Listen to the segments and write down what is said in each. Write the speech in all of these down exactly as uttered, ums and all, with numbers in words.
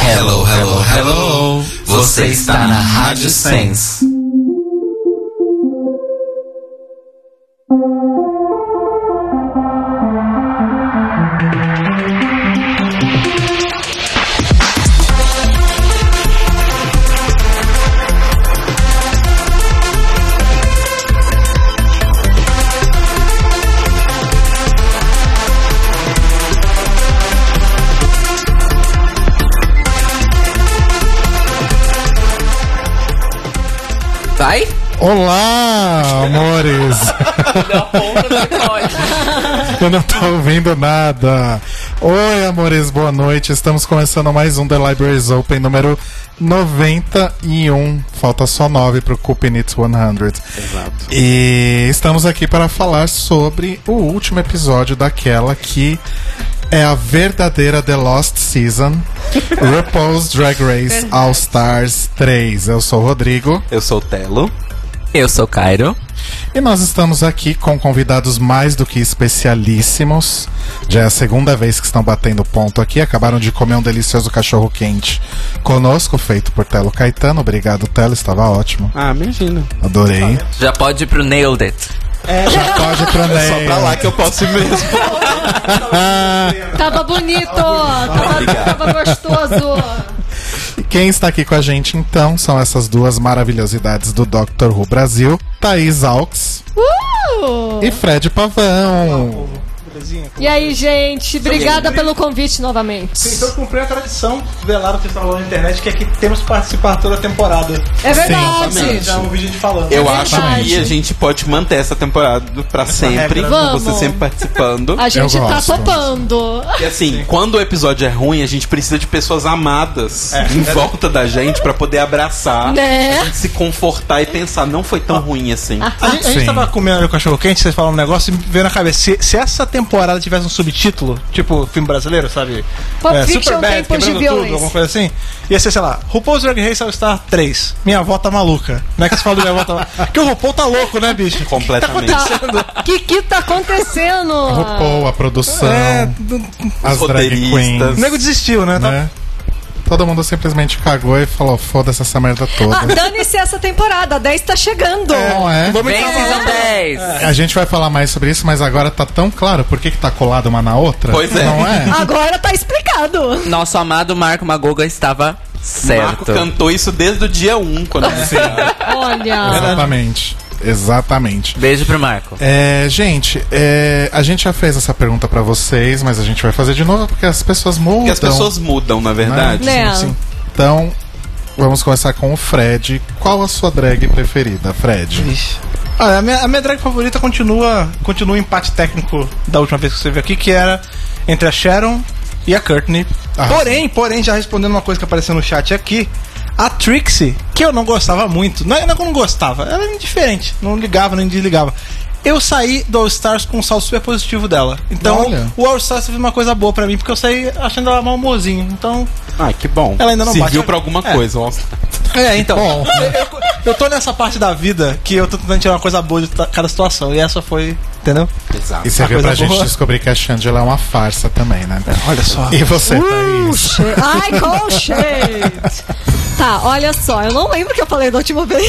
Hello, hello, hello. Você está na Rádio Sense. Vai? Olá, amores! Eu não tô ouvindo nada. Oi, amores, boa noite. Estamos começando mais um The Libraries Open número noventa e um. Falta só nove pro Cooping It cem. Exato. E estamos aqui para falar sobre o último episódio daquela que é a verdadeira The Lost Season, RuPaul's Drag Race All Stars três. Eu sou o Rodrigo. Eu sou o Telo. Eu sou o Cairo. E nós estamos aqui com convidados mais do que especialíssimos. Já é a segunda vez que estão batendo ponto aqui. Acabaram de comer um delicioso cachorro quente conosco, feito por Telo Caetano. Obrigado, Telo, estava ótimo. Ah, imagina. Adorei. Já pode ir pro Nailed It. É, já pode ir pro Nailed. É só pra lá que eu posso ir mesmo. Tava bonito, tava, tava gostoso. E quem está aqui com a gente, então, são essas duas maravilhosidades do Doctor Who Brasil, Thaís Alves Uh! e Fred Pavão. E aí, gente, obrigada pelo convite novamente. Sim, então cumprir a tradição velada que vocês estavam falando na internet, que é que temos que participar toda a temporada. É verdade. Sim, Já ouvi gente falando. Eu É acho verdade. que a gente pode manter essa temporada pra sempre. regra. Vamos. Você sempre participando. A gente Eu tá gosto. topando. E assim, quando o episódio é ruim, a gente precisa de pessoas amadas É. em volta da gente pra poder abraçar, Né? a gente se confortar e pensar, não foi tão ruim assim. A gente, a gente Sim. tava comendo o cachorro quente, vocês falaram um negócio e me veio na cabeça. Se, se essa temporada tivesse um subtítulo, tipo filme brasileiro, sabe? Pulp Fiction, Superbad, Tempos de quebrando tudo, Violência. alguma coisa assim. Ia ser, sei lá, RuPaul's Drag Race All Star três. Minha avó tá maluca. Não é que você fala do minha avó tá maluca? Porque o RuPaul tá louco, né, bicho? Completamente. O que que tá acontecendo? RuPaul, a produção, É, as Os drag roteiristas. queens, o nego desistiu, né? Tá- né? Todo mundo simplesmente cagou e falou, foda-se essa merda toda. Ah, dane-se essa temporada, a dez tá chegando. Não é? Vamos Vem entrar Season dez. A gente vai falar mais sobre isso, mas agora tá tão claro por que que tá colado uma na outra. Pois é. Não é? Agora tá explicado. Nosso amado Marco Magoga estava Marco certo. cantou isso desde o dia um, quando Olha. Exatamente. Exatamente. Beijo pro Marco. É, gente, é, a gente já fez essa pergunta pra vocês, mas a gente vai fazer de novo porque as pessoas mudam. Porque as pessoas mudam, na verdade. Né? Sim. Então, vamos começar com o Fred. Qual a sua drag preferida, Fred? Ixi. Olha, a minha, a minha drag favorita continua, continua o empate técnico da última vez que você veio aqui, que era entre a Sharon e a Courtney. Ah, porém, porém, já respondendo uma coisa que apareceu no chat aqui, a Trixie, que eu não gostava muito, não é, não é que eu não gostava, ela era indiferente, não ligava nem desligava. Eu saí do All Stars com um saldo super positivo dela. Então, Olha. o All Stars fez uma coisa boa pra mim, porque eu saí achando ela mal humorzinho. Então, Ai, que bom. Ela ainda não Serviu bate. pra alguma É. coisa. ó. é, então. Bom. Eu, eu tô nessa parte da vida que eu tô tentando tirar uma coisa boa de ta- cada situação. E essa foi, entendeu? Exato. E você Uma viu pra coisa gente boa. descobrir que a Shangela é uma farsa também, né? Olha só. E você, Uh, Thaís? shade. Ai, qual shade? Tá, olha só, eu não lembro o que eu falei da última vez.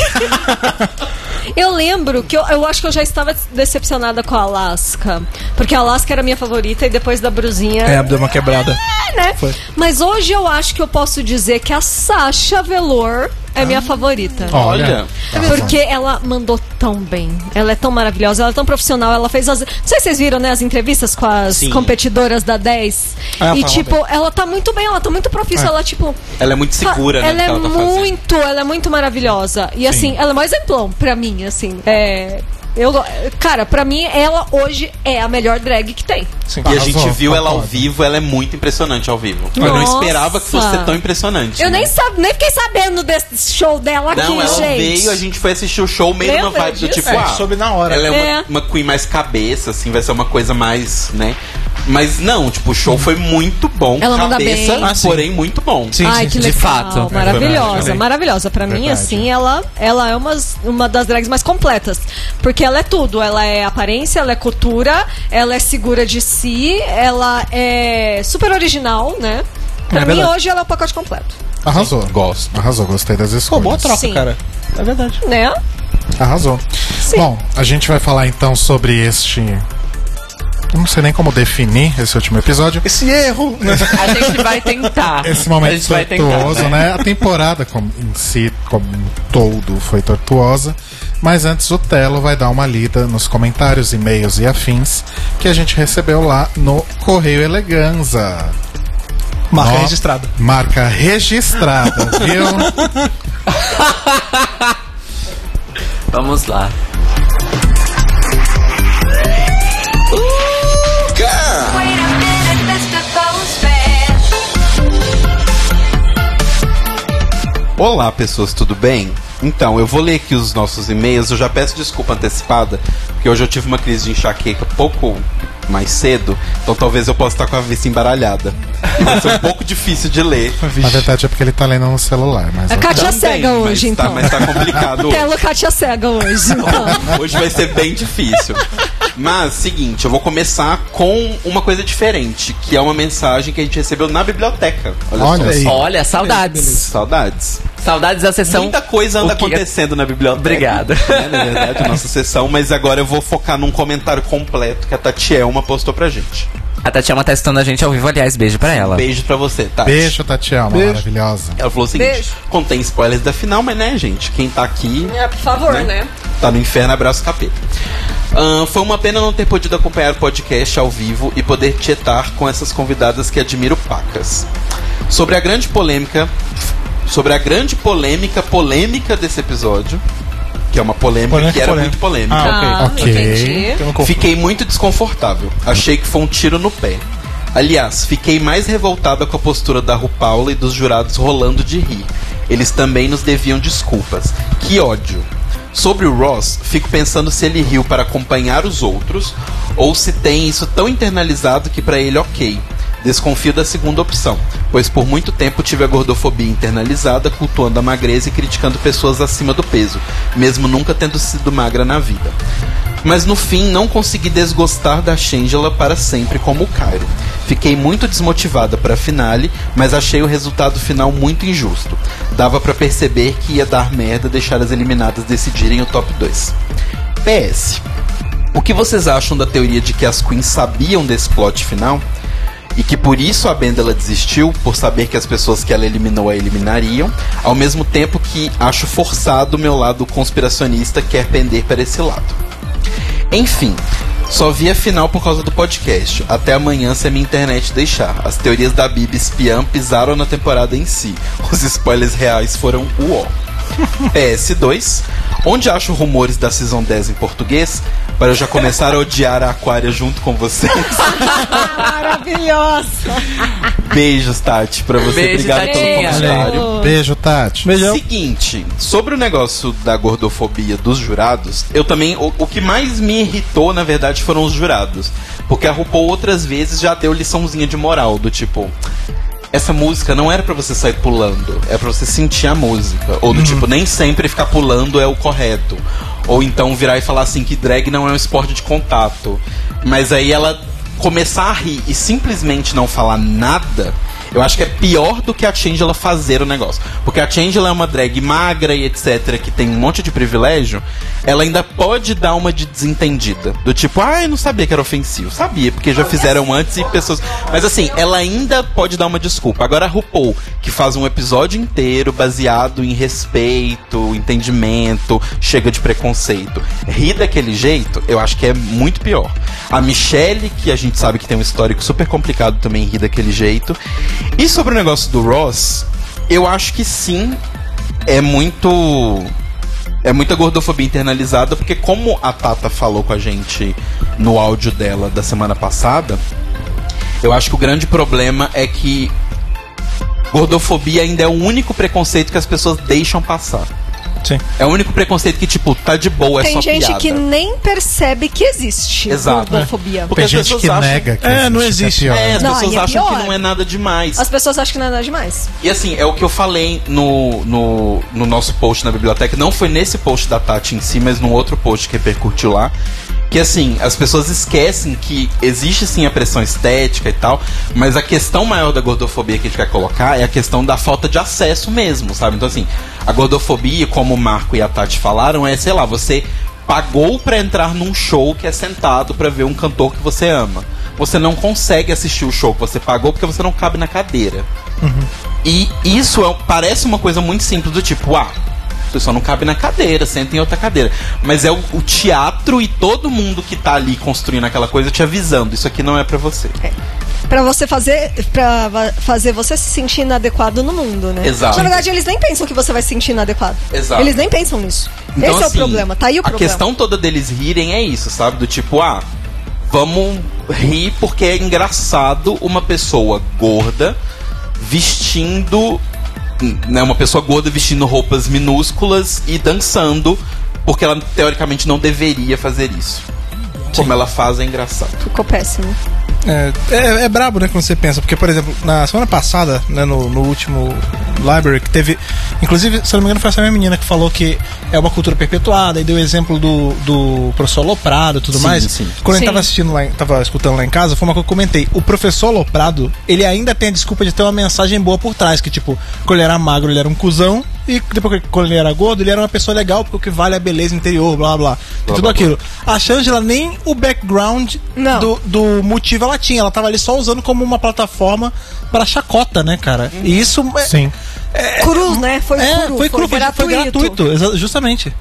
Eu lembro que eu, eu acho que eu já estava decepcionada com a Alaska. Porque a Alaska era a minha favorita e depois da Bruzinha. É, deu uma quebrada. É, né? Foi. Mas hoje eu acho que eu posso dizer que a Sasha Velour é minha favorita. Olha. Porque ela mandou tão bem. Ela é tão maravilhosa, ela é tão profissional. Ela fez as. Não sei se vocês viram, né? As entrevistas com as Sim. competidoras da dez. Ah, ela e, fala tipo, ela tá muito bem, ela tá muito profissa. Ela, tipo. Ela é muito segura, né? Ela do é que ela tá fazendo. muito, ela é muito maravilhosa. E assim, ela é mais exemplão pra mim, assim. É. Eu, cara, pra mim, ela hoje é a melhor drag que tem. Sim. E a gente Arrasou, viu ela ao concordo. vivo, ela é muito impressionante ao vivo. Eu não Nossa. esperava que fosse ser tão impressionante. Eu né? nem, sabe, nem fiquei sabendo desse show dela aqui, Não, ela gente. veio, a gente foi assistir o show meio numa Lembra vibe do disso? tipo, É, ah, soube na hora. ela é, É. Uma, uma queen mais cabeça, assim, vai ser uma coisa mais, né? Mas não, tipo, o show foi muito bom, Ela manda cabeça, bem. Ah, sim. porém muito bom. Sim, Ai, sim, que sim. legal. De fato. Maravilhosa, Verdade. maravilhosa. Pra mim, Verdade. assim, ela, ela é umas, uma das drags mais completas. Porque ela é tudo. Ela é aparência, ela é cultura, ela é segura de si, ela é super original, né? Pra É mim, verdade. hoje, ela é o pacote completo. Arrasou. Gosto. Arrasou, gostei das Pô, escolhas. boa troca, Sim. cara. É verdade. Né? Arrasou. Sim. Bom, a gente vai falar então sobre este... Eu não sei nem como definir esse último episódio. Esse erro, né? A gente vai tentar. Esse a momento gente vai tentar, tortuoso, né? A temporada como, em si, como um todo, foi tortuosa. Mas antes o Telo vai dar uma lida nos comentários, e-mails e afins que a gente recebeu lá no Correio Eleganza. Marca Ó, registrada. Marca registrada, viu? Vamos lá. Olá, pessoas, tudo bem? Então, eu vou ler aqui os nossos e-mails. Eu já peço desculpa antecipada, porque hoje eu tive uma crise de enxaqueca pouco mais cedo, então talvez eu possa estar com a vista embaralhada. E vai ser um pouco difícil de ler. Na verdade é porque ele tá lendo no celular, mas... A Kátia Também, cega mas hoje, tá, então. Mas tá complicado hoje. Telo Kátia cega hoje, então. Hoje vai ser bem difícil. Mas, seguinte, eu vou começar com uma coisa diferente, que é uma mensagem que a gente recebeu na biblioteca. Olha, Olha só. aí. Olha, saudades. Saudades. Saudades da sessão. Muita coisa anda O que- acontecendo na biblioteca. Obrigado. Né, na verdade, a nossa sessão, mas agora eu vou focar num comentário completo que a Tatielma postou pra gente. A Tatiana tá testando a gente ao vivo, aliás, beijo pra ela. Beijo pra você, Tati. Beijo, Tatiana, Beijo. maravilhosa. Ela falou o seguinte: Beijo. contém spoilers da final, mas né, gente? Quem tá aqui É, por favor, Né? né? tá no inferno, abraço capeta. Ahn, foi uma pena não ter podido acompanhar o podcast ao vivo e poder tietar com essas convidadas que admiro pacas. Sobre a grande polêmica. Sobre a grande polêmica polêmica desse episódio, que é uma polêmica, Polêmica, que era polêmica. muito polêmica. Ah, Ah, ok. entendi. Eu não confundo. Fiquei muito desconfortável. Achei que foi um tiro no pé. Aliás, fiquei mais revoltada com a postura da RuPaula e dos jurados rolando de rir. Eles também nos deviam desculpas. Que ódio. Sobre o Ross, fico pensando se ele riu para acompanhar os outros ou se tem isso tão internalizado que pra ele ok. Desconfio da segunda opção, pois por muito tempo tive a gordofobia internalizada, cultuando a magreza e criticando pessoas acima do peso, mesmo nunca tendo sido magra na vida. Mas no fim não consegui desgostar da Shangela para sempre como o Cairo. Fiquei muito desmotivada para a finale, mas achei o resultado final muito injusto. Dava para perceber que ia dar merda deixar as eliminadas decidirem o top dois. P S. O que vocês acham da teoria de que as queens sabiam desse plot final? E que por isso a Bendela desistiu, por saber que as pessoas que ela eliminou a eliminariam, ao mesmo tempo que acho forçado o meu lado conspiracionista quer pender para esse lado. Enfim, só vi a final por causa do podcast. Até amanhã se a minha internet deixar. As teorias da Bibi espiã pisaram na temporada em si. Os spoilers reais foram o ó. P S dois. Onde acho rumores da Season dez em português? Para eu já começar a odiar a Aquária junto com vocês. Maravilhosa. Beijos, Tati, pra você. Beijo, Obrigado pelo Tatinha. comentário. Beijo, Tati. Beijão. Seguinte, sobre o negócio da gordofobia dos jurados, eu também. O, o que mais me irritou, na verdade, foram os jurados. Porque a RuPaul outras vezes já deu liçãozinha de moral, do tipo. Essa música não era pra você sair pulando, é pra você sentir a música. Ou do tipo, nem sempre ficar pulando é o correto. Ou então virar e falar assim que drag não é um esporte de contato. Mas aí ela começar a rir e simplesmente não falar nada, eu acho que é pior do que a Shangela fazer o negócio. Porque a Shangela é uma drag magra e etc, que tem um monte de privilégio. Ela ainda pode dar uma de desentendida. Do tipo, ah, eu não sabia que era ofensivo. Sabia, porque já fizeram antes e pessoas... Mas assim, ela ainda pode dar uma desculpa. Agora a RuPaul, que faz um episódio inteiro baseado em respeito, entendimento, chega de preconceito, rir daquele jeito, eu acho que é muito pior. A Michelle, que a gente sabe que tem um histórico super complicado, também ri daquele jeito. E sobre o negócio do Ross, eu acho que sim, é muito... É muita gordofobia internalizada, porque como a Tata falou com a gente no áudio dela da semana passada, eu acho que o grande problema é que gordofobia ainda é o único preconceito que as pessoas deixam passar. Sim. É o único preconceito que, tipo, tá de boa, é Tem só gente piada. que nem percebe que existe Exato. gordofobia. Porque Tem as gente pessoas que acham... nega que É, não existe. que é pior. É, as Não, pessoas aí é acham que pior. não é nada demais. As pessoas acham que não é nada demais. E assim, é o que eu falei no, no, no nosso post na biblioteca. Não foi nesse post da Tati em si, mas num outro post que repercutiu lá. Que assim, as pessoas esquecem que existe sim a pressão estética e tal, mas a questão maior da gordofobia que a gente quer colocar é a questão da falta de acesso mesmo, sabe? Então assim, a gordofobia, como o Marco e a Tati falaram, é, sei lá, você pagou pra entrar num show que é sentado pra ver um cantor que você ama. Você não consegue assistir o show que você pagou porque você não cabe na cadeira. Uhum. E isso é, parece uma coisa muito simples, do tipo, ah, você só não cabe na cadeira, senta em outra cadeira. Mas é o, o teatro e todo mundo que tá ali construindo aquela coisa te avisando, isso aqui não é pra você. É. Pra você fazer, pra fazer você se sentir inadequado no mundo, né? Exato. Na verdade, eles nem pensam que você vai se sentir inadequado. Exato. Eles nem pensam nisso. Então, Esse assim, é o problema, tá aí o a problema. A questão toda deles rirem é isso, sabe? Do tipo, ah, vamos rir porque é engraçado uma pessoa gorda vestindo... Né, uma pessoa gorda vestindo roupas minúsculas e dançando, porque ela teoricamente não deveria fazer isso. Sim. Como ela faz é engraçado. Ficou péssimo. É, é, é brabo, né, quando você pensa. Porque, por exemplo, na semana passada, né, no, no último Library, que teve... Inclusive, se eu não me engano, foi essa mesma menina que falou que é uma cultura perpetuada, e deu o exemplo do, do professor Aloprado e tudo sim, mais. Sim. Quando sim. eu tava assistindo lá, tava escutando lá em casa, foi uma coisa que eu comentei. O professor Aloprado, ele ainda tem a desculpa de ter uma mensagem boa por trás, que tipo, quando ele era magro, ele era um cuzão, e depois, quando ele era gordo, ele era uma pessoa legal, porque o que vale é a beleza interior, blá blá. E tudo blá, aquilo. Blá. A Shangela nem o background do, do motivo ela tinha. Ela tava ali só usando como uma plataforma pra chacota, né, cara? E isso... É, sim. É, Cruz, né? Foi é, cru, foi, cru, foi, gratuito. foi gratuito, justamente.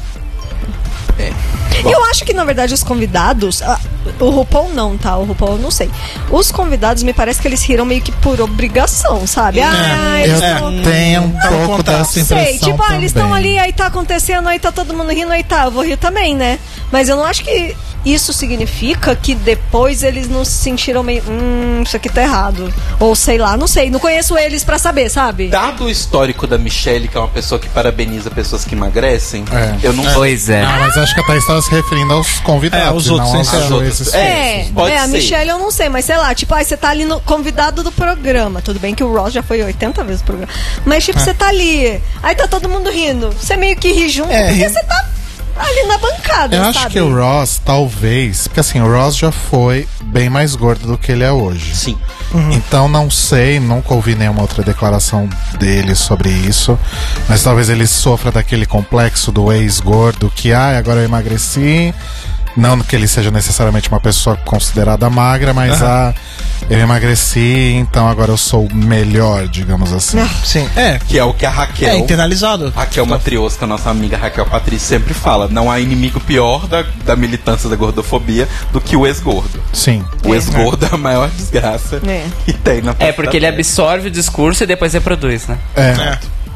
É. Eu acho que, na verdade, os convidados... Ah, o RuPaul não, tá? O RuPaul eu não sei. Os convidados, me parece que eles riram meio que por obrigação, sabe? É, ah, eu eles tão... tenho um pouco dessa impressão sei, tipo, ah, eles estão ali, aí tá acontecendo, aí tá todo mundo rindo, aí tá, eu vou rir também, né? Mas eu não acho que isso significa que depois eles não se sentiram meio, hum, isso aqui tá errado. Ou sei lá, não sei, não conheço eles pra saber, sabe? Dado o histórico da Michelle, que é uma pessoa que parabeniza pessoas que emagrecem, é. eu não... Pois é. Ah, mas acho que a Thaís estava se referindo aos convidados, é, os outros, não aos juízes. É, pode é, a ser. Michelle eu não sei, mas sei lá, tipo, aí você tá ali no convidado do programa. Tudo bem que o Ross já foi oitenta vezes no programa. Mas, tipo, você é. tá ali, aí tá todo mundo rindo. Você meio que ri junto, é, porque você tá ali na bancada, eu sabe? acho que o Ross, talvez... Porque assim, o Ross já foi bem mais gordo do que ele é hoje. Sim. Uhum. Então não sei, nunca ouvi nenhuma outra declaração dele sobre isso. Mas talvez ele sofra daquele complexo do ex-gordo que, ah, agora eu emagreci. Não que ele seja necessariamente uma pessoa considerada magra, mas uhum. ah, eu emagreci, então agora eu sou melhor, digamos assim. Sim, é. Que é o que a Raquel... É internalizado. Raquel Matriosca, nossa amiga Raquel Patrícia, sempre fala. Não há inimigo pior da, da militância da gordofobia do que o ex-gordo. Sim. O ex-gordo é a maior desgraça é. que tem na É, porque ele absorve o discurso e depois reproduz, né? É. é.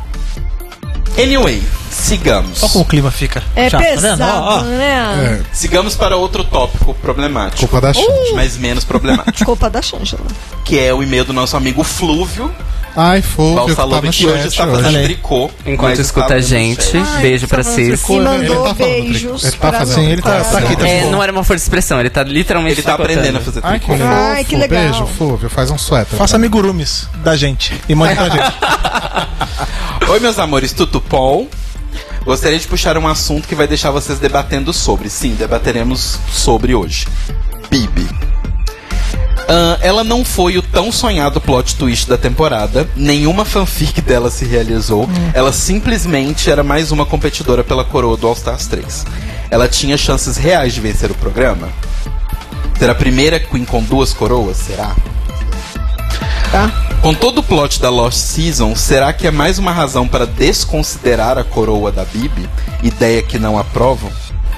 Anyway, sigamos. Olha como o clima fica. É chato, pesado, tá ó, ó. né? É. Sigamos para outro tópico problemático. Culpa da Xande. Mas menos problemático. Culpa da Shangela. Que é o e-mail do nosso amigo Flúvio. Ai, Fulvio, que tá Valsalove, no que hoje chat está hoje. fazendo tricô. Enquanto escuta a gente, Ai, beijo pra vocês. E mandou Ele tá falando beijos. Ele tá pra fazendo Sim, ele tá, tá aqui, tá É, aqui. não era uma força de expressão, ele tá literalmente Ele tá tricotando. aprendendo a fazer Ai, que tricô. fofo. Ai, que legal. Beijo, Fulvio, faz um suéter. Faça pra mim. amigurumis da gente e mande pra gente. Oi, meus amores, tudo bom? Gostaria de puxar um assunto que vai deixar vocês debatendo sobre. Sim, debateremos sobre hoje. Bibi. Uh, ela não foi o tão sonhado plot twist da temporada. Nenhuma fanfic dela se realizou. Hum. Ela simplesmente era mais uma competidora pela coroa do All Stars três. Ela tinha chances reais de vencer o programa? Ser a primeira Queen com duas coroas? Será? Tá. Com todo o plot da Lost Season, será que é mais uma razão para desconsiderar a coroa da Bibi? Ideia que não aprovam?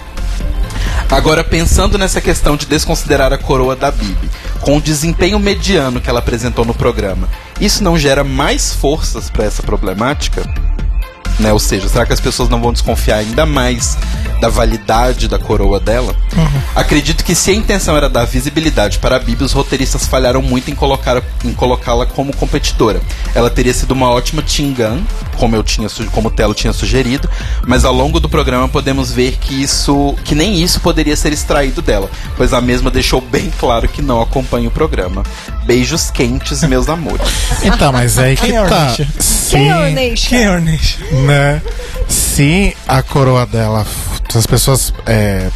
Agora, pensando nessa questão de desconsiderar a coroa da Bibi, com o desempenho mediano que ela apresentou no programa, isso não gera mais forças para essa problemática? Né? Ou seja, será que as pessoas não vão desconfiar ainda mais da validade da coroa dela? Uhum. Acredito que se a intenção era dar visibilidade para a Bibi, os roteiristas falharam muito em, colocar, em colocá-la como competidora. Ela teria sido uma ótima Team Gun, como, eu tinha, como o Telo tinha sugerido, mas ao longo do programa podemos ver que, isso, que nem isso poderia ser extraído dela, pois a mesma deixou bem claro que não acompanha o programa. Beijos quentes, meus amores. Então, mas aí que Quem é tá. Ornish? Quem é Sim, Ornish? Quem é Ornish? né? Se a coroa dela, se as pessoas é,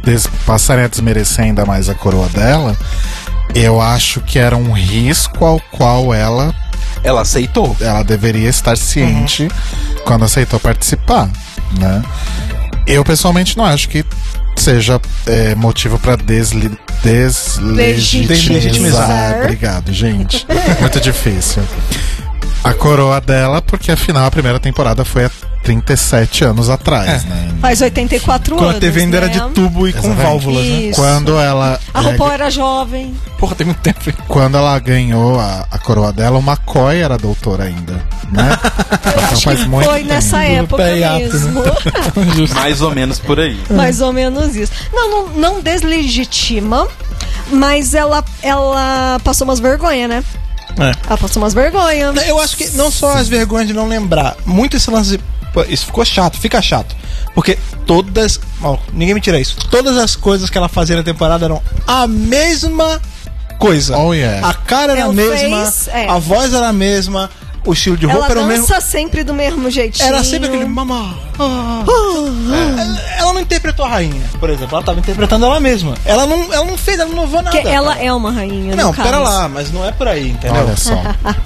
des- passarem a desmerecer ainda mais a coroa dela, eu acho que era um risco ao qual ela, Ela aceitou. ela deveria estar ciente Uhum. quando aceitou participar, né? Eu pessoalmente não acho que seja é, motivo pra desli- deslegitimizar. Deslegitimizar. Obrigado, gente. Muito difícil. A coroa dela, porque afinal a primeira temporada foi há trinta e sete anos atrás, É. né? Faz oitenta e quatro Quando anos. a T V ainda né? era de tubo e com Exatamente. válvulas, né? Isso. Quando ela A é, RuPaul era jovem. Porra, tem muito tempo. hein? quando ela ganhou a, a coroa dela, o McCoy era doutor ainda, né? Então Acho faz que muito foi tempo. nessa Tudo época pé e ato, mesmo. Mais ou menos por aí. Mais ou menos isso. Não, não, não deslegitima, mas ela, ela passou umas vergonhas, né? É. Ela passou umas vergonhas. Eu acho que não só as vergonhas de não lembrar, muito esse lance de. Pô, isso ficou chato, fica chato. Porque todas. Ó, ninguém me tira isso. Todas as coisas que ela fazia na temporada eram a mesma coisa. Oh, yeah. A cara era É, a o mesma, face, é. a voz era a mesma, o estilo de Ela roupa era o mesmo. dança sempre do mesmo jeitinho. Era sempre aquele mamá. ah, ah. Ela não interpretou a rainha, por exemplo. Ela tava interpretando ela mesma. Ela não, ela não fez, ela não inovou nada. Porque ela é uma rainha, Não, no caso. pera lá, mas não é por aí, entendeu? Olha só.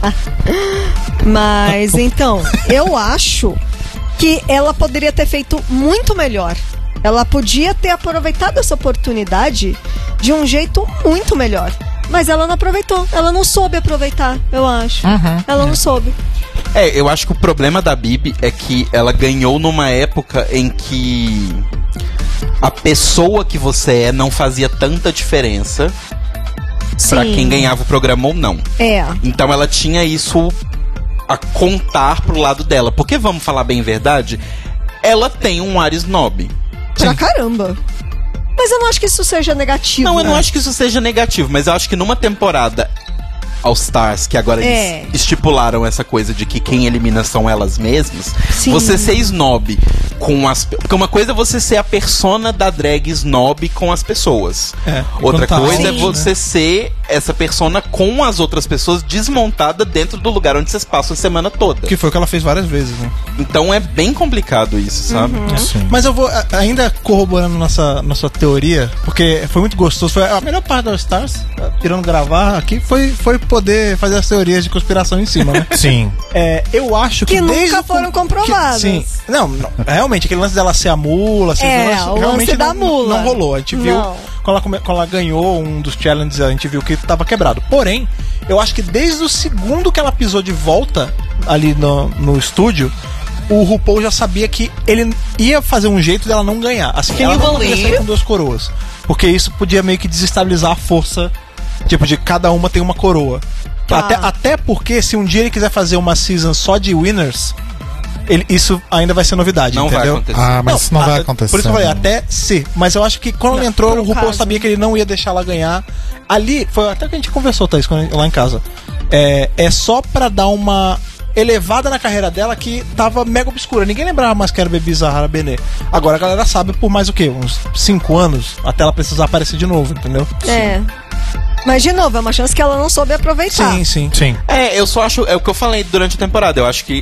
Mas então, eu acho que ela poderia ter feito muito melhor. Ela podia ter aproveitado essa oportunidade de um jeito muito melhor. Mas ela não aproveitou. Ela não soube aproveitar, eu acho. Ela não soube. É, eu acho que o problema da Bibi é que ela ganhou numa época em que a pessoa que você é não fazia tanta diferença pra Sim. quem ganhava o programa ou não. É. Então ela tinha isso a contar pro lado dela. Porque, vamos falar bem a verdade, ela tem um ar snob. Pra caramba. Mas eu não acho que isso seja negativo. Não, eu não né? acho que isso seja negativo, mas eu acho que numa temporada All Stars, que agora É. eles estipularam essa coisa de que quem elimina são elas mesmas, Sim. você ser snob com as... Porque uma coisa é você ser a persona da drag snob com as pessoas. É, Outra quando tá coisa é alto, você né? ser essa persona com as outras pessoas desmontada dentro do lugar onde vocês passam a semana toda. Que foi o que ela fez várias vezes, né? Então é bem complicado isso, sabe? Uhum. Sim. Mas eu vou a- ainda corroborando nossa, nossa teoria, porque foi muito gostoso. Foi a melhor parte da All Stars, eh, tirando gravar aqui, foi, foi poder fazer as teorias de conspiração em cima, né? Sim. É, eu acho que, Que desde nunca o com- foram comprovadas. que- sim. Não, não, realmente, aquele lance dela ser a mula, assim, É, esse lance, o lance realmente da não, mula. não rolou. A gente viu, Não. quando ela, come- quando ela ganhou um dos challenges, a gente viu que tava quebrado. Porém, eu acho que desde o segundo que ela pisou de volta ali no, no estúdio, o RuPaul já sabia que ele ia fazer um jeito dela não ganhar. Assim, Can ela you não poderia believe? sair com duas coroas. Porque isso podia meio que desestabilizar a força, tipo, de cada uma tem uma coroa. Tá. Até, até porque se um dia ele quiser fazer uma season só de winners, ele, isso ainda vai ser novidade, Não vai entendeu? acontecer. Ah, mas isso não vai a- acontecer. Por isso que eu falei, não. até se. Mas eu acho que quando ela entrou, no o RuPaul caso. sabia que ele não ia deixar ela ganhar. Ali, foi até que a gente conversou, Thaís, quando- lá em casa. É, é só pra dar uma elevada na carreira dela que tava mega obscura. Ninguém lembrava mais que era Bebê Zahara Benet. Agora a galera sabe por mais o quê? Uns cinco anos até ela precisar aparecer de novo, entendeu? É. Mas, de novo, é uma chance que ela não soube aproveitar. Sim, sim. Sim. É, eu só acho. É o que eu falei durante a temporada. Eu acho que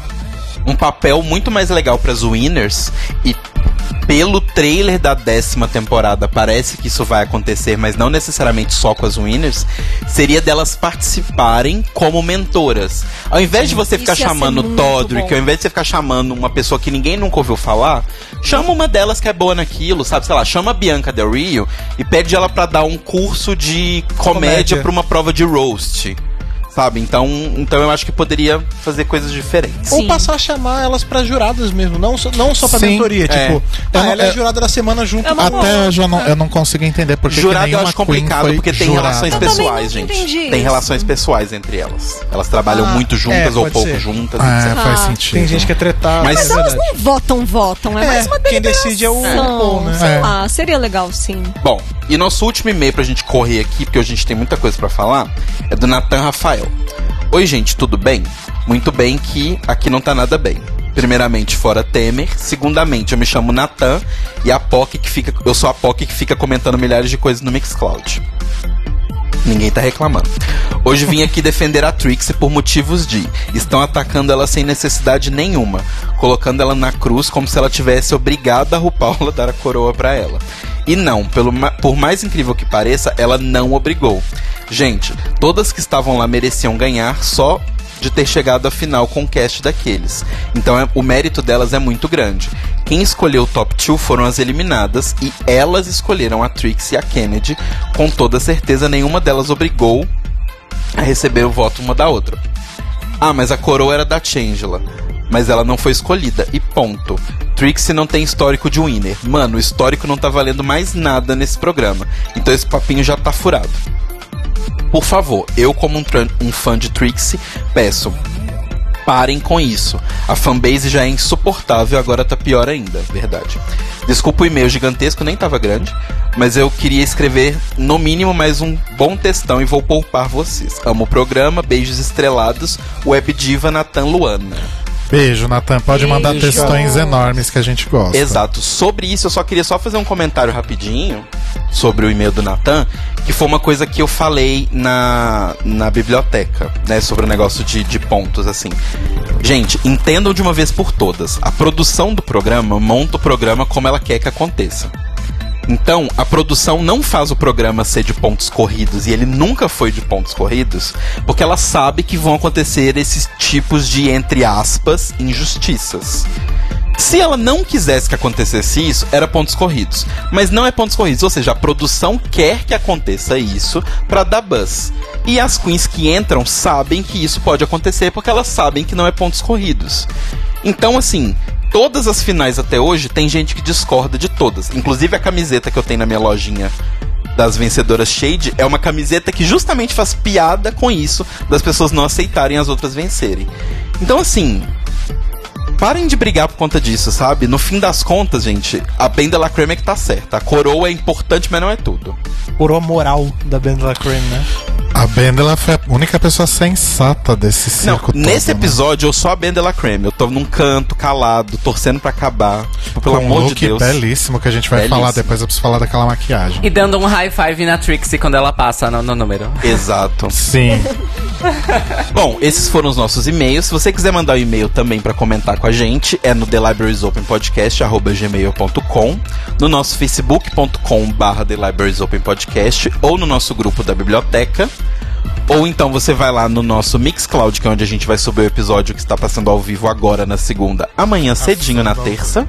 um papel muito mais legal pras winners, e pelo trailer da décima temporada parece que isso vai acontecer, mas não necessariamente só com as winners, seria delas participarem como mentoras. Ao invés de você ficar Isso ia ser chamando muito Todrick, bom. ao invés de você ficar chamando uma pessoa que ninguém nunca ouviu falar, chama uma delas que é boa naquilo, sabe? Sei lá, chama a Bianca Del Rio e pede ela pra dar um curso de comédia, Comédia. pra uma prova de roast. Sabe? Então, então eu acho que poderia fazer coisas diferentes. Ou Sim. passar a chamar elas pra juradas mesmo, não, só- não só pra Sim, mentoria. é. Tipo, Eu ah, não- ela é eu- jurada da semana junto É uma com Até eu já não, eu não consigo entender porque Jurado que eu nenhuma acho complicado queen foi porque tem jurada. relações Eu também pessoais, nunca gente. entendi Tem isso. relações pessoais entre elas. Elas trabalham Ah, muito juntas é, ou pode pouco ser. juntas, É, etcétera. faz Ah. sentido. Tem gente que é tretada. Mas- Mas é elas verdade. não votam, votam. É, É, mais uma quem deliberação. decide é o RuPaul, né? Sei É. lá, seria legal, sim. Bom, e nosso último e-mail pra gente correr aqui, porque hoje a gente tem muita coisa pra falar, é do Nathan Rafael. Oi, gente, tudo bem? Muito bem que aqui não tá nada bem. Primeiramente, fora Temer. Segundamente, eu me chamo Nathan e a P O C que fica, eu sou a P O C que fica comentando milhares de coisas no Mixcloud. Ninguém tá reclamando. Hoje vim aqui defender a Trixie por motivos de estão atacando ela sem necessidade nenhuma, colocando ela na cruz como se ela tivesse obrigada a RuPaul a dar a coroa pra ela. E não, pelo, por mais incrível que pareça, ela não obrigou. Gente, todas que estavam lá mereciam ganhar só de ter chegado à final com o cast daqueles. Então é, o mérito delas é muito grande. Quem escolheu o top dois foram as eliminadas e elas escolheram a Trixie e a Kennedy. Com toda certeza, nenhuma delas obrigou a receber o voto uma da outra. Ah, mas a coroa era da Shangela, mas ela não foi escolhida, e ponto. Trixie não tem histórico de winner. Mano, o histórico não tá valendo mais nada nesse programa. Então esse papinho já tá furado. Por favor, eu como um, um fã de Trixie, peço, parem com isso. A fanbase já é insuportável, agora tá pior ainda, verdade. Desculpa o e-mail gigantesco, nem tava grande, mas eu queria escrever no mínimo mais um bom textão e vou poupar vocês. Amo o programa, beijos estrelados, Web Diva Natan Luana. Beijo, Natan. Pode Beijo. mandar textões enormes que a gente gosta. Exato. Sobre isso, eu só queria só fazer um comentário rapidinho sobre o e-mail do Natan, que foi uma coisa que eu falei na, na biblioteca, né? Sobre o negócio de, de pontos, assim. Gente, entendam de uma vez por todas. A produção do programa monta o programa como ela quer que aconteça. Então, a produção não faz o programa ser de pontos corridos, e ele nunca foi de pontos corridos, porque ela sabe que vão acontecer esses tipos de, entre aspas, injustiças. Se ela não quisesse que acontecesse isso, era pontos corridos. Mas não é pontos corridos, ou seja, a produção quer que aconteça isso pra dar buzz. E as queens que entram sabem que isso pode acontecer, porque elas sabem que não é pontos corridos. Então, assim, todas as finais até hoje, tem gente que discorda de todas. Inclusive a camiseta que eu tenho na minha lojinha das vencedoras Shade é uma camiseta que justamente faz piada com isso, das pessoas não aceitarem as outras vencerem. Então, assim, parem de brigar por conta disso, sabe? No fim das contas, gente, a Ben de la Creme é que tá certa. A coroa é importante, mas não é tudo. Coroa moral da Ben de la Creme, né? A Bendela foi a única pessoa sensata desse circo Não, todo, nesse né? episódio eu sou a Ben de la Creme. Eu tô num canto, calado, torcendo pra acabar. Tipo, pelo Com um amor look de Deus. belíssimo que a gente vai Belíssimo. falar depois. Eu preciso falar daquela maquiagem. E dando um high five na Trixie quando ela passa no, no número. Exato. Sim. Bom, esses foram os nossos e-mails. Se você quiser mandar um e-mail também pra comentar com a gente, é no the libraries open podcast arroba gmail ponto com, no nosso facebook ponto com barra the libraries open podcast ou no nosso grupo da biblioteca. Ou então você vai lá no nosso Mixcloud, que é onde a gente vai subir o episódio que está passando ao vivo agora na segunda, amanhã cedinho na terça.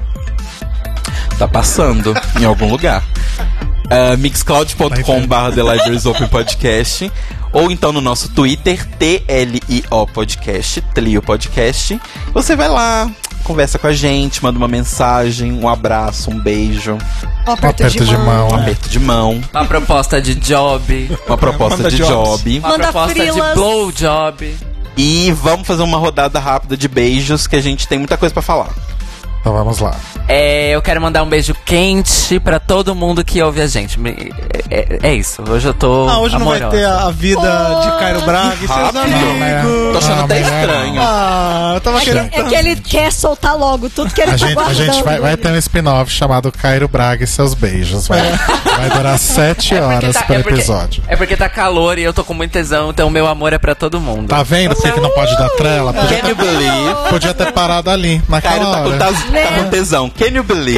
Tá passando em algum lugar. Uh, mixcloud ponto com barra The Libraries Open Podcast. Ou então no nosso Twitter, T L I O Podcast, Tlio Podcast. Você vai lá, conversa com a gente, manda uma mensagem, um abraço, um beijo, Um aperto, aperto de mão. um aperto de mão, Uma proposta de job. uma proposta Manda de jobs. job. Uma Manda proposta frilas. de blow job. E vamos fazer uma rodada rápida de beijos, que a gente tem muita coisa pra falar. Então vamos lá. É, eu quero mandar um beijo quente pra todo mundo que ouve a gente. Me- É, é isso, hoje eu tô Ah, hoje não vai amorosa. ter a, a vida de Cairo Braga e seus Rápido. amigos. Tô achando Ah, até melhor estranho. Ah, eu tava É que, querendo. é que ele quer soltar logo tudo que ele A tá gente, a guardando. gente vai, vai ter um spin-off chamado Cairo Braga e seus beijos. Vai, vai durar sete É porque horas tá- por é porque- episódio. É porque tá calor e eu tô com muito tesão, então meu amor é pra todo mundo. Tá vendo por que que não pode dar trela? Podia Can you ter, believe? podia ter parado ali, naquela Cairo tá com, hora. tá, tá com tesão. Can you believe?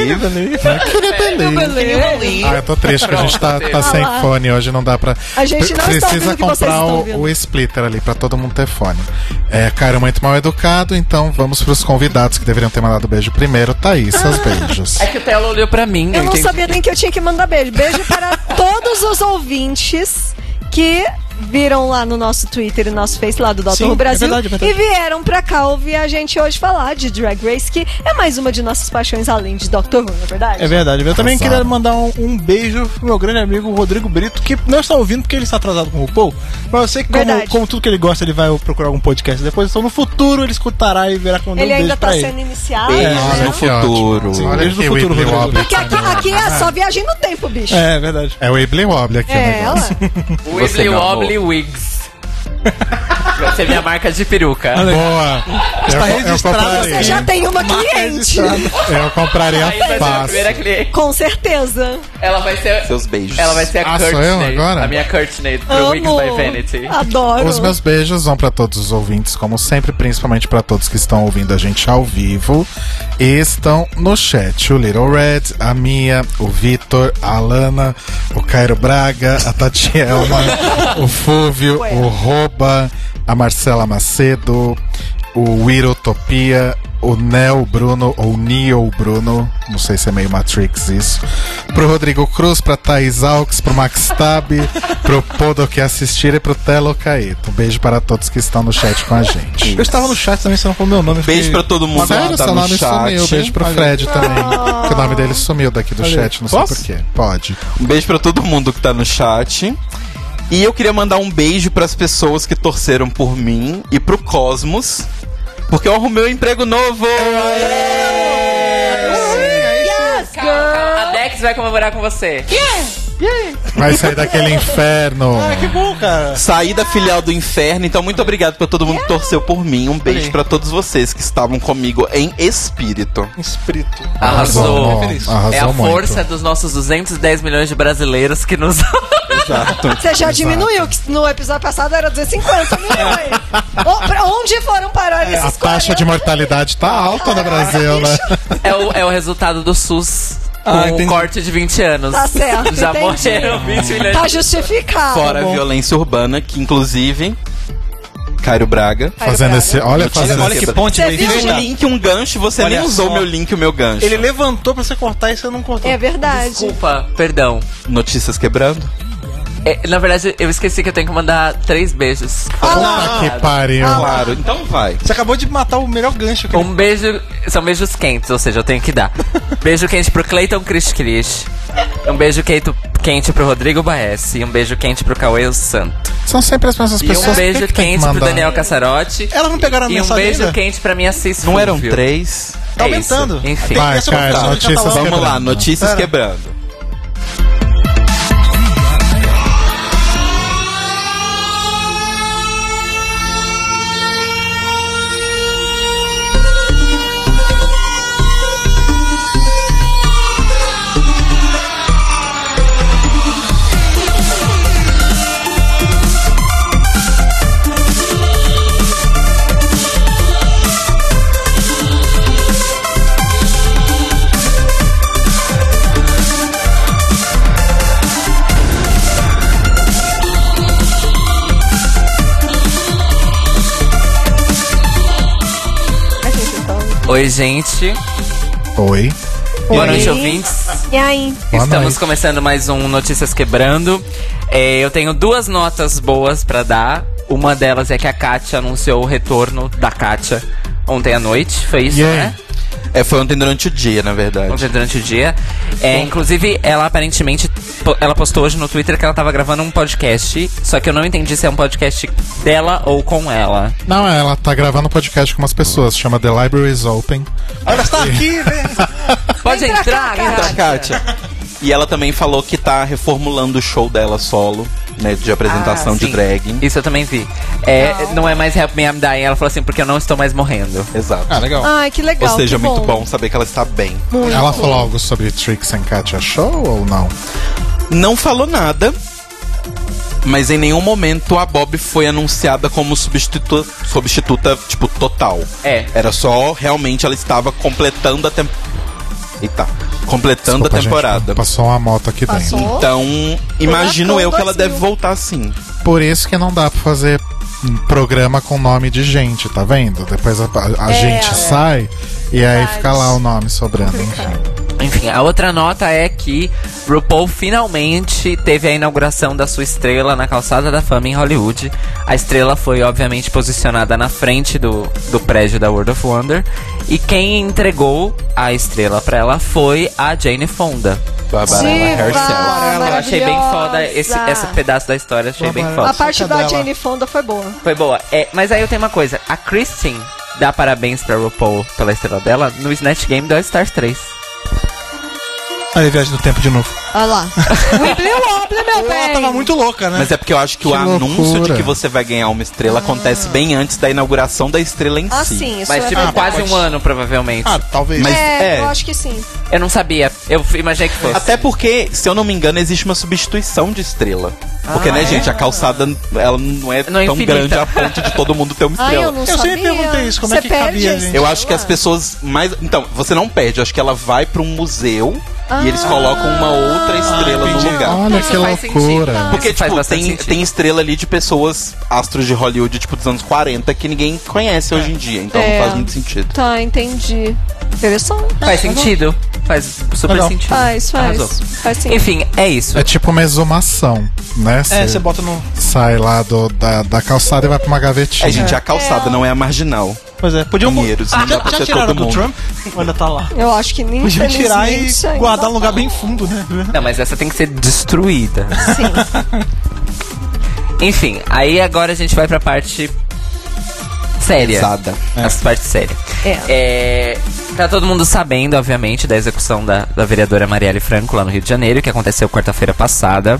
Ah, eu tô triste que a gente tá, tá sem Ah lá. fone hoje, não dá pra... A gente não está Precisa ouvindo o que vocês comprar estão o, ouvindo. o splitter ali pra todo mundo ter fone. É, Cairo muito mal educado, então vamos pros convidados que deveriam ter mandado beijo primeiro. Thaís, seus beijos. É que o Telo olhou pra mim. Eu não entendi. sabia nem que eu tinha que mandar beijo. Beijo para todos os ouvintes que viram lá no nosso Twitter e no nosso Face lá do doutor Sim, Who Brasil é verdade, é verdade. e vieram pra cá ouvir a gente hoje falar de Drag Race, que é mais uma de nossas paixões além de doutor Who, não é verdade? É verdade. Eu também Arrasado. queria mandar um, um beijo pro meu grande amigo Rodrigo Brito, que não está ouvindo porque ele está atrasado com o RuPaul. Mas eu sei que, como, Verdade. como tudo que ele gosta, ele vai procurar algum podcast depois. Então no futuro ele escutará e verá quando eu Ele um ainda beijo tá pra sendo ele. iniciado, Beijo né? no que ótimo. futuro. Sim. Olha Beijo aqui no o futuro, Weebly Rodrigo. Wobbly. Porque aqui, aqui é só viagem no tempo, bicho. É, é verdade. É o Weebly Wobbly aqui. o É, negócio. ela. Wibbly meu amor. Wobbly Wigs. Vai ser minha marca de peruca. Boa. Está Eu, eu registrado. compraria. Você já tem uma Marca cliente. registrada. Eu compraria Aí vai ser a fácil. primeira cliente. Com certeza. Ela vai ser. Seus beijos. Ela vai ser a Ah, sou eu Courtney. agora? A minha Courtney pro Weeks Amo. by Vanity. Adoro. Os meus beijos vão pra todos os ouvintes, como sempre, principalmente pra todos que estão ouvindo a gente ao vivo. E estão no chat o Little Red, a Mia, o Vitor, a Alana, o Cairo Braga, a Tatielma, o Fúvio, Ué. o Roba, a Marcela Macedo, o Wirotopia, o Neo Bruno, ou Neo Bruno, não sei se é meio Matrix isso, pro Rodrigo Cruz, pra Thaís Alves, pro Max Tab, pro Podo que assistir e pro Telo Caeto. Um beijo para todos que estão no chat com a gente. Eu estava no chat também, você não falou meu nome. eu Beijo fiquei- pra todo mundo Sério, que tá seu no nome chat. sumiu. Beijo pro Olha. Fred também. Que o nome dele sumiu daqui do Olha. chat, não sei Posso? porquê. Pode. Um beijo pra todo mundo que tá no chat. E eu queria mandar um beijo pras pessoas que torceram por mim e pro Cosmos, porque eu arrumei um emprego novo. Yes, Calma, calma. girl. A Dex vai comemorar com você. Vai sair daquele inferno. Ah, que bom, cara. Saí da filial do inferno, então muito obrigado pra todo mundo que torceu por mim. Um beijo Olha aí. pra todos vocês que estavam comigo em espírito. Espírito. Arrasou. feliz. Arrasou É a muito. força dos nossos duzentos e dez milhões de brasileiros que nos. Exato. Você já diminuiu, que no episódio passado era duzentos e cinquenta milhões. O- pra onde foram parar esses A taxa de quarenta? mortalidade tá alta no Brasil, né? É o, é o resultado do SUS com Ah, um entendi. corte de vinte anos. Tá certo, Já entendi. morreram vinte milhões. Tá justificado. Fora a violência urbana, que inclusive. Cairo Braga. Fazendo esse. Olha, fazendo Olha que esse. ponte Você bem viu, Fiz feita. um link, um gancho, você Olha nem usou só. meu link e o meu gancho. Ele levantou pra você cortar e você não cortou. É verdade. Desculpa, perdão. Notícias quebrando. É, na verdade, eu esqueci que eu tenho que mandar três beijos. Ah, Que pariu. Claro, então vai. Você acabou de matar o melhor gancho que Um beijo. São beijos quentes, ou seja, eu tenho que dar. Beijo quente pro Cleiton Cris Cris. Um beijo quente, quente pro Rodrigo Baes. E um beijo quente pro Cauê Santo. São sempre as mesmas E pessoas. um Por que beijo que tem que quente pro mandar? Daniel Cassarotti. Elas não pegaram a E um mensagem beijo ainda? quente pra minha Cis Não eram Fulvio. três? Tá É isso. aumentando. Enfim. Vai, Essa eu vou Caio, falar, notícias já tá lá. Vamos lá, quebrando. notícias Pera. quebrando. Oi, gente. Oi. Boa Oi. noite, ouvintes. E aí? Boa Estamos noite. começando mais um Notícias Quebrando. É, eu tenho duas notas boas pra dar. Uma delas é que a Kátia anunciou o retorno da Kátia ontem à noite. Foi isso, E aí? né? É, foi ontem durante o dia, na verdade. Ontem durante o dia. É, inclusive, ela aparentemente po- ela postou hoje no Twitter que ela tava gravando um podcast. Só que eu não entendi se é um podcast dela ou com ela. Não, ela tá gravando um podcast com umas pessoas. Chama The Library is Open. Olha, está aqui, velho. Pode Vem pra entrar, cá, Tá, Kátia. E ela também falou que tá reformulando o show dela solo, né? De apresentação Ah, de sim. drag. Isso eu também vi. É, não é mais Help Me I'm Dying. Ela falou assim, porque eu não estou mais morrendo. Exato. Ah, legal. Ai, que legal. Ou seja, que muito bom saber que ela está bem. Muito. Ela falou algo sobre Trix and Katia Show ou não? Não falou nada, mas em nenhum momento a Bob foi anunciada como substituta, substituta tipo, total. É. Era só, realmente, ela estava completando a temporada. Eita. Completando Desculpa, a temporada. gente, passou uma moto aqui Passou. dentro. Então, imagino eu que ela dois deve mil. voltar assim. Por isso que não dá pra fazer um programa com nome de gente, tá vendo? Depois a, a- a É, gente é. sai e aí Verdade. fica lá o nome sobrando, enfim. Enfim, a outra nota é que RuPaul finalmente teve a inauguração da sua estrela na Calçada da Fama em Hollywood. A estrela foi, obviamente, posicionada na frente do, do prédio da World of Wonder. E quem entregou a estrela pra ela foi a Jane Fonda. Barbarella Diva, Herself. Eu achei bem foda esse, maravilhosa. esse pedaço da história, achei bem Barbarella. A foda. parte da Dela. Jane Fonda foi boa. Foi boa. É, mas aí eu tenho uma coisa. A Kristen dá parabéns pra RuPaul pela estrela dela no Snatch Game do All Stars três. Aí, viagem do tempo de novo. Olha lá. Wibbly wobbly, meu Ela bem. tava muito louca, né? Mas é porque eu acho que, Que o anúncio loucura. de que você vai ganhar uma estrela acontece bem antes da inauguração da estrela em Ah, si. sim, isso Mas é tipo, verdade. quase um ano, provavelmente. Ah, talvez. Mas- É, é. eu acho que sim. Eu não sabia. Eu imaginei que fosse. Até porque, se eu não me engano, existe uma substituição de estrela. Porque, Ah, né, é? gente, a calçada ela não é Não é tão infinita. grande a ponto de todo mundo ter uma Ai, estrela. eu não Eu sabia. sempre perguntei isso, como é Você que perde cabia, a gente? estrela? Eu acho que as pessoas mais. Então, você não perde, eu acho que ela vai pra um museu Ah. e eles colocam uma outra estrela no entendi. lugar. Olha Isso que faz loucura. sentido. Porque, Isso faz tipo, bastante tem, sentido. tem estrela ali de pessoas, astros de Hollywood, tipo, dos anos quarenta, que ninguém conhece hoje em dia. Então É. não faz muito sentido. Tá, entendi. Interessante. Faz sentido. Faz super Legal. sentido. Faz, faz. Arrasou. Faz sim. Enfim, é isso. É tipo uma exumação, né? É, Você você bota no... sai lá do, da, da calçada e vai pra uma gavetinha. É, gente, a calçada não é a marginal. Pois é, podiam... Pinheiros, Ah, não dá já, pra já ser tiraram todo do mundo. Trump? Ou ainda tá lá? Eu acho que nem Podiam tirar e infelizmente, ainda guardar tá num lugar lá. bem fundo, né? Não, mas essa tem que ser destruída. Sim. Enfim, aí agora a gente vai pra parte séria. Pesada. As partes sérias. É. É, tá todo mundo sabendo, obviamente, da execução da, da vereadora Marielle Franco lá no Rio de Janeiro, que aconteceu quarta-feira passada.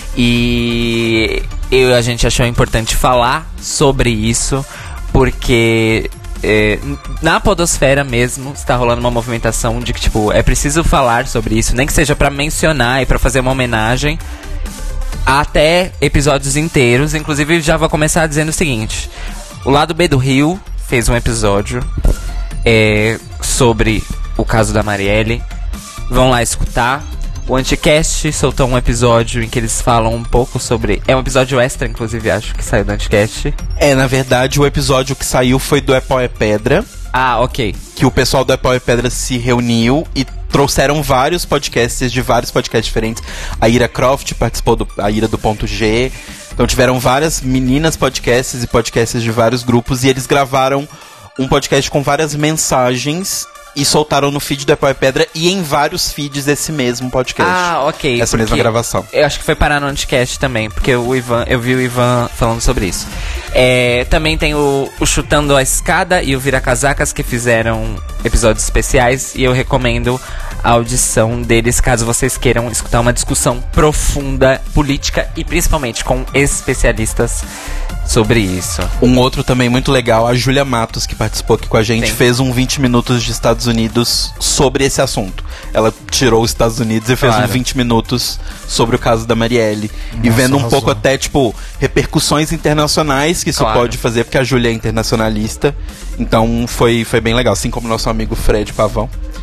E eu, a gente achou importante falar sobre isso, porque é, na podosfera mesmo está rolando uma movimentação de que, tipo, é preciso falar sobre isso, nem que seja pra mencionar e pra fazer uma homenagem, até episódios inteiros. Inclusive, já vou começar dizendo o seguinte: o Lado B do Rio fez um episódio é, sobre o caso da Marielle. Vão lá escutar. O Anticast soltou um episódio em que eles falam um pouco sobre... É um episódio extra, inclusive, acho que saiu do Anticast. É, na verdade, o episódio que saiu foi do É Pau é Pedra, Ah, ok. que o pessoal do É Pau é Pedra se reuniu e trouxeram vários podcasts de vários podcasts diferentes. A Ira Croft participou do a Ira do Ponto G. Então tiveram várias meninas podcasts e podcasts de vários grupos, e eles gravaram um podcast com várias mensagens e soltaram no feed do É Pau é Pedra e em vários feeds desse mesmo podcast. Ah, ok. Essa mesma porque gravação. Eu acho que foi parar no Anticast também, porque o Ivan, eu vi o Ivan falando sobre isso. É, também tem o, o Chutando a Escada e o Vira Casacas, que fizeram episódios especiais, e eu recomendo a audição deles, caso vocês queiram escutar uma discussão profunda, política e principalmente com especialistas sobre isso. Um outro também muito legal, a Júlia Matos, que participou aqui com a gente, Sim. fez um vinte minutos de Estados Unidos sobre esse assunto. Ela tirou os Estados Unidos e fez Claro. um vinte minutos sobre o caso da Marielle. E Nossa, vendo um arrasou. pouco até, tipo, repercussões internacionais que isso Claro. pode fazer, porque a Júlia é internacionalista. Então foi, foi bem legal, assim como o nosso amigo Fred Pavão.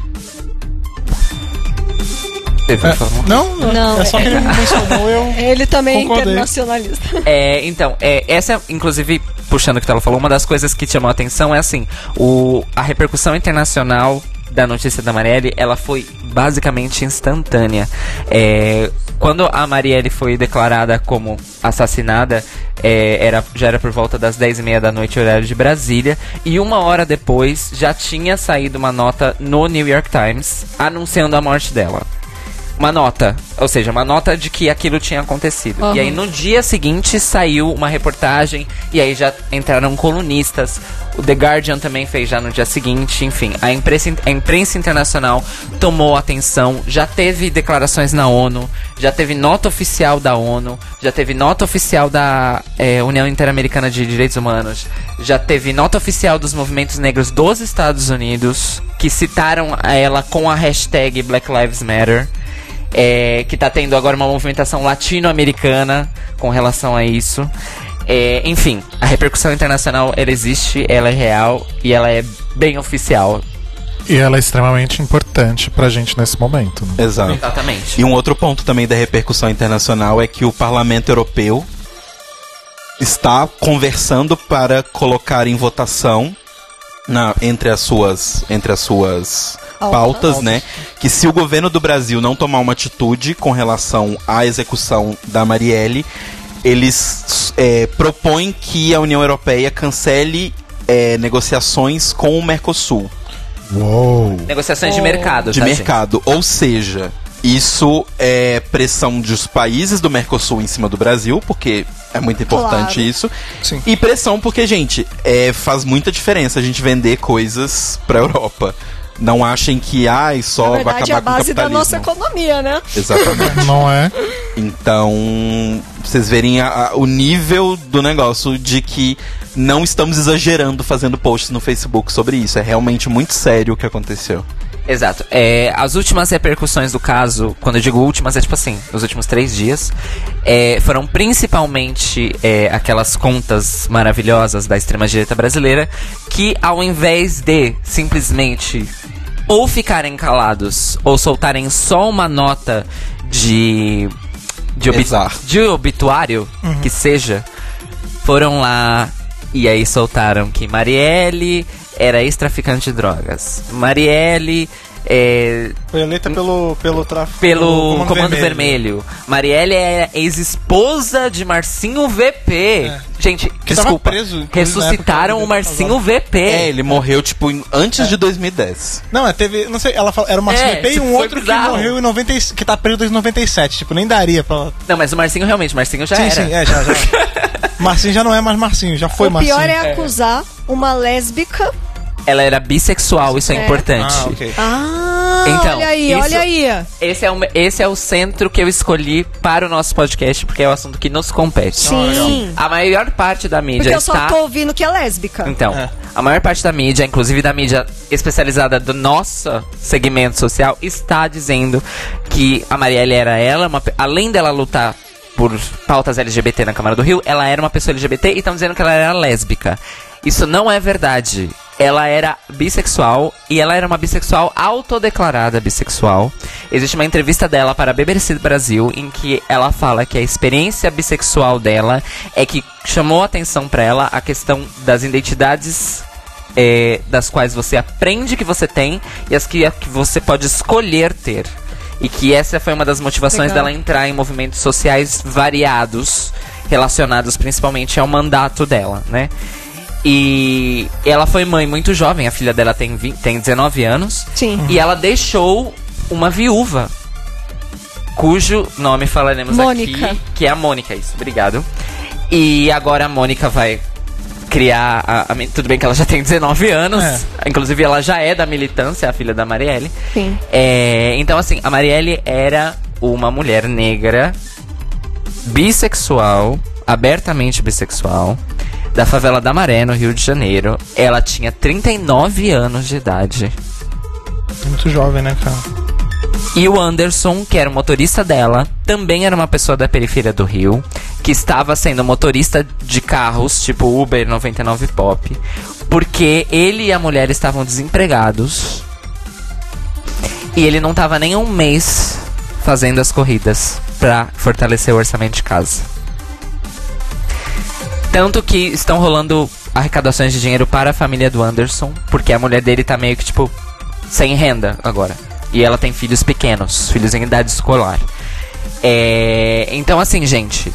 Teve, por favor. Não, Não, é só que ele mencionou, eu... Ele também é Concordei. internacionalista. É, então, é, essa, é, inclusive, puxando o que ela falou, uma das coisas que chamou a atenção é assim, o, a repercussão internacional da notícia da Marielle, ela foi basicamente instantânea. É, quando a Marielle foi declarada como assassinada, é, era, já era por volta das dez e meia da noite, horário de Brasília, e uma hora depois já tinha saído uma nota no New York Times anunciando a morte dela. Uma nota, ou seja, uma nota de que aquilo tinha acontecido. Uhum. E aí no dia seguinte saiu uma reportagem, e aí já entraram colunistas. O The Guardian também fez já no dia seguinte. Enfim, a imprensa, a imprensa internacional tomou atenção. Já teve declarações na ONU, já teve nota oficial da ONU, já teve nota oficial da é, União Interamericana de Direitos Humanos, já teve nota oficial dos movimentos negros dos Estados Unidos, que citaram a ela com a hashtag Black Lives Matter. É, que tá tendo agora uma movimentação latino-americana com relação a isso. É, enfim, a repercussão internacional, ela existe, ela é real e ela é bem oficial. E ela é extremamente importante pra gente nesse momento, né? Exato. Exatamente. E um outro ponto também da repercussão internacional é que o Parlamento Europeu está conversando para colocar em votação na, entre as suas, entre as suas pautas, né? Que se o governo do Brasil não tomar uma atitude com relação à execução da Marielle, eles é, propõem que a União Europeia cancele é, negociações com o Mercosul. Uou! Negociações de mercado, De tá, gente? mercado. Ou seja, isso é pressão dos países do Mercosul em cima do Brasil, porque é muito importante Claro. isso. Sim. E pressão porque, gente, é, faz muita diferença a gente vender coisas pra Europa. Não achem que, ai, só Na verdade, vai é acabar a com o base da capitalismo. nossa economia, né? Exatamente. Não é? Então, vocês verem a- a- o nível do negócio de que não estamos exagerando fazendo posts no Facebook sobre isso. É realmente muito sério o que aconteceu. Exato. É, as últimas repercussões do caso, quando eu digo últimas, é tipo assim, nos últimos três dias, é, foram principalmente é, aquelas contas maravilhosas da extrema-direita brasileira que, ao invés de simplesmente ou ficarem calados ou soltarem só uma nota de, de, obi- Exar. de obituário, que seja, foram lá e aí soltaram que Marielle era ex-traficante de drogas. Marielle é, Foi eleita pelo, pelo tráfico. pelo Comando, Vermelho. Marielle é ex-esposa de Marcinho V P. Gente, Que tava desculpa. preso, inclusive, ressuscitaram na época o Marcinho V P. É, ele morreu, tipo, em- antes de dois mil e dez. Não, é, teve. Não sei, ela fala, era o Marcinho É, V P e tipo, um foi outro que bizarro. morreu em noventa e- que tá preso desde noventa e sete. Tipo, nem daria pra. Não, mas o Marcinho realmente, Marcinho já sim, era. sim, é, já, já. Marcinho já não é mais Marcinho, já foi o Marcinho. pior é acusar uma lésbica. Ela era bissexual, isso é, É. importante. Ah, ok. Ah, Então, olha aí, isso- olha aí. Esse é, o, esse é o centro que eu escolhi para o nosso podcast, porque é o assunto que nos compete. Sim. A maior parte da mídia Porque eu só está... tô ouvindo que é lésbica. Então, É. a maior parte da mídia, inclusive da mídia especializada do nosso segmento social, está dizendo que a Marielle era ela, uma pe- além dela lutar por pautas L G B T na Câmara do Rio, ela era uma pessoa L G B T e estão dizendo que ela era lésbica. Isso não é verdade. Ela era bissexual e ela era uma bissexual autodeclarada bissexual. Existe uma entrevista dela para a B B C Brasil em que ela fala que a experiência bissexual dela é que chamou a atenção para ela a questão das identidades é, das quais você aprende que você tem e as que, que você pode escolher ter. E que essa foi uma das motivações Legal. dela entrar em movimentos sociais variados, relacionados principalmente ao mandato dela, né? E ela foi mãe muito jovem, a filha dela tem, vinte, tem dezenove anos. Sim. E ela deixou uma viúva, cujo nome falaremos Mônica. aqui, que é a Mônica, isso, obrigado. E agora a Mônica vai criar, a, a, tudo bem que ela já tem dezenove anos, É. inclusive ela já é da militância, a filha da Marielle. Sim. É, então assim, a Marielle era uma mulher negra, bissexual, abertamente bissexual, da favela da Maré, no Rio de Janeiro. Ela tinha trinta e nove anos de idade. Muito jovem, né, cara? E o Anderson, que era o motorista dela, também era uma pessoa da periferia do Rio, que estava sendo motorista de carros, tipo Uber noventa e nove Pop, porque ele e a mulher estavam desempregados e ele não estava nem um mês fazendo as corridas para fortalecer o orçamento de casa. Tanto que estão rolando arrecadações de dinheiro para a família do Anderson, porque a mulher dele tá meio que, tipo, sem renda agora. E ela tem filhos pequenos, filhos em idade escolar. É... Então, assim, gente,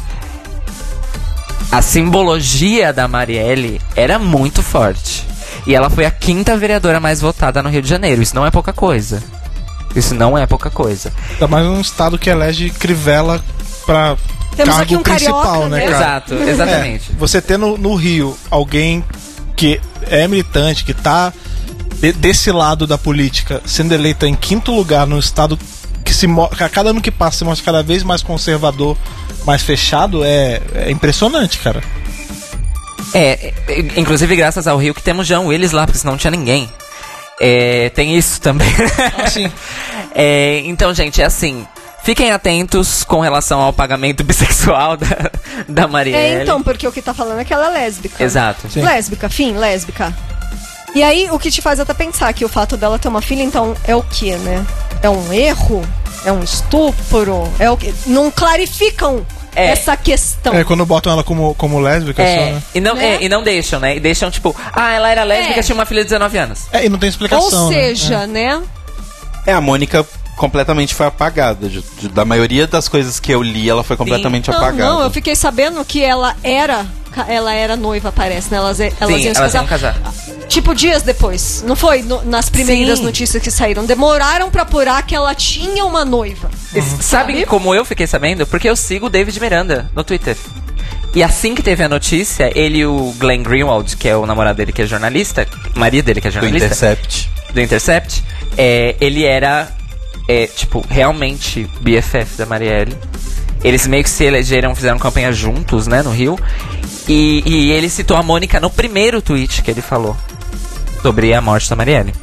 a simbologia da Marielle era muito forte. E ela foi a quinta vereadora mais votada no Rio de Janeiro. Isso não é pouca coisa. Isso não é pouca coisa. Ainda mais um estado que elege Crivella pra Temos cargo aqui um principal, carioca, né, né? cara? Exato, exatamente. É, você ter no, no Rio alguém que é militante, que tá de- desse lado da política, sendo eleita em quinto lugar num estado que se mo- que a cada ano que passa se mostra cada vez mais conservador, mais fechado, é, é impressionante, cara. É, é, inclusive graças ao Rio que temos Jean Willis lá, porque senão não tinha ninguém. É, tem isso também. Ah, sim. É, então, gente, é assim. Fiquem atentos com relação ao pagamento bissexual da, da Marielle. É, então, porque o que tá falando é que ela é lésbica. Exato. Sim. Lésbica, fim, lésbica. E aí, o que te faz até pensar que o fato dela ter uma filha, então, é o quê, né? É um erro? É um estupro? É o quê? Não clarificam É. essa questão. É, quando botam ela como, como lésbica, só, É, né? e não, Né? é, e não deixam, né? E deixam, tipo, ah, ela era lésbica, É. tinha uma filha de dezenove anos. É, e não tem explicação. Ou né? seja, né? É, a Mônica completamente foi apagada. De- de- da maioria das coisas que eu li, ela foi completamente Não, apagada. não, eu fiquei sabendo que ela era. Ela era noiva, parece, né? Elas, elas Sim, iam se elas casar. iam casar. Tipo, dias depois. Não foi no- nas primeiras Sim. notícias que saíram. Demoraram pra apurar que ela tinha uma noiva. E Sabem Sabe? como eu fiquei sabendo? Porque eu sigo o David Miranda no Twitter. E assim que teve a notícia, ele e o Glenn Greenwald, que é o namorado dele que é jornalista, marido dele que é Do jornalista, Intercept. do Intercept, é, ele era, é, tipo, realmente B F F da Marielle. Eles meio que se elegeram, fizeram campanha juntos, né, no Rio. E, e ele citou a Mônica no primeiro tweet que ele falou sobre a morte da Marielle.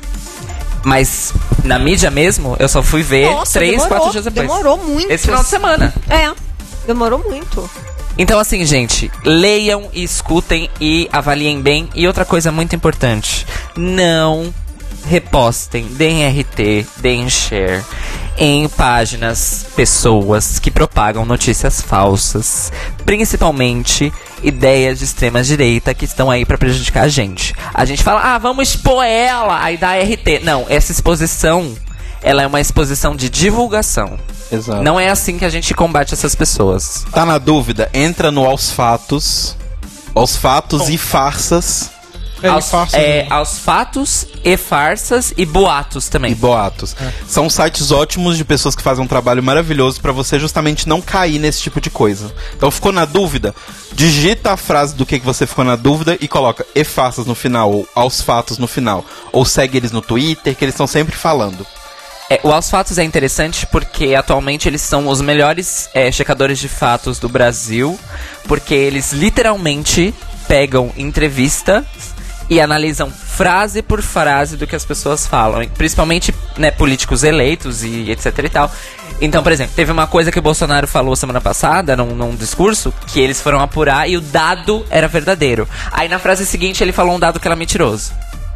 Mas na mídia mesmo, eu só fui ver Nossa, três, demorou, quatro dias depois. Demorou muito. Esse final de semana. É, demorou muito. Então, assim, gente, leiam e escutem e avaliem bem. E outra coisa muito importante, não repostem, deem R T, deem share em páginas, pessoas que propagam notícias falsas, principalmente ideias de extrema direita que estão aí pra prejudicar a gente. A gente fala, ah, vamos expor ela, aí dá R T. Não, essa exposição, ela é uma exposição de divulgação. Exato. Não é assim que a gente combate essas pessoas. Tá na dúvida? Entra no Aos Fatos. Aos Fatos Bom. e Farsas É, Aos, faço, é, né? aos fatos e farsas e boatos e também. Boatos. São sites ótimos de pessoas que fazem um trabalho maravilhoso pra você justamente não cair nesse tipo de coisa. Então ficou na dúvida? Digita a frase do que, que você ficou na dúvida e coloca e farsas no final, ou aos fatos no final. Ou segue eles no Twitter, que eles estão sempre falando. É, o Aos Fatos é interessante porque atualmente eles são os melhores é, checadores de fatos do Brasil, porque eles literalmente pegam entrevista e analisam frase por frase do que as pessoas falam, principalmente, né, políticos eleitos e etc e tal. Então, por exemplo, teve uma coisa que o Bolsonaro falou semana passada, num, num discurso, que eles foram apurar e o dado era verdadeiro. Aí na frase seguinte ele falou um dado que era mentiroso.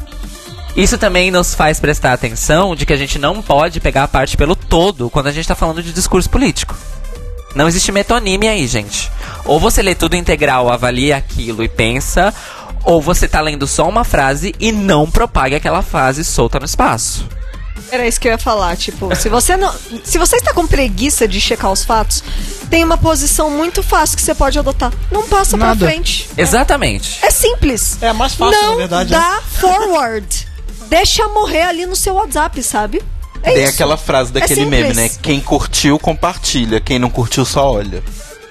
Isso também nos faz prestar atenção de que a gente não pode pegar a parte pelo todo quando a gente tá falando de discurso político. Não existe metonímia aí, gente. Ou você lê tudo integral, avalia aquilo e pensa, ou você tá lendo só uma frase e não propague aquela frase solta no espaço. Era isso que eu ia falar, tipo, se você não, se você está com preguiça de checar os fatos, tem uma posição muito fácil que você pode adotar. Não passa Nada. pra frente. Exatamente. É simples. É a mais fácil, não na verdade. dá forward. Deixa morrer ali no seu WhatsApp, sabe? É Tem isso. aquela frase daquele É meme, simples. né? Quem curtiu, compartilha. Quem não curtiu, só olha.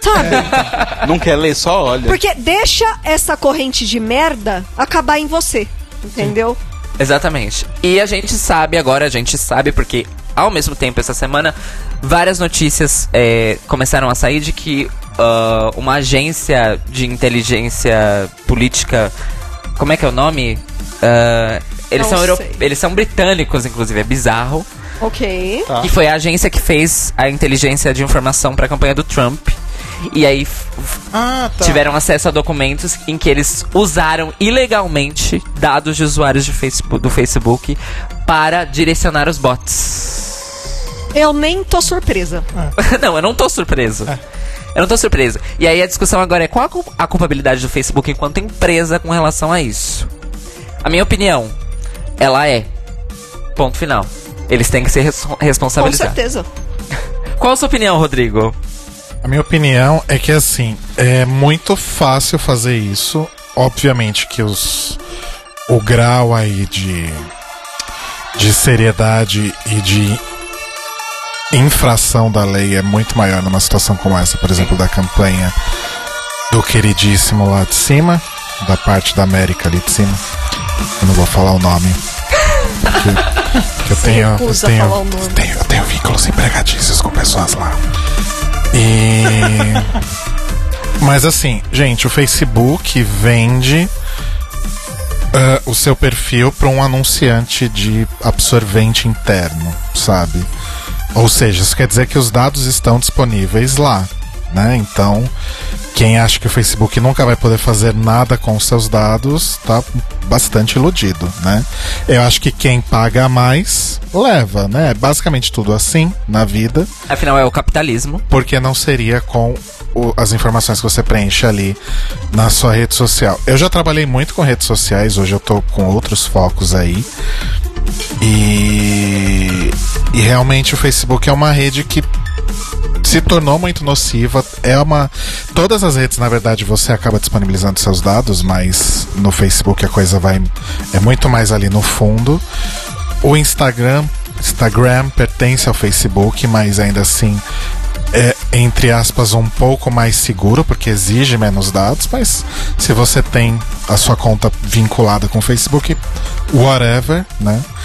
Sabe? Não quer ler, só olha. Porque deixa essa corrente de merda acabar em você. Entendeu? Exatamente. E a gente sabe agora, a gente sabe porque ao mesmo tempo essa semana várias notícias é, começaram a sair de que uh, uma agência de inteligência política, como é que é o nome? Uh, eles, Não são euro- sei. eles são britânicos, inclusive, é bizarro. Ok. Tá. Que foi a agência que fez a inteligência de informação para a campanha do Trump. E aí f- f- Ah, tá. tiveram acesso a documentos em que eles usaram ilegalmente dados de usuários de Facebook, do Facebook para direcionar os bots. Eu nem tô surpresa. Não, eu não tô surpreso. Eu não tô surpreso. E aí a discussão agora é qual a cu- a culpabilidade do Facebook enquanto empresa com relação a isso. A minha opinião, ela é ponto final. Eles têm que ser res- Com responsabilizados. certeza. Qual a sua opinião, Rodrigo? A minha opinião é que, assim, é muito fácil fazer isso. Obviamente que os, o grau aí de, de seriedade e de infração da lei é muito maior numa situação como essa, por exemplo, da campanha do queridíssimo lá de cima, da parte da América ali de cima. Eu não vou falar o nome. Que, que eu, Se tenho, eu, recusa a tenho, falar o nome. tenho, eu tenho vínculos empregatícios com pessoas lá. E... Mas assim, gente, o Facebook vende uh, o seu perfil para um anunciante de absorvente interno, sabe? Ou seja, isso quer dizer que os dados estão disponíveis lá, né? Então, quem acha que o Facebook nunca vai poder fazer nada com os seus dados tá bastante iludido, né? Eu acho que quem paga mais leva, né? É basicamente tudo assim na vida. Afinal, é o capitalismo. Porque não seria com o- as informações que você preenche ali na sua rede social. Eu já trabalhei muito com redes sociais, hoje eu tô com outros focos aí. E, e realmente o Facebook é uma rede que se tornou muito nociva. É uma. Todas as redes, na verdade, você acaba disponibilizando seus dados, mas no Facebook a coisa vai. É muito mais ali no fundo. O Instagram, Instagram pertence ao Facebook, mas ainda assim é, entre aspas, um pouco mais seguro, porque exige menos dados, mas se você tem a sua conta vinculada com o Facebook, whatever, né?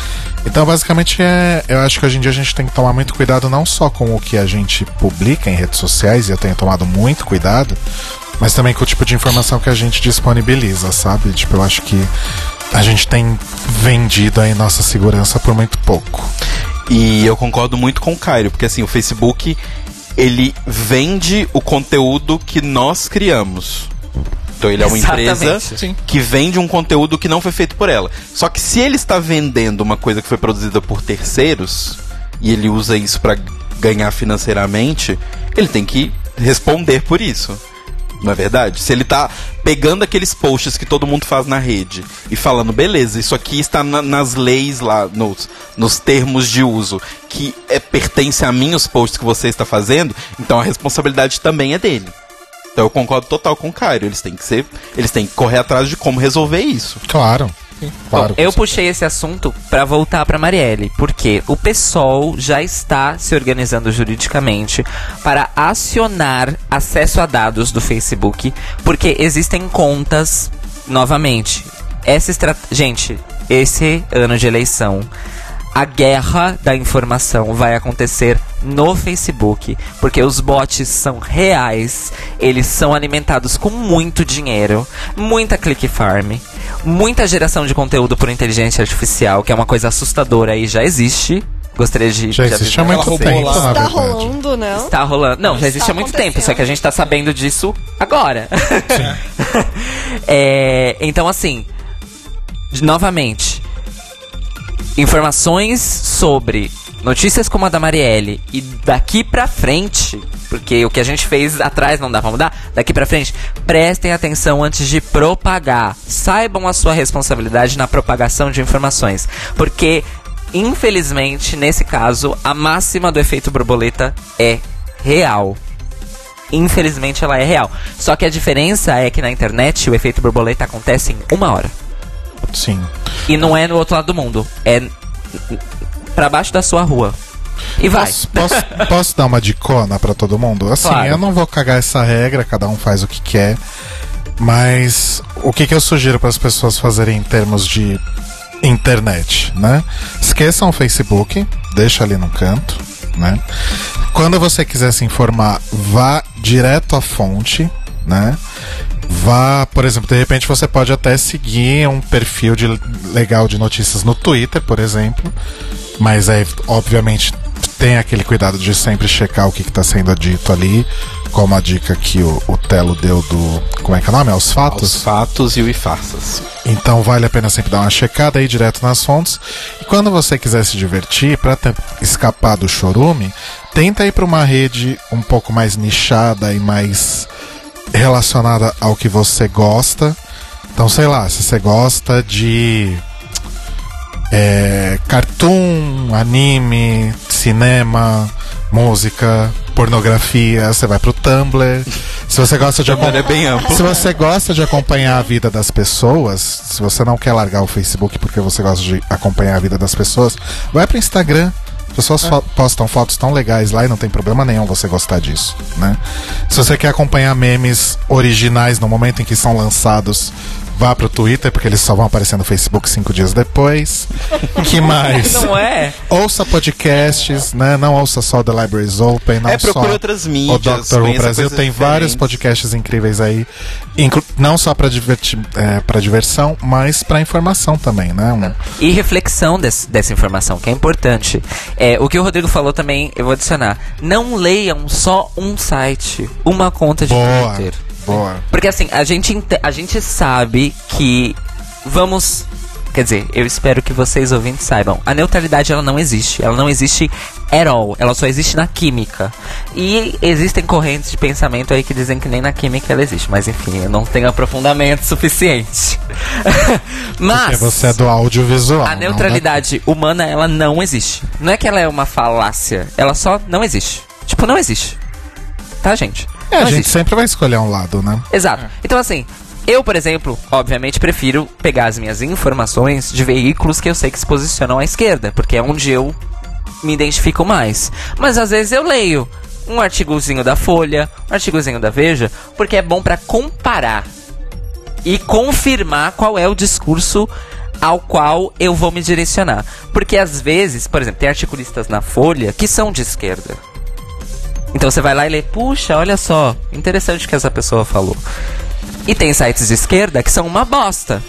Então, basicamente, é, eu acho que hoje em dia a gente tem que tomar muito cuidado não só com o que a gente publica em redes sociais, e eu tenho tomado muito cuidado, mas também com o tipo de informação que a gente disponibiliza, sabe? Tipo, eu acho que a gente tem vendido aí nossa segurança por muito pouco. E eu concordo muito com o Cairo, porque assim, o Facebook, ele vende o conteúdo que nós criamos. Então ele é uma Exatamente. empresa Sim. que vende um conteúdo que não foi feito por ela. Só que se ele está vendendo uma coisa que foi produzida por terceiros, e ele usa isso para ganhar financeiramente, ele tem que responder por isso. Não é verdade? Se ele tá pegando aqueles posts que todo mundo faz na rede e falando, beleza, isso aqui está na, nas leis lá, nos, nos termos de uso, que é, pertence a mim os posts que você está fazendo, então a responsabilidade também é dele. Então eu concordo total com o Cairo. Eles têm que ser, eles têm que correr atrás de como resolver isso. Claro. Claro. Bom, eu puxei esse assunto pra voltar pra Marielle, porque o PSOL já está se organizando juridicamente para acionar acesso a dados do Facebook, porque existem contas, novamente, essa estra... gente, esse ano de eleição, a guerra da informação vai acontecer no Facebook, porque os bots são reais, eles são alimentados com muito dinheiro, muita click farm, muita geração de conteúdo por inteligência artificial, que é uma coisa assustadora e já existe. Gostaria de... Já de existe há avisar. muito Ela tempo, roubou na lá. Tá verdade. rolando, né? Está rolando. Não, já existe Está há muito tempo, acontecendo. só que a gente tá sabendo disso agora. É, então, assim, de- novamente, informações sobre notícias como a da Marielle e daqui pra frente, porque o que a gente fez atrás não dá pra mudar, daqui pra frente, prestem atenção antes de propagar. Saibam a sua responsabilidade na propagação de informações, porque infelizmente, nesse caso, a máxima do efeito borboleta é real. Infelizmente ela é real. Só que a diferença é que na internet o efeito borboleta acontece em uma hora. Sim. E não é no outro lado do mundo. É n- n- pra baixo da sua rua. E vai. Posso, posso, posso dar uma dicona pra todo mundo? Assim, Claro. eu não vou cagar essa regra, cada um faz o que quer. Mas o que, que eu sugiro para as pessoas fazerem em termos de internet, né? Esqueçam o Facebook, deixa ali no canto, né? Quando você quiser se informar, vá direto à fonte, né? Vá, por exemplo, de repente você pode até seguir um perfil de, legal de notícias no Twitter, por exemplo. Mas aí, obviamente, tem aquele cuidado de sempre checar o que está sendo dito ali, como a dica que o, o Telo deu do... Como é que é o nome? Aos fatos? Os fatos e o e farsas. Então vale a pena sempre dar uma checada aí direto nas fontes. E quando você quiser se divertir, pra te- escapar do chorume, tenta ir pra uma rede um pouco mais nichada e mais relacionada ao que você gosta. Então, sei lá, se você gosta de é, cartoon, anime, cinema, música, pornografia, você vai pro Tumblr. Se você gosta de Tumblr é bem amplo. Se você gosta de acompanhar a vida das pessoas, se você não quer largar o Facebook porque você gosta de acompanhar a vida das pessoas, vai pro Instagram. As pessoas fo- postam fotos tão legais lá e não tem problema nenhum você gostar disso, né? Se você quer acompanhar memes originais no momento em que são lançados, vá pro Twitter, porque eles só vão aparecer no Facebook cinco dias depois. Que mais? Não é? Ouça podcasts, né? Não ouça só The Libraries Open, não É, só procure outras o mídias. Doctor Who conheça Brasil. coisas Tem vários diferentes. podcasts incríveis aí, inclu- não só para diverti- é, pra diversão, mas para informação também, né? Um- E reflexão des- dessa informação, que é importante. É, o que o Rodrigo falou também, eu vou adicionar. Não leiam só um site, uma conta de Boa, Twitter. boa. Porque assim, a gente, ente- a gente sabe que vamos... Quer dizer, eu espero que vocês ouvintes saibam. A neutralidade, ela não existe. Ela não existe at all. Ela só existe na química. E existem correntes de pensamento aí que dizem que nem na química ela existe. Mas enfim, eu não tenho aprofundamento suficiente. Mas... Porque você é do audiovisual. A não neutralidade humana, ela não existe. Não é que ela é uma falácia. Ela só não existe. Tipo, não existe. Tá, gente? da- É, Não a gente existe. sempre vai escolher um lado, né? Exato. Então, assim, eu, por exemplo, obviamente prefiro pegar as minhas informações de veículos que eu sei que se posicionam à esquerda, porque é onde eu me identifico mais. Mas às vezes eu leio um artigozinho da Folha, um artigozinho da Veja, porque é bom pra comparar e confirmar qual é o discurso ao qual eu vou me direcionar. Porque às vezes, por exemplo, tem articulistas na Folha que são de esquerda. Então você vai lá e lê, puxa, olha só, interessante o que essa pessoa falou. E tem sites de esquerda que são uma bosta.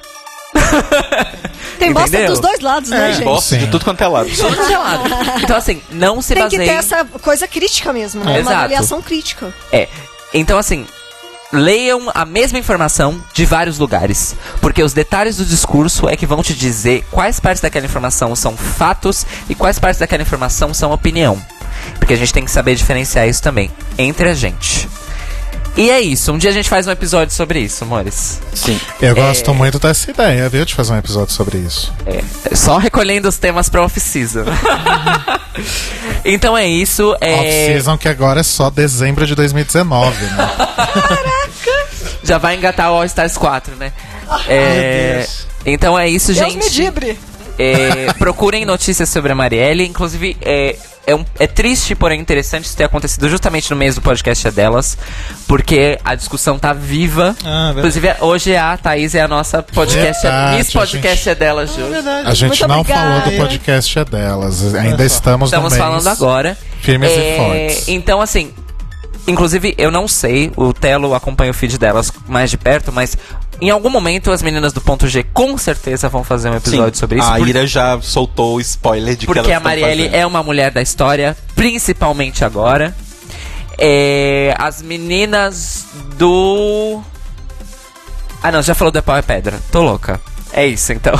Tem bosta Entendeu? dos dois lados, né, É, gente? bosta de tudo quanto é lado. Tudo quanto é lado. Então assim, não se Tem que baseie... ter essa coisa crítica mesmo, né? Uma Exato. avaliação crítica. É, então assim, leiam a mesma informação de vários lugares, porque os detalhes do discurso é que vão te dizer quais partes daquela informação são fatos e quais partes daquela informação são opinião. Porque a gente tem que saber diferenciar isso também, entre a gente. E é isso, um dia a gente faz um episódio sobre isso, amores. Sim. Eu gosto muito dessa ideia, viu? De fazer um episódio sobre isso. É, só recolhendo os temas pra off-season. Então é isso. É... Off-season que agora é só dezembro de dois mil e dezenove, né? Já vai engatar o All Stars quatro, né? É... Meu Deus. Então é isso, Deus gente. me dibre. É, procurem notícias sobre a Marielle. Inclusive, é, é, um- é triste, porém interessante isso ter acontecido justamente no mês do podcast é delas, porque a discussão tá viva. Ah, verdade. Inclusive, hoje a Thaís é a nossa podcast, Verdade, Miss Podcast gente. é delas de hoje. Verdade. A gente Muito não obrigada. falou do podcast é delas. Ainda estamos, Estamos no mês. falando agora. Firmes É, e fortes. Então, assim, inclusive, eu não sei, o Telo acompanha o feed delas mais de perto, mas em algum momento as meninas do Ponto G com certeza vão fazer um episódio Sim, sobre isso. a por- Ira já soltou o spoiler de que Porque elas a estão Marielle fazendo. é uma mulher da história, principalmente agora. É, as meninas do... Ah não, já falou do Pau é Pedra. Tô louca. É isso, então.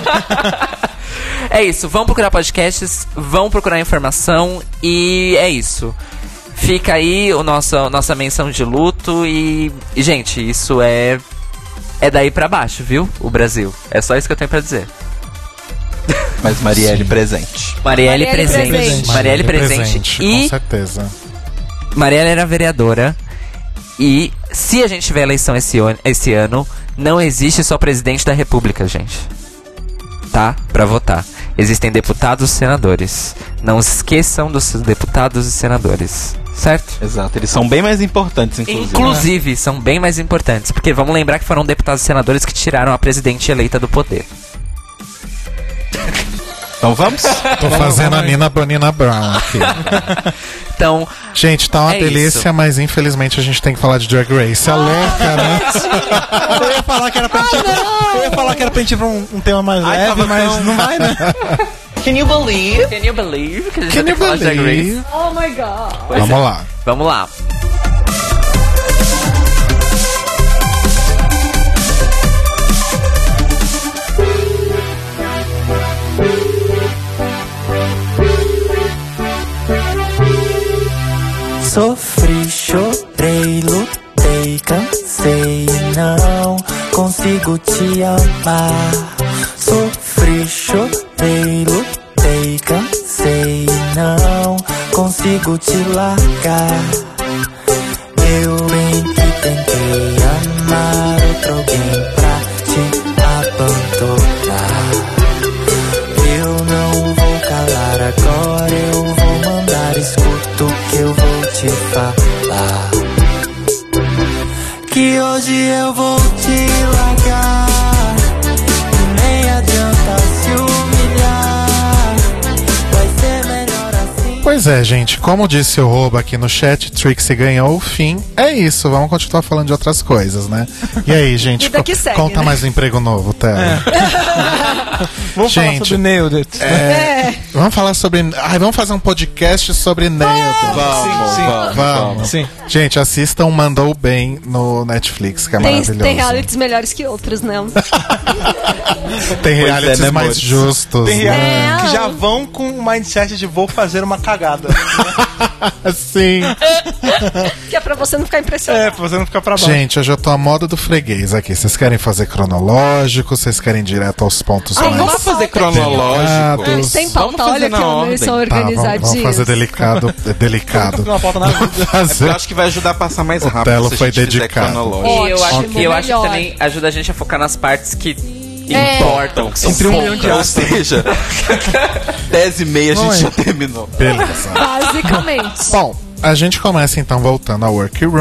É isso, vão procurar podcasts, vão procurar informação e é isso. Fica aí o nosso, nossa menção de luto e, e, gente, isso é... É daí pra baixo, viu? O Brasil. É só isso que eu tenho pra dizer. Mas Marielle presente. Marielle, Marielle presente. presente. Marielle presente. com E certeza. Marielle era vereadora. E se a gente tiver eleição esse, an- esse ano, não existe só presidente da república, gente. Tá? Pra votar. Existem deputados e senadores. Não se esqueçam dos deputados e senadores. Certo? Exato, eles são bem mais importantes, inclusive. Inclusive, são bem mais importantes. Porque vamos lembrar que foram deputados e senadores que tiraram a presidente eleita do poder. Então vamos? Tô fazendo a Nina Bonina Brown aqui. Então, Gente, tá uma É delícia, isso. mas infelizmente a gente tem que falar de Drag Race. A louca, né? Eu ia falar que era pra gente, eu ia falar que era pra gente ir pra um, um tema mais Ai, leve, tava mas tão- não vai, né? Can you believe? can you believe que a gente Can vai ter you que falar de Drag Race? believe? Oh my god. Pois Vamos é. lá. Vamos lá. Sofri, chorei, lutei, cansei, não consigo te amar. Sofri, chorei, lutei, cansei, não consigo te largar. Eu bem que tentei amar outro alguém pra te abandonar. Eu não vou calar agora, eu vou mandar, escuta o que eu vou te falar. Que hoje eu vou te largar e nem adianta se humilhar. Vai ser melhor assim. Pois é, gente, como disse o Rouba aqui no chat, Trixie ganhou o fim. É isso, vamos continuar falando de outras coisas, né? E aí, gente, Vida que co- segue, conta né? mais um emprego novo, Tela. Vamos falar Gente, sobre Nailed It. É, vamos falar sobre. Ai, vamos fazer um podcast sobre Nailed. Vamos, sim. vamos, Vamos. Sim. Gente, assistam Mandou Bem no Netflix, que é Tem, maravilhoso. tem realities melhores que outros, né? Tem realities é, né, mais amores? justos. Tem né? reality É. que já vão com o mindset de vou fazer uma cagada. Sim. Que é pra você não ficar impressionado. É, pra você não ficar pra baixo. Gente, hoje eu tô à moda do freguês aqui. Vocês querem fazer cronológico? Vocês querem direto aos pontos Ai, mais Vamos fazer cronológico. delicados? Sem pauta, Vamos fazer olha na que eles são ordem. Tá, vamos, organizadinhos. vamos fazer delicado. É delicado. Não pauta nada. Eu Fazer. acho que vai ajudar a passar mais rápido Telo se a foi gente fizer dedicado. cronológico. E eu acho, Ótimo, e eu acho que melhor. também ajuda a gente a focar nas partes que É. importam, que são Entre um milhão de poucas. Ou seja, dez e meia a gente Oi. já terminou. Beleza. Basicamente. Bom, a gente começa então voltando ao workroom,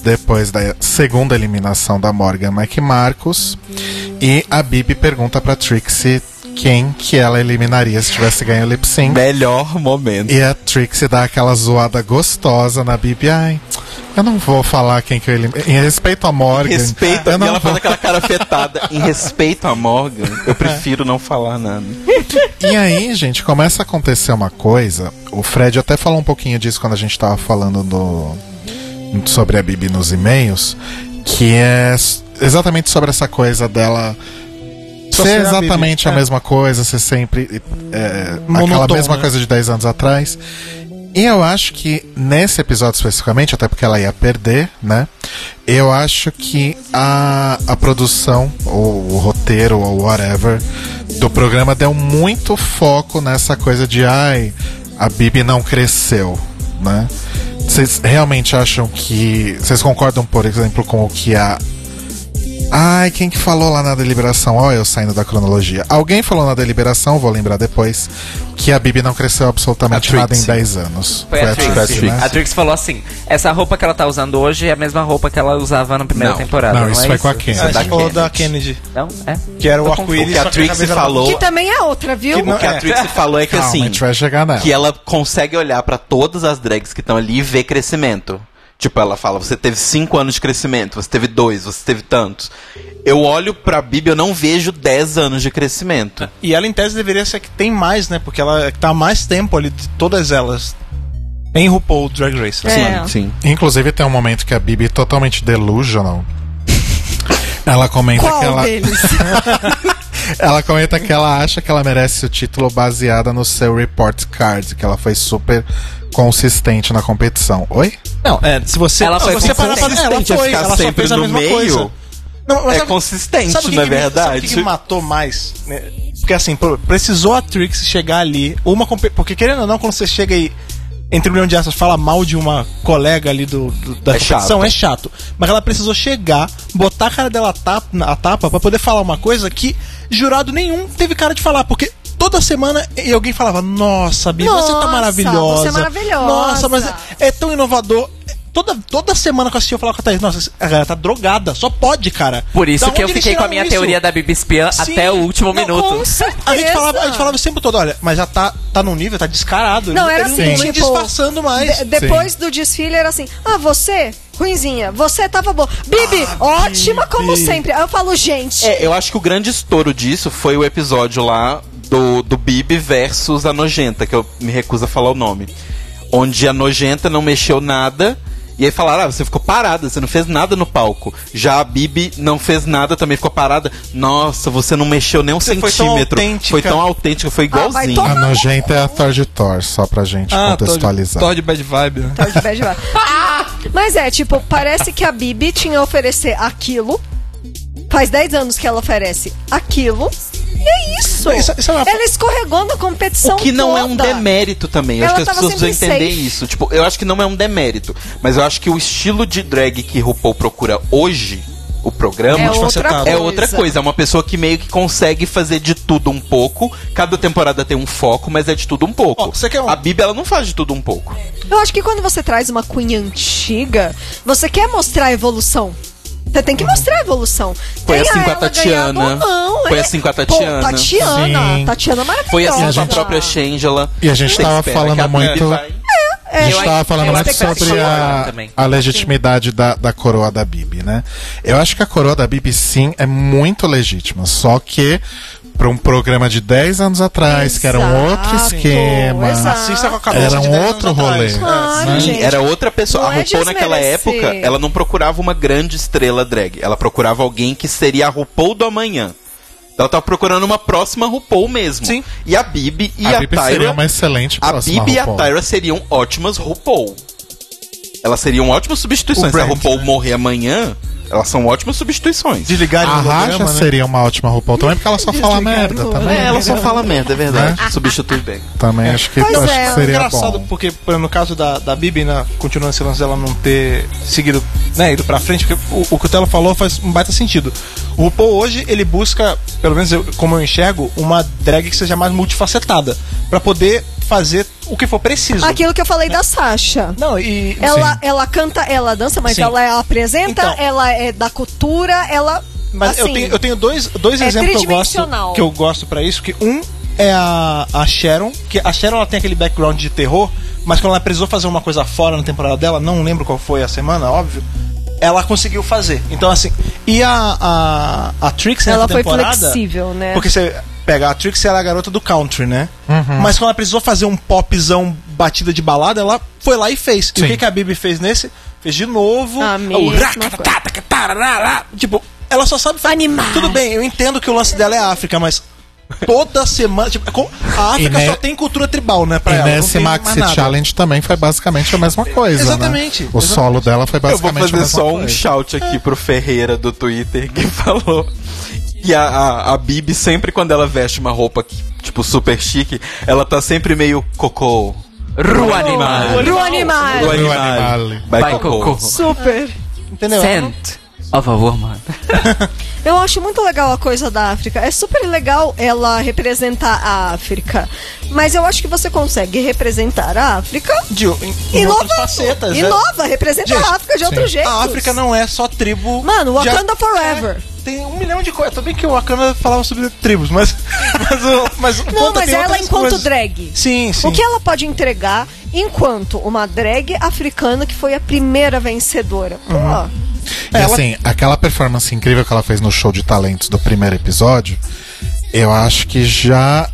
depois da segunda eliminação da Morgan McMarcus. E a Bibi pergunta pra Trixie quem que ela eliminaria se tivesse ganho o lip sync. Melhor momento. E a Trixie dá aquela zoada gostosa na Bibi. Ai, eu não vou falar quem que eu eliminei. Em respeito a Morgan. Em respeito, eu e não ela vou... faz aquela cara afetada. Em respeito a Morgan, eu prefiro não falar nada. E aí, gente, começa a acontecer uma coisa. O Fred até falou um pouquinho disso quando a gente tava falando do... sobre a Bibi nos e-mails. Que é exatamente sobre essa coisa dela ser exatamente a, a mesma coisa, ser sempre é, aquela mesma né? coisa de dez anos atrás. E eu acho que nesse episódio especificamente, até porque ela ia perder, né? Eu acho que a, a produção, ou o roteiro, ou whatever, do programa deu muito foco nessa coisa de ai, a Bibi não cresceu, né? Vocês realmente acham que... Vocês concordam, por exemplo, com o que a... Ai, quem que falou lá na deliberação? Ó, eu saindo da cronologia. Alguém falou na deliberação, vou lembrar depois, que a Bibi não cresceu absolutamente nada em dez anos. Foi, Foi a, a Trixie, Trixie, né? A Trixie falou assim, essa roupa que ela tá usando hoje é a mesma roupa que ela usava na primeira não. temporada. Não, não isso é foi isso? com a Kennedy. A gente falou da Kennedy. Não? É? Que era o arco-íris. O que a Trixie falou... Que também é outra, viu? Que o que a Trixie falou é que Calma, assim... a gente vai chegar nela. Que ela consegue olhar pra todas as drags que estão ali e ver crescimento. Tipo, ela fala, você teve cinco anos de crescimento, você teve dois, você teve tantos. Eu olho pra Bibi, eu não vejo dez anos de crescimento. E ela, em tese, deveria ser que tem mais, né? Porque ela tá há mais tempo ali de todas elas em RuPaul Drag Race. É. Sim, sim. Inclusive tem um momento que a Bibi é totalmente delusional. Ela comenta Qual que ela... deles? Ela comenta que ela acha que ela merece o título baseada no seu report card, que ela foi super consistente na competição. Oi? Não, é, se você, Ela se foi você parar pra ela consistente, foi, ficar ela só sempre fez a no mesma meio. coisa. Não, mas É sabe- consistente, sabe o que na que me- verdade. Sabe o que, que me matou mais? Né? Porque assim, pô, precisou a Trixie chegar ali, uma compe- porque querendo ou não, quando você chega aí entre um milhão de aspas, fala mal de uma colega ali do, do- da É competição, chato. é chato. Mas ela precisou chegar, botar a cara dela a tapa, a tapa pra poder falar uma coisa que jurado nenhum teve cara de falar, porque toda semana e alguém falava, nossa, Bibi, você tá Nossa, maravilhosa. você é maravilhosa. Nossa, mas é, é tão inovador. Toda, toda semana que eu assistia, eu falava com a Thaís, nossa, a galera tá drogada, só pode, cara. Por isso Da que eu onde eles fiquei com a tiraram minha isso? teoria da Bibi espiã Sim. até o último Não, minuto. Com certeza. A gente, falava, a gente falava o tempo todo, olha, mas já tá, tá num nível, tá descarado. Não, Ele- era ele assim, não tá nem tipo, disfarçando mais. de- depois do desfile era assim, ah, você, ruinzinha, você tava boa. Bibi, ótima como sempre. Aí eu falo, gente, É, eu acho que o grande estouro disso foi o episódio lá do, do Bibi versus a Nojenta, que eu me recuso a falar o nome. Onde a Nojenta não mexeu nada. E aí falaram, ah, você ficou parada, você não fez nada no palco. Já a Bibi não fez nada, também ficou parada. Nossa, você não mexeu nem um Você foi centímetro. tão autêntica. Foi tão autêntica, foi Ah, vai igualzinho. tomar- A nojenta é a Thor de Thor, só pra gente contextualizar. Thor de bad vibe, né? Tá de bad vibe. Mas é, tipo, parece que a Bibi tinha a oferecer aquilo. Faz dez anos que ela oferece aquilo. E é isso. Isso- isso é uma- Ela escorregou na competição O que não é um toda. demérito também. Eu Ela acho que as tava pessoas precisam sempre entender safe. isso. Tipo, eu acho que não é um demérito. Mas eu acho que o estilo de drag que RuPaul procura hoje, o programa, É outra é coisa. outra coisa. É uma pessoa que meio que consegue fazer de tudo um pouco. Cada temporada tem um foco, mas é de tudo um pouco. Ó, você quer um- A Bibi, ela não faz de tudo um pouco. Eu acho que quando você traz uma Queen antiga, você quer mostrar a evolução. Você tem que mostrar a evolução. Foi Tenha assim com a ela Tatiana. ganhado ou não, Foi é. assim com a Pô, Tatiana. Tatiana. Sim. Tatiana maravilhosa. Foi assim E a com a gente- própria Shangela. E a gente Você tava espera falando que a Bibi muito- vai- A gente Eu tava acho- falando eu muito acho que é sobre a, também. a legitimidade da, da coroa da Bibi, né? Eu acho que a coroa da Bibi, sim, é muito legítima. Só que para um programa de dez anos atrás, que era um outro Exato, esquema, exato. Assista com a cabeça era de um dez outro anos atrás. rolê. Claro, né? gente. Era outra pessoa. Não A é RuPaul naquela desmerecer. época, ela não procurava uma grande estrela drag. Ela procurava alguém que seria a RuPaul do amanhã. Ela tava procurando uma próxima RuPaul mesmo. Sim. E a Bibi e A a, Bibi Tyra... seria uma excelente A próxima Bibi e a RuPaul. Tyra seriam ótimas RuPaul. Elas seriam ótimas substituições. O Se a Brand, RuPaul né? morrer amanhã, elas são ótimas substituições. Desligar A de Raja programa, né? seria uma ótima RuPaul também, porque ela só fala Desligar merda no- também. É, ela só fala merda, é verdade. Né? Substitui bem. Também acho que, Pois acho é. que seria engraçado bom. porque, por exemplo, no caso da, da Bibi, né, continuando esse lance dela não ter seguido, né, ido pra frente, porque o, o que o Telo falou faz um baita sentido. O RuPaul hoje, ele busca, pelo menos eu- como eu enxergo, uma drag que seja mais multifacetada, pra poder fazer o que for preciso. Aquilo que eu falei da Sasha. Não, e... Ela, ela canta, ela dança, mas Sim. ela apresenta, Então. ela é da cultura, ela... Mas assim, eu tenho, eu tenho dois, dois é exemplos que eu gosto tridimensional. que eu gosto pra isso, que um é a, a Sharon, que a Sharon ela tem aquele background de terror, mas quando ela precisou fazer uma coisa fora na temporada dela, não lembro qual foi a semana, óbvio, ela conseguiu fazer. Então assim, e a a, a Trixie Ela nessa foi temporada, flexível, né? porque você pega a Trixie, ela é a garota do country, né? Uhum. Mas quando ela precisou fazer um popzão batida de balada, ela foi lá e fez. E Sim. o que, que a Bibi fez nesse? Fez de novo. A o mesma racatatatatarará. Tipo, ela só sabe fazer. Animal. Tudo bem, eu entendo que o lance dela é a África, mas toda semana. Tipo, é com- a África E só ne- tem cultura tribal, né? Pra E ela. não nesse tem mais Maxi nada. Challenge também foi basicamente a mesma coisa, Exatamente, né? O exatamente. solo dela foi Eu vou basicamente a fazer mesma só coisa. um shout aqui pro Ferreira do Twitter que falou que a, a, a Bibi sempre quando ela veste uma roupa que, tipo super chique, ela tá sempre meio cocô. Rua Animal. Ru Animal. Do Do animal. animal. By By cocô. Cocô. Super. Entendeu? Scent of a woman. Eu acho muito legal a coisa da África. É super legal ela representar a África. Mas eu acho que você consegue representar a África De, em, em inovando. outras facetas. né? Inova, representa Gente, a África de outro sim. jeito. A África não é só tribo. Mano, Wakanda de- Forever. É, tem um milhão de coisas. Tudo bem que o Wakanda falava sobre tribos, mas. Mas, o- mas o Não, Conta mas tem ela outras enquanto coisas. drag. Sim, sim. O que ela pode entregar enquanto uma drag africana que foi a primeira vencedora? Pô, Uhum. E Ela- assim, aquela performance incrível que ela fez no show de talentos do primeiro episódio, eu acho que já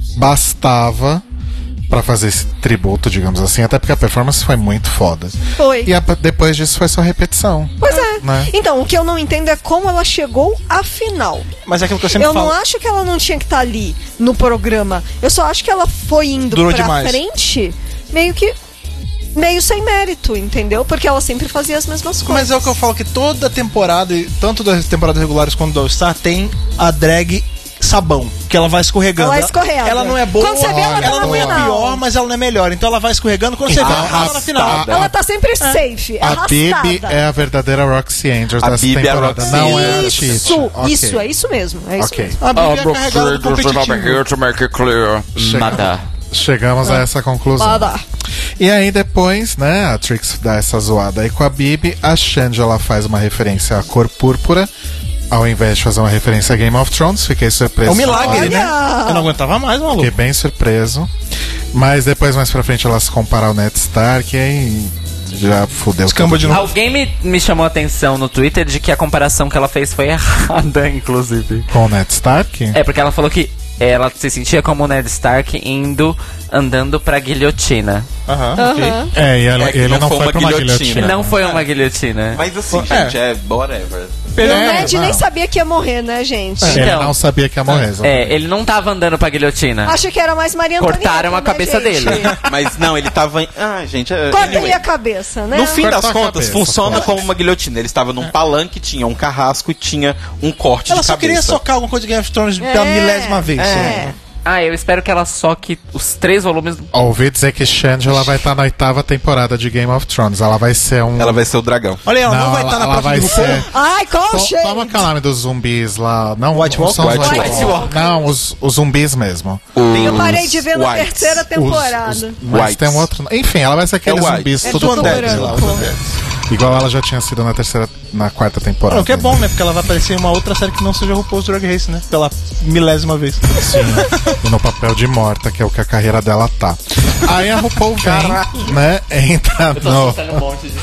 bastava pra fazer esse tributo, digamos assim, até porque a performance foi muito foda. foi. E a- depois disso foi só repetição. Pois é. Né? Então, o que eu não entendo é como ela chegou à final. Mas é aquilo que eu sempre Eu falo. não acho que ela não tinha que estar ali no programa. Eu só acho que ela foi indo Durou pra demais. frente meio que. Meio sem mérito, entendeu? Porque ela sempre fazia as mesmas coisas. Mas é o que eu falo que toda temporada, e tanto das temporadas regulares quanto do All-Star, tem a drag sabão, que ela vai escorregando. Ela escorrega. Ela não é boa, Quando você vê, ela tá não na é final. pior, mas ela não é melhor. Então ela vai escorregando. Quando você Então, vê, ela tá na a- final. a- Ela tá sempre safe, A arrastada. Bibi é a verdadeira Roxy Angels A dessa Bibi é a temporada, Roxy não é a Isso, Titi. Ok. isso, é isso mesmo. É isso Ok. mesmo. A Bibi é carregada do competitivo. to make it clear. Nada. Chegamos a essa conclusão. Nada. E aí depois, né, a Trix dá essa zoada aí com a Bibi, a Shangela faz uma referência à cor púrpura, ao invés de fazer uma referência a Game of Thrones. Fiquei surpreso. É um milagre, Olha! né? Eu não aguentava mais, maluco. Fiquei bem surpreso. Mas depois, mais pra frente, ela se compara ao Ned Stark e aí já fudeu Escamba tudo. de novo. Alguém me, me chamou a atenção no Twitter de que a comparação que ela fez foi errada, inclusive. Com o Ned Stark? É, porque ela falou que ela se sentia como o Ned Stark indo, andando pra guilhotina. Aham, ok. Aham. É, e ela- É que ele não não foi foi uma pra uma guilhotina. guilhotina. Não foi uma guilhotina. Mas assim, É. gente, é whatever. O É, Ned nem não. sabia que ia morrer, né, gente? Ele Então. não sabia que ia morrer. É, ele não tava andando pra guilhotina. Acha que era mais Maria Antonieta, Cortaram a né, cabeça gente? dele. Mas não, ele tava. em- Ah, gente. é- Corta aí anyway. a cabeça, né? No fim Cortou das a contas, cabeça, funciona corta. como uma guilhotina. Ele estava num palanque, tinha um carrasco e tinha um corte Ela de só cabeça. queria socar alguma coisa de Game of Thrones pela É, milésima vez. é. Ah, eu espero que ela soque os três volumes. Ouvi dizer que Shangela vai estar na oitava temporada de Game of Thrones. Ela vai ser um. Ela vai ser o dragão. Olha aí, ela não, Não, vai ela, estar na ela próxima vai do ser. RuPaul. Ai, qual Co- cheio? Como é que é o nome dos zumbis lá? Não, White não Walkers? são os White White Walkers. Walkers. Não, os, os zumbis mesmo. Eu parei de ver na Whites. terceira Os- temporada. os- mas Whites. tem um outro. Enfim, ela vai ser aqueles É o zumbis É tudo tudo Undead, podre branco. lá, os Undead. Igual ela já tinha sido na terceira, na quarta temporada. Não, o que é bom, né? Porque ela vai aparecer em uma outra série que não seja RuPaul's Drag Race, né? Pela milésima vez. Sim, e no papel de morta, que é o que a carreira dela tá. Aí a RuPaul vem, né? Entra no. um monte de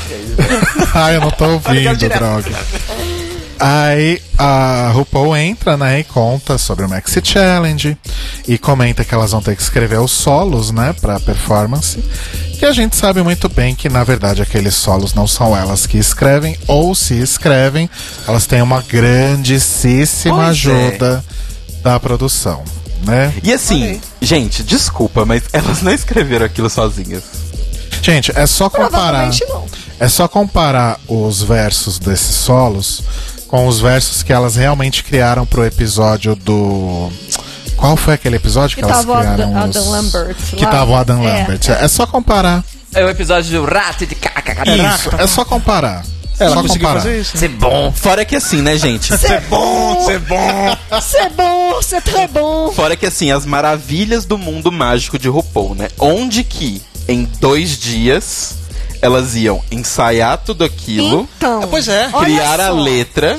Ai, eu não tô ouvindo, droga. Aí a RuPaul entra, né, e conta sobre o Maxi Challenge e comenta que elas vão ter que escrever os solos, né, pra performance. Que a gente sabe muito bem que, na verdade, aqueles solos não são elas que escrevem, ou se escrevem, elas têm uma grandíssima Pois é. ajuda da produção, né? E assim, gente, desculpa, mas elas não escreveram aquilo sozinhas. Gente, é só comparar. Provavelmente não. É só comparar os versos desses solos com os versos que elas realmente criaram pro episódio do. Qual foi aquele episódio que, Que elas tava o criaram? Adam- os... Adam Lambert Que lá. tava o Adam É, Lambert. É. só comparar. É o episódio do rato de caca. Isso, é só comparar. Ela Só conseguiu comparar. fazer isso. Ser bom. Fora que assim, né, gente? Ser bom, ser bom. C'est bom, c'est très bom. Fora que assim, as maravilhas do mundo mágico de RuPaul, né? Onde que em dois dias elas iam ensaiar tudo aquilo, Então, Ah, pois é. olha criar a só. letra,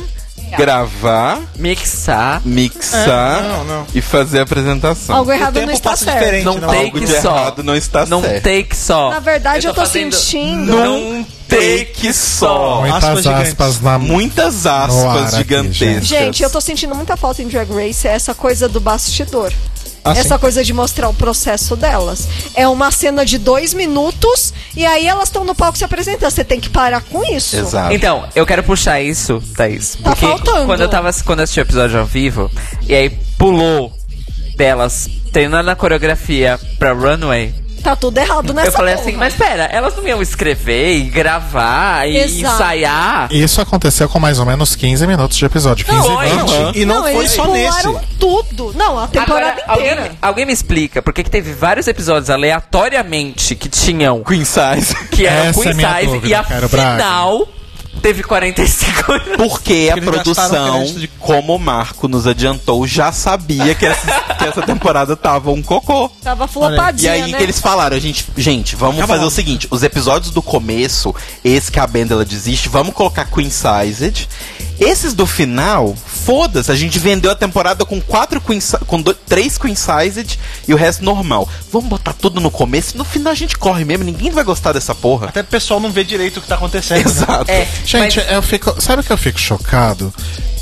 gravar, Mixar. mixar É, não, não. e fazer a apresentação. Algo errado tempo não está passa certo. diferente. Não não, take Algo de só. errado não está Não certo. take só. Na verdade, eu tô, fazendo- sentindo. Não take só. Muitas Aspas aspas, gigantes. na Muitas No ar aspas aqui, gigantescas. Gente, eu tô sentindo muita falta em Drag Race, é essa coisa do bastidor. Ah, sim. Essa coisa de mostrar o processo delas. É uma cena de dois minutos e aí elas estão no palco se apresentando. Você tem que parar com isso. Exato. Então, eu quero puxar isso, Thaís. Tá Porque faltando. quando eu tava quando eu assisti o episódio ao vivo, e aí pulou delas treinando a coreografia pra runway, Tá tudo errado nessa eu falei porra. assim, mas pera, elas não iam escrever e gravar e Exato. ensaiar? Isso aconteceu com mais ou menos quinze minutos de episódio. quinze, Foi, vinte. aham. E não, foi eles só nesse. pularam tudo. Não, a temporada Agora, inteira. alguém, alguém me explica por que que teve vários episódios aleatoriamente que tinham Queen size. que eram Essa é Queen a minha Size dúvida, e a Cairo Braga. final teve quarenta e cinco minutos. Porque a Eles gastaram produção, crédito de- como o Marco nos adiantou, já sabia que essa, que essa temporada tava um cocô. Tava E flopadinha, aí né? que eles falaram, a gente, gente, vamos Acabou. fazer o seguinte, os episódios do começo, esse que a Benda ela desiste, vamos colocar Queen Sized. Esses do final, foda-se, a gente vendeu a temporada com quatro Queen, Si- com do, três Queen Sized e o resto normal. Vamos botar tudo no começo, no final a gente corre mesmo, ninguém vai gostar dessa porra. Até o pessoal não vê direito o que tá acontecendo. né? Exato. É, Gente, mas- eu fico. Sabe o que eu fico chocado?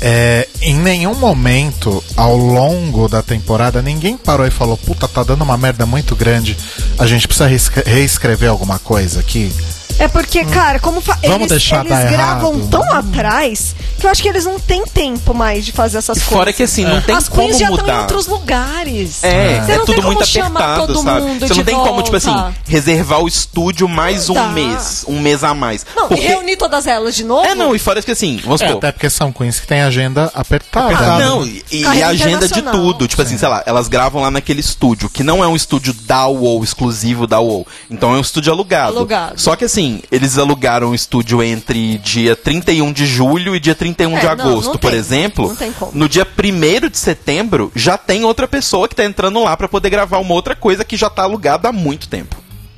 É, em nenhum momento ao longo da temporada ninguém parou e falou: puta, tá dando uma merda muito grande. A gente precisa reescre- reescrever alguma coisa aqui. É porque, cara, como fa- Vamos eles, deixar eles dar gravam errado. tão atrás que eu acho que eles não têm tempo mais de fazer essas E coisas. fora que assim, não tem As como queens já estão em mudar. outros lugares. É, Você é não tudo tem como muito chamar apertado, todo sabe? mundo Você não de tem como, tipo assim, volta. reservar o estúdio mais Não um dá. mês, um mês a mais. Não, Porque- e reunir todas elas de novo? É, não, e fora que assim, vamos É, supor. até porque são queens que têm agenda apertada. Apertada. né? Não, e, e Carreira a agenda de internacional. tudo. Tipo assim, sei lá, elas gravam lá naquele estúdio, que não é um estúdio da U O L, exclusivo da U O L. Então é um estúdio alugado. Alugado. Só que assim, eles alugaram o estúdio entre dia trinta e um de julho e dia trinta e um É, de não, agosto, não por tem. exemplo. Não tem como. No dia primeiro de setembro, já tem outra pessoa que tá entrando lá pra poder gravar uma outra coisa que já tá alugada há muito tempo.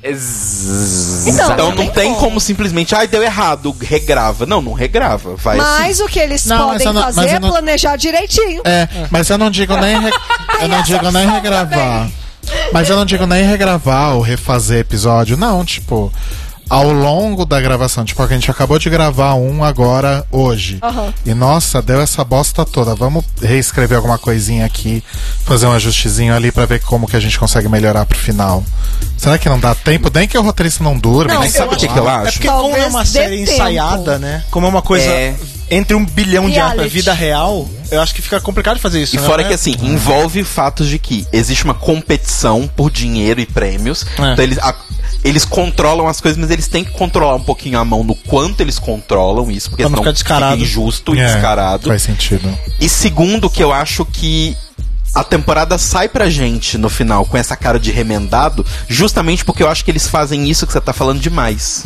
Ex- Então, Então não não tem tem como. como simplesmente, ai, deu errado, regrava. Não, não regrava. Vai assim. Mas o que eles Não, mas podem eu não- mas fazer eu é não- planejar direitinho. É, mas eu não digo nem re- eu não essa digo nem opção regravar. Mas eu não digo nem regravar ou refazer episódio, não, tipo, ao longo da gravação, tipo, a gente acabou de gravar um agora hoje. Aham. E nossa, deu essa bosta toda. Vamos reescrever alguma coisinha aqui, fazer um ajustezinho ali pra ver como que a gente consegue melhorar pro final. Será que não dá tempo? Nem que o roteirista não durma, Não, nem Mas sabe o que, que eu É acho? porque como é Talvez uma dê série tempo. ensaiada, né? Como é uma coisa É. entre um bilhão de anos pra Reality. vida real, eu acho que fica complicado de fazer isso. E né? fora Não que é- assim, envolve fatos de que existe uma competição por dinheiro e prêmios. É. Então eles, a- eles controlam as coisas, mas eles têm que controlar um pouquinho a mão no quanto eles controlam isso, porque Pra não senão ficar descarado. fica injusto e É, descarado. faz sentido. E segundo, que eu acho que a temporada sai pra gente no final com essa cara de remendado, justamente porque eu acho que eles fazem isso que você tá falando demais.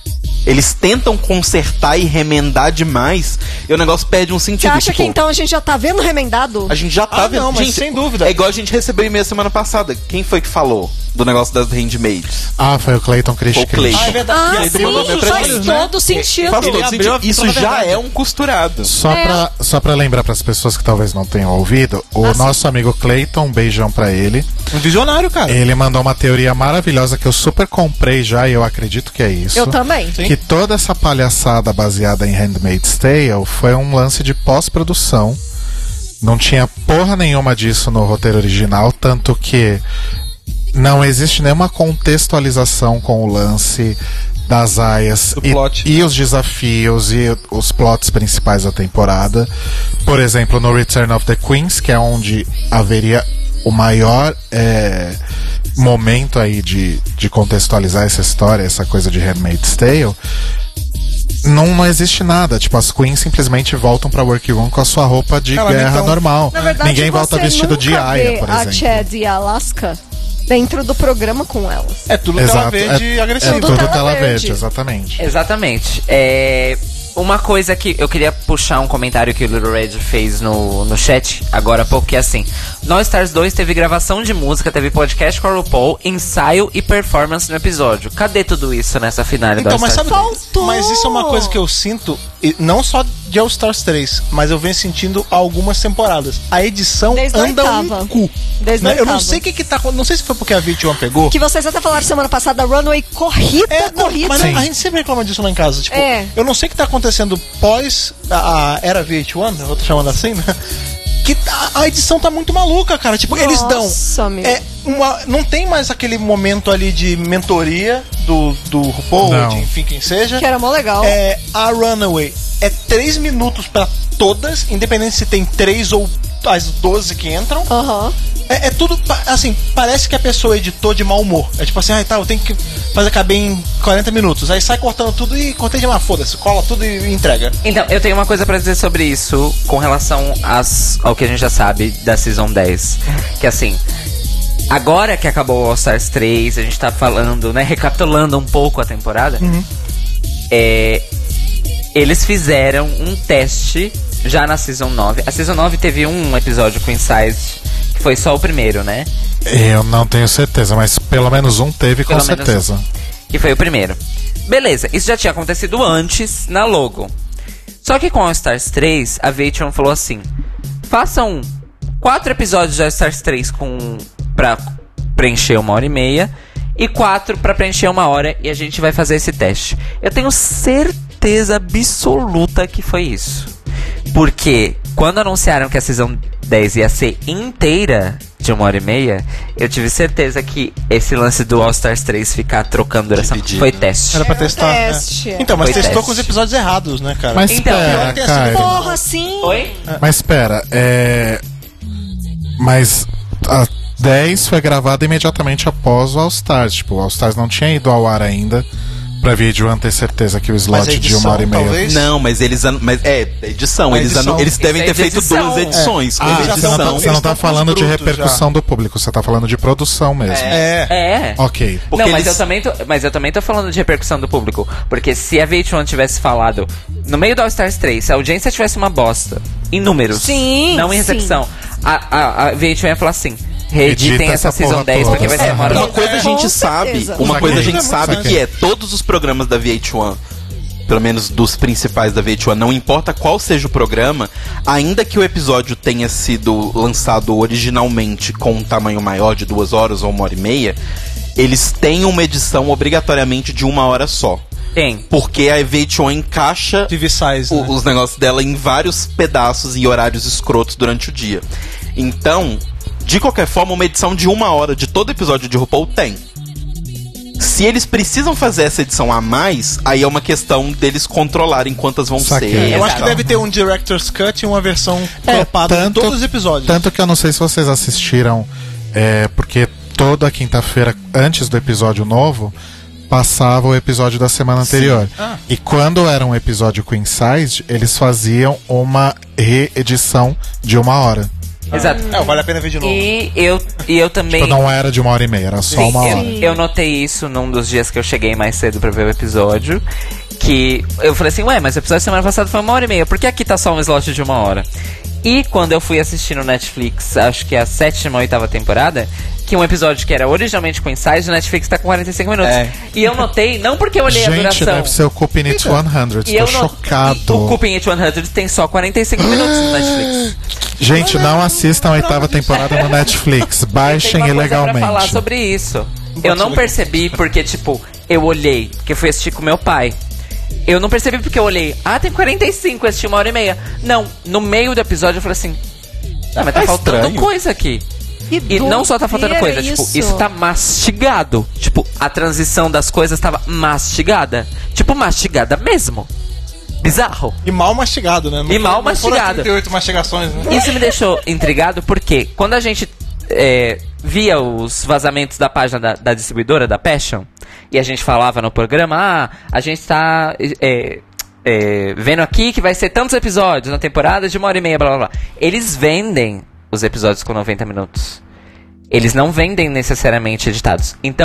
Eles tentam consertar e remendar demais, e o negócio perde um Você sentido. acha tipo, que então a gente já tá vendo remendado? a gente já tá Ah, vendo. não, mas gente, sem dúvida. É igual a gente recebeu e-mail semana passada. Quem foi que falou do negócio das handmaids? Ah, foi o Clayton Chris Foi o Clayton. Ah, é verdade. Ah, E aí sim, tu mandou minha pra faz eles, né? todo sentido. Faz Ele todo abriu sentido. a- Isso toda a já verdade. é um costurado. Só, É. pra, só pra lembrar pras pessoas que talvez não tenham ouvido, o Ah, sim. nosso amigo Clayton, um beijão pra ele. Um visionário, cara. Ele mandou uma teoria maravilhosa que eu super comprei já e eu acredito que é isso. Eu também. Sim. Que toda essa palhaçada baseada em Handmaid's Tale foi um lance de pós-produção. Não tinha porra nenhuma disso no roteiro original, tanto que não existe nenhuma contextualização com o lance das aias Do e, plot. e os desafios e os plots principais da temporada. Por exemplo, no Return of the Queens, que é onde haveria o maior é, momento aí de, de contextualizar essa história, essa coisa de Handmaid's Tale, não, não existe nada. Tipo, as queens simplesmente voltam pra workroom com a sua roupa de Cara, guerra então, normal. Na verdade, Ninguém volta você vestido de nunca aia, vê por a exemplo. Chad e a Alaska dentro do programa com elas. É tudo que ela vê de é, agressivo. é Tudo tudo tela tela verde. verde, exatamente. Exatamente. É, uma coisa que eu queria puxar um comentário que o Little Red fez no, no chat agora há pouco, que é assim: No All Stars dois teve gravação de música, teve podcast com a RuPaul, ensaio e performance no episódio. Cadê tudo isso nessa finale Então, do All mas Stars? sabe, Faltou! mas isso é uma coisa que eu sinto, e não só de All Stars três, mas eu venho sentindo há algumas temporadas. A edição Desde a anda oitava. um cu. Desde Né? a Eu não oitava. sei o que que tá acontecendo, não sei se foi porque a V H um pegou. Que vocês até falaram semana passada, Runway corrida, É, não, corrida. mas Sim. a gente sempre reclama disso lá em casa. Tipo, É. eu não sei o que tá acontecendo pós a, a era V H um, eu tô chamando assim, né? Que a, a edição tá muito maluca, cara. Tipo, eles dão. Nossa, meu. É, uma, não tem mais aquele momento ali de mentoria do, do RuPaul, Não. de enfim, quem seja. Que era mó legal. É, a Runaway é três minutos pra todas, independente se tem três ou as doze que entram. Aham. É, é tudo, pa- assim, parece que a pessoa editou de mau humor. É tipo assim, ah, tá, eu tenho que fazer caber em quarenta minutos. Aí sai cortando tudo e cortei de uma foda-se, cola tudo e, e entrega. Então, eu tenho uma coisa pra dizer sobre isso com relação às, ao que a gente já sabe da Season dez. Que assim, agora que acabou o All Stars três, a gente tá falando, né, recapitulando um pouco a temporada. É, eles fizeram um teste já na Season nove. A Season nove teve um episódio com Inside, que foi só o primeiro, né? Eu não tenho certeza, mas pelo menos um teve com Pelo menos certeza. Que foi o primeiro. Beleza, isso já tinha acontecido antes na logo. Só que com All Stars três, a V H um falou assim: façam quatro episódios de All Stars três com, pra preencher uma hora e meia e quatro pra preencher uma hora, e a gente vai fazer esse teste. Eu tenho certeza absoluta que foi isso. Porque quando anunciaram que a Season dez ia ser inteira de uma hora e meia, eu tive certeza que esse lance do All Stars três ficar trocando duração Dividido. foi teste. Era pra testar. né? teste. Então, mas Foi testou teste. com os episódios errados, né, cara? Mas Então, espera, eu- Caio. Porra, sim. Oi? Mas espera, é. Mas a dez foi gravada imediatamente após o All Stars. Tipo, o All Stars não tinha ido ao ar ainda pra vídeo ter certeza que o Mas slot a de uma hora e edição, meia. talvez? Não, mas eles. anu- Mas é, da edição. A Eles, edição. anu- eles devem Isso ter é de feito edição. duas edições. Ah, Uma Eles já você não tá, edição. você não eles tá tão com falando os de brutos repercussão do público, você tá falando de produção mesmo. É. É. Ok. Porque não, mas, eles- eu também tô, mas eu também tô falando de repercussão do público. Porque se a V H um tivesse falado no meio do All Stars três, se a audiência tivesse uma bosta em números, Sim, não em sim. recepção, a, a, a V H um ia falar assim: reeditem Edita essa essa Season porra dez, toda. porque vai ser É, uma hora. Uma coisa a Com gente sabe, certeza. uma Mas coisa a aquilo gente é sabe muito que é todos os programas da V H um, pelo menos dos principais da V H um, não importa qual seja o programa, ainda que o episódio tenha sido lançado originalmente com um tamanho maior de duas horas ou uma hora e meia, eles têm uma edição obrigatoriamente de uma hora só. Tem. Porque a V H um encaixa T V size, o- né? os negócios dela em vários pedaços e horários escrotos durante o dia. Então, de qualquer forma, uma edição de uma hora de todo episódio de RuPaul tem. Se eles precisam fazer essa edição a mais, aí é uma questão deles controlarem quantas vão Saquei. ser. Eu acho que Exato. deve ter um Director's Cut e uma versão É, cropada em tanto- todos os episódios. Tanto que eu não sei se vocês assistiram, é, porque toda quinta-feira, antes do episódio novo, passava o episódio da semana anterior. Ah. E quando era um episódio Queen Size, eles faziam uma reedição de uma hora. Exato. É, vale a pena ver de novo. E eu, e eu também. Tipo, não era de uma hora e meia, era só Sim, uma eu, hora. eu notei isso num dos dias que eu cheguei mais cedo pra ver o episódio. Que eu falei assim, ué, mas o episódio da semana passada foi uma hora e meia, por que aqui tá só um slot de uma hora? E quando eu fui assistir no Netflix, acho que a sétima ou oitava temporada, que um episódio que era originalmente com Inside, o Netflix tá com quarenta e cinco minutos. É. E eu notei, não porque eu olhei a Gente, duração. deve ser o Cupin It cem, E tô eu não- chocado. O Cupin It cem tem só quarenta e cinco minutos no Netflix. Gente, não assistam a oitava temporada no Netflix, Tem baixem uma coisa pra falar ilegalmente. sobre isso. Eu não percebi porque, tipo, eu olhei, porque eu fui assistir com meu pai. Eu não percebi porque eu olhei, ah, tem quarenta e cinco, eu assisti uma hora e meia. Não, no meio do episódio eu falei assim, ah, mas tá Tá faltando estranho. coisa aqui. Que E não só tá faltando doideira coisa, tipo, isso. isso tá mastigado. Tipo, a transição das coisas tava mastigada. Tipo, mastigada mesmo. Bizarro. E mal mastigado, né? Não E mal não foram mastigado. trinta e oito mastigações, né? Isso me deixou intrigado porque quando a gente é, via os vazamentos da página da, da distribuidora, da Passion, e a gente falava no programa, ah, a gente tá é, é, vendo aqui que vai ser tantos episódios na temporada de uma hora e meia, blá blá blá. Eles vendem os episódios com noventa minutos. Eles não vendem necessariamente editados. Então,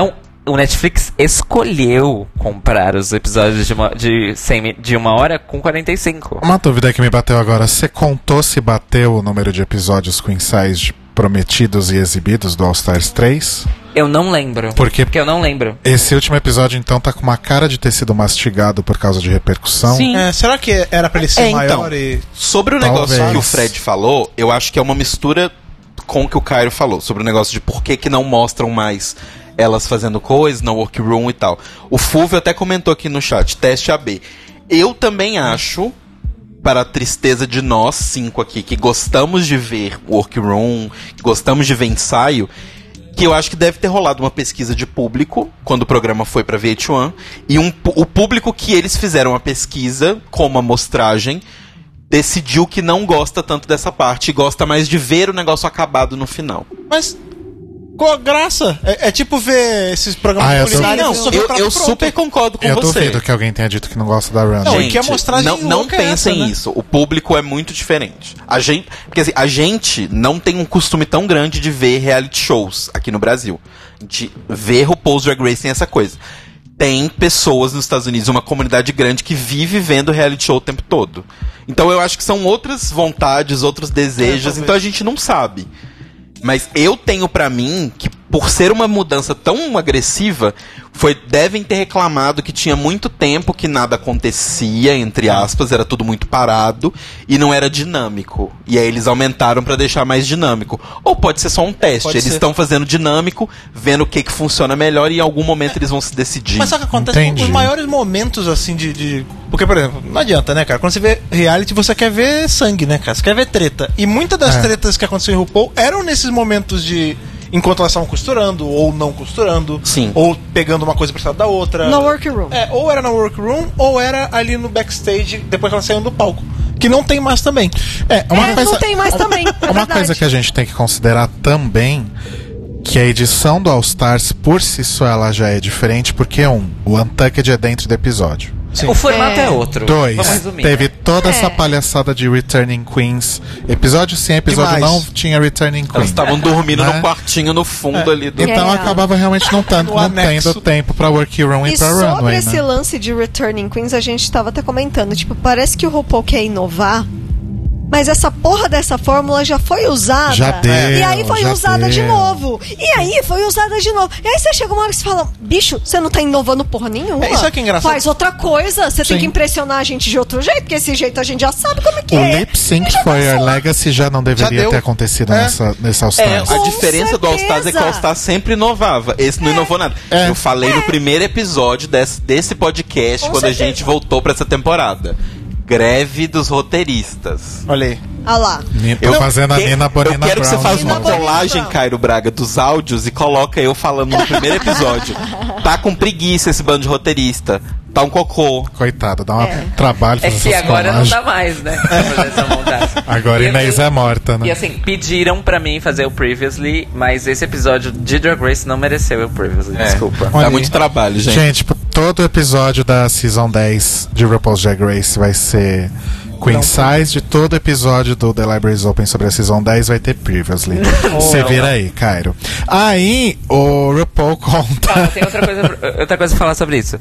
o Netflix escolheu comprar os episódios de uma, de, cem, de uma hora com quarenta e cinco. Uma dúvida que me bateu agora. Você contou se bateu o número de episódios Queen Size prometidos e exibidos do All Stars três? Eu não lembro. Por quê? Porque eu não lembro. Esse último episódio, então, tá com uma cara de ter sido mastigado por causa de repercussão. Sim. É, será que era pra ele ser É, então, maior e... sobre o Talvez. negócio que o Fred falou, eu acho que é uma mistura com o que o Cairo falou, sobre o negócio de por que, que não mostram mais elas fazendo coisas no workroom e tal. O Fulvio até comentou aqui no chat, teste A B. Eu também acho, para a tristeza de nós cinco aqui, que gostamos de ver workroom, que gostamos de ver ensaio, que eu acho que deve ter rolado uma pesquisa de público quando o programa foi para V H um, e um, o público que eles fizeram a pesquisa como amostragem decidiu que não gosta tanto dessa parte e gosta mais de ver o negócio acabado no final. Mas qual a graça? É, é tipo ver esses programas Ah, eu tô- culinários. Não, você só vê o eu, prato eu pronto. super concordo com Eu você. duvido que alguém tenha dito que não gosta da Run. Não, Gente. e que amostragem não, não louca é essa, pensem né? isso. O público é muito diferente. A gente, porque assim, a gente não tem um costume tão grande de ver reality shows aqui no Brasil. De ver RuPaul's Drag Race tem essa coisa. Tem pessoas nos Estados Unidos, uma comunidade grande que vive vendo reality show o tempo todo. Então eu acho que são outras vontades, outros desejos, É, então a gente não sabe. Mas eu tenho pra mim que, por ser uma mudança tão agressiva, foi, devem ter reclamado que tinha muito tempo que nada acontecia, entre aspas, era tudo muito parado e não era dinâmico. E aí eles aumentaram pra deixar mais dinâmico. Ou pode ser só um teste. Pode Eles ser. estão fazendo dinâmico, vendo o que, que funciona melhor e em algum momento eles vão se decidir. Mas sabe o que acontece? Entendi. Os maiores momentos, assim, de, de... Porque, por exemplo, não adianta, né, cara? Quando você vê reality, você quer ver sangue, né, cara? Você quer ver treta. E muitas das É. tretas que aconteceram em RuPaul eram nesses momentos de... Enquanto elas estavam costurando, ou não costurando. Sim. Ou pegando uma coisa pra da outra. No workroom. É, ou era no workroom, ou era ali no backstage, depois que elas saíram do palco. Que não tem mais também. É, uma É, coisa, não tem mais também. É uma verdade. coisa que a gente tem que considerar também, que a edição do All Stars, por si só, ela já é diferente, porque, um, o Untucked é dentro do episódio. Sim. O formato é, É. outro. Dois, Vamos resumir. teve toda É. essa palhaçada de Returning Queens. Episódio sim, episódio Demais. não tinha Returning Elas Queen. estavam dormindo Né? no quartinho no fundo ali do... Então É. acabava realmente não, tanto, No não anexo. tendo tempo pra workroom e, E pra sobre runway, esse né? lance de Returning Queens, a gente tava até comentando. Tipo, parece que o RuPaul quer inovar, mas essa porra dessa fórmula já foi usada. Já deu, E aí foi já usada de deu. novo. E aí foi usada de novo. E aí você chega uma hora que você fala, bicho, você não tá inovando porra nenhuma. É, isso é que é engraçado. Faz outra coisa. Você tem Sim. que impressionar a gente de outro jeito, porque esse jeito a gente já sabe como é que O é. Lip Sync E já for Your passou. Legacy já não deveria deu. ter acontecido É. nessa, nesse All É, Stars. a Com diferença do All Stars é que o All certeza. Stars sempre inovava. Esse não inovou nada. É. Eu falei no primeiro episódio desse, desse podcast, Com quando certeza. a gente voltou pra essa temporada. Greve dos roteiristas. Olha aí. Ah lá. Ni- Tô Eu fazendo a que- Nina Bonina Eu quero que você Brown. faça de uma Nina novo. Bonina colagem, Brown. Cairo Braga, dos áudios e coloca eu falando no primeiro episódio. Tá com preguiça esse bando de roteirista. Tá um cocô. Coitado, dá um É. trabalho É fazer que essas agora colagens. não dá mais, né? pra fazer essa montagem. Agora E Inês assim- é morta, né? E assim, pediram pra mim fazer o Previously, mas esse episódio de Drag Race não mereceu o Previously, desculpa. Olha Dá aí. muito trabalho, gente. Gente, tipo, todo episódio da Season dez de RuPaul's Drag Race vai ser Queen Size. De todo episódio do The Libraries Open sobre a Season dez vai ter Previously. Você não, vira não. aí, Cairo. Aí, o RuPaul conta... Calma, tem outra coisa, outra coisa pra falar sobre isso.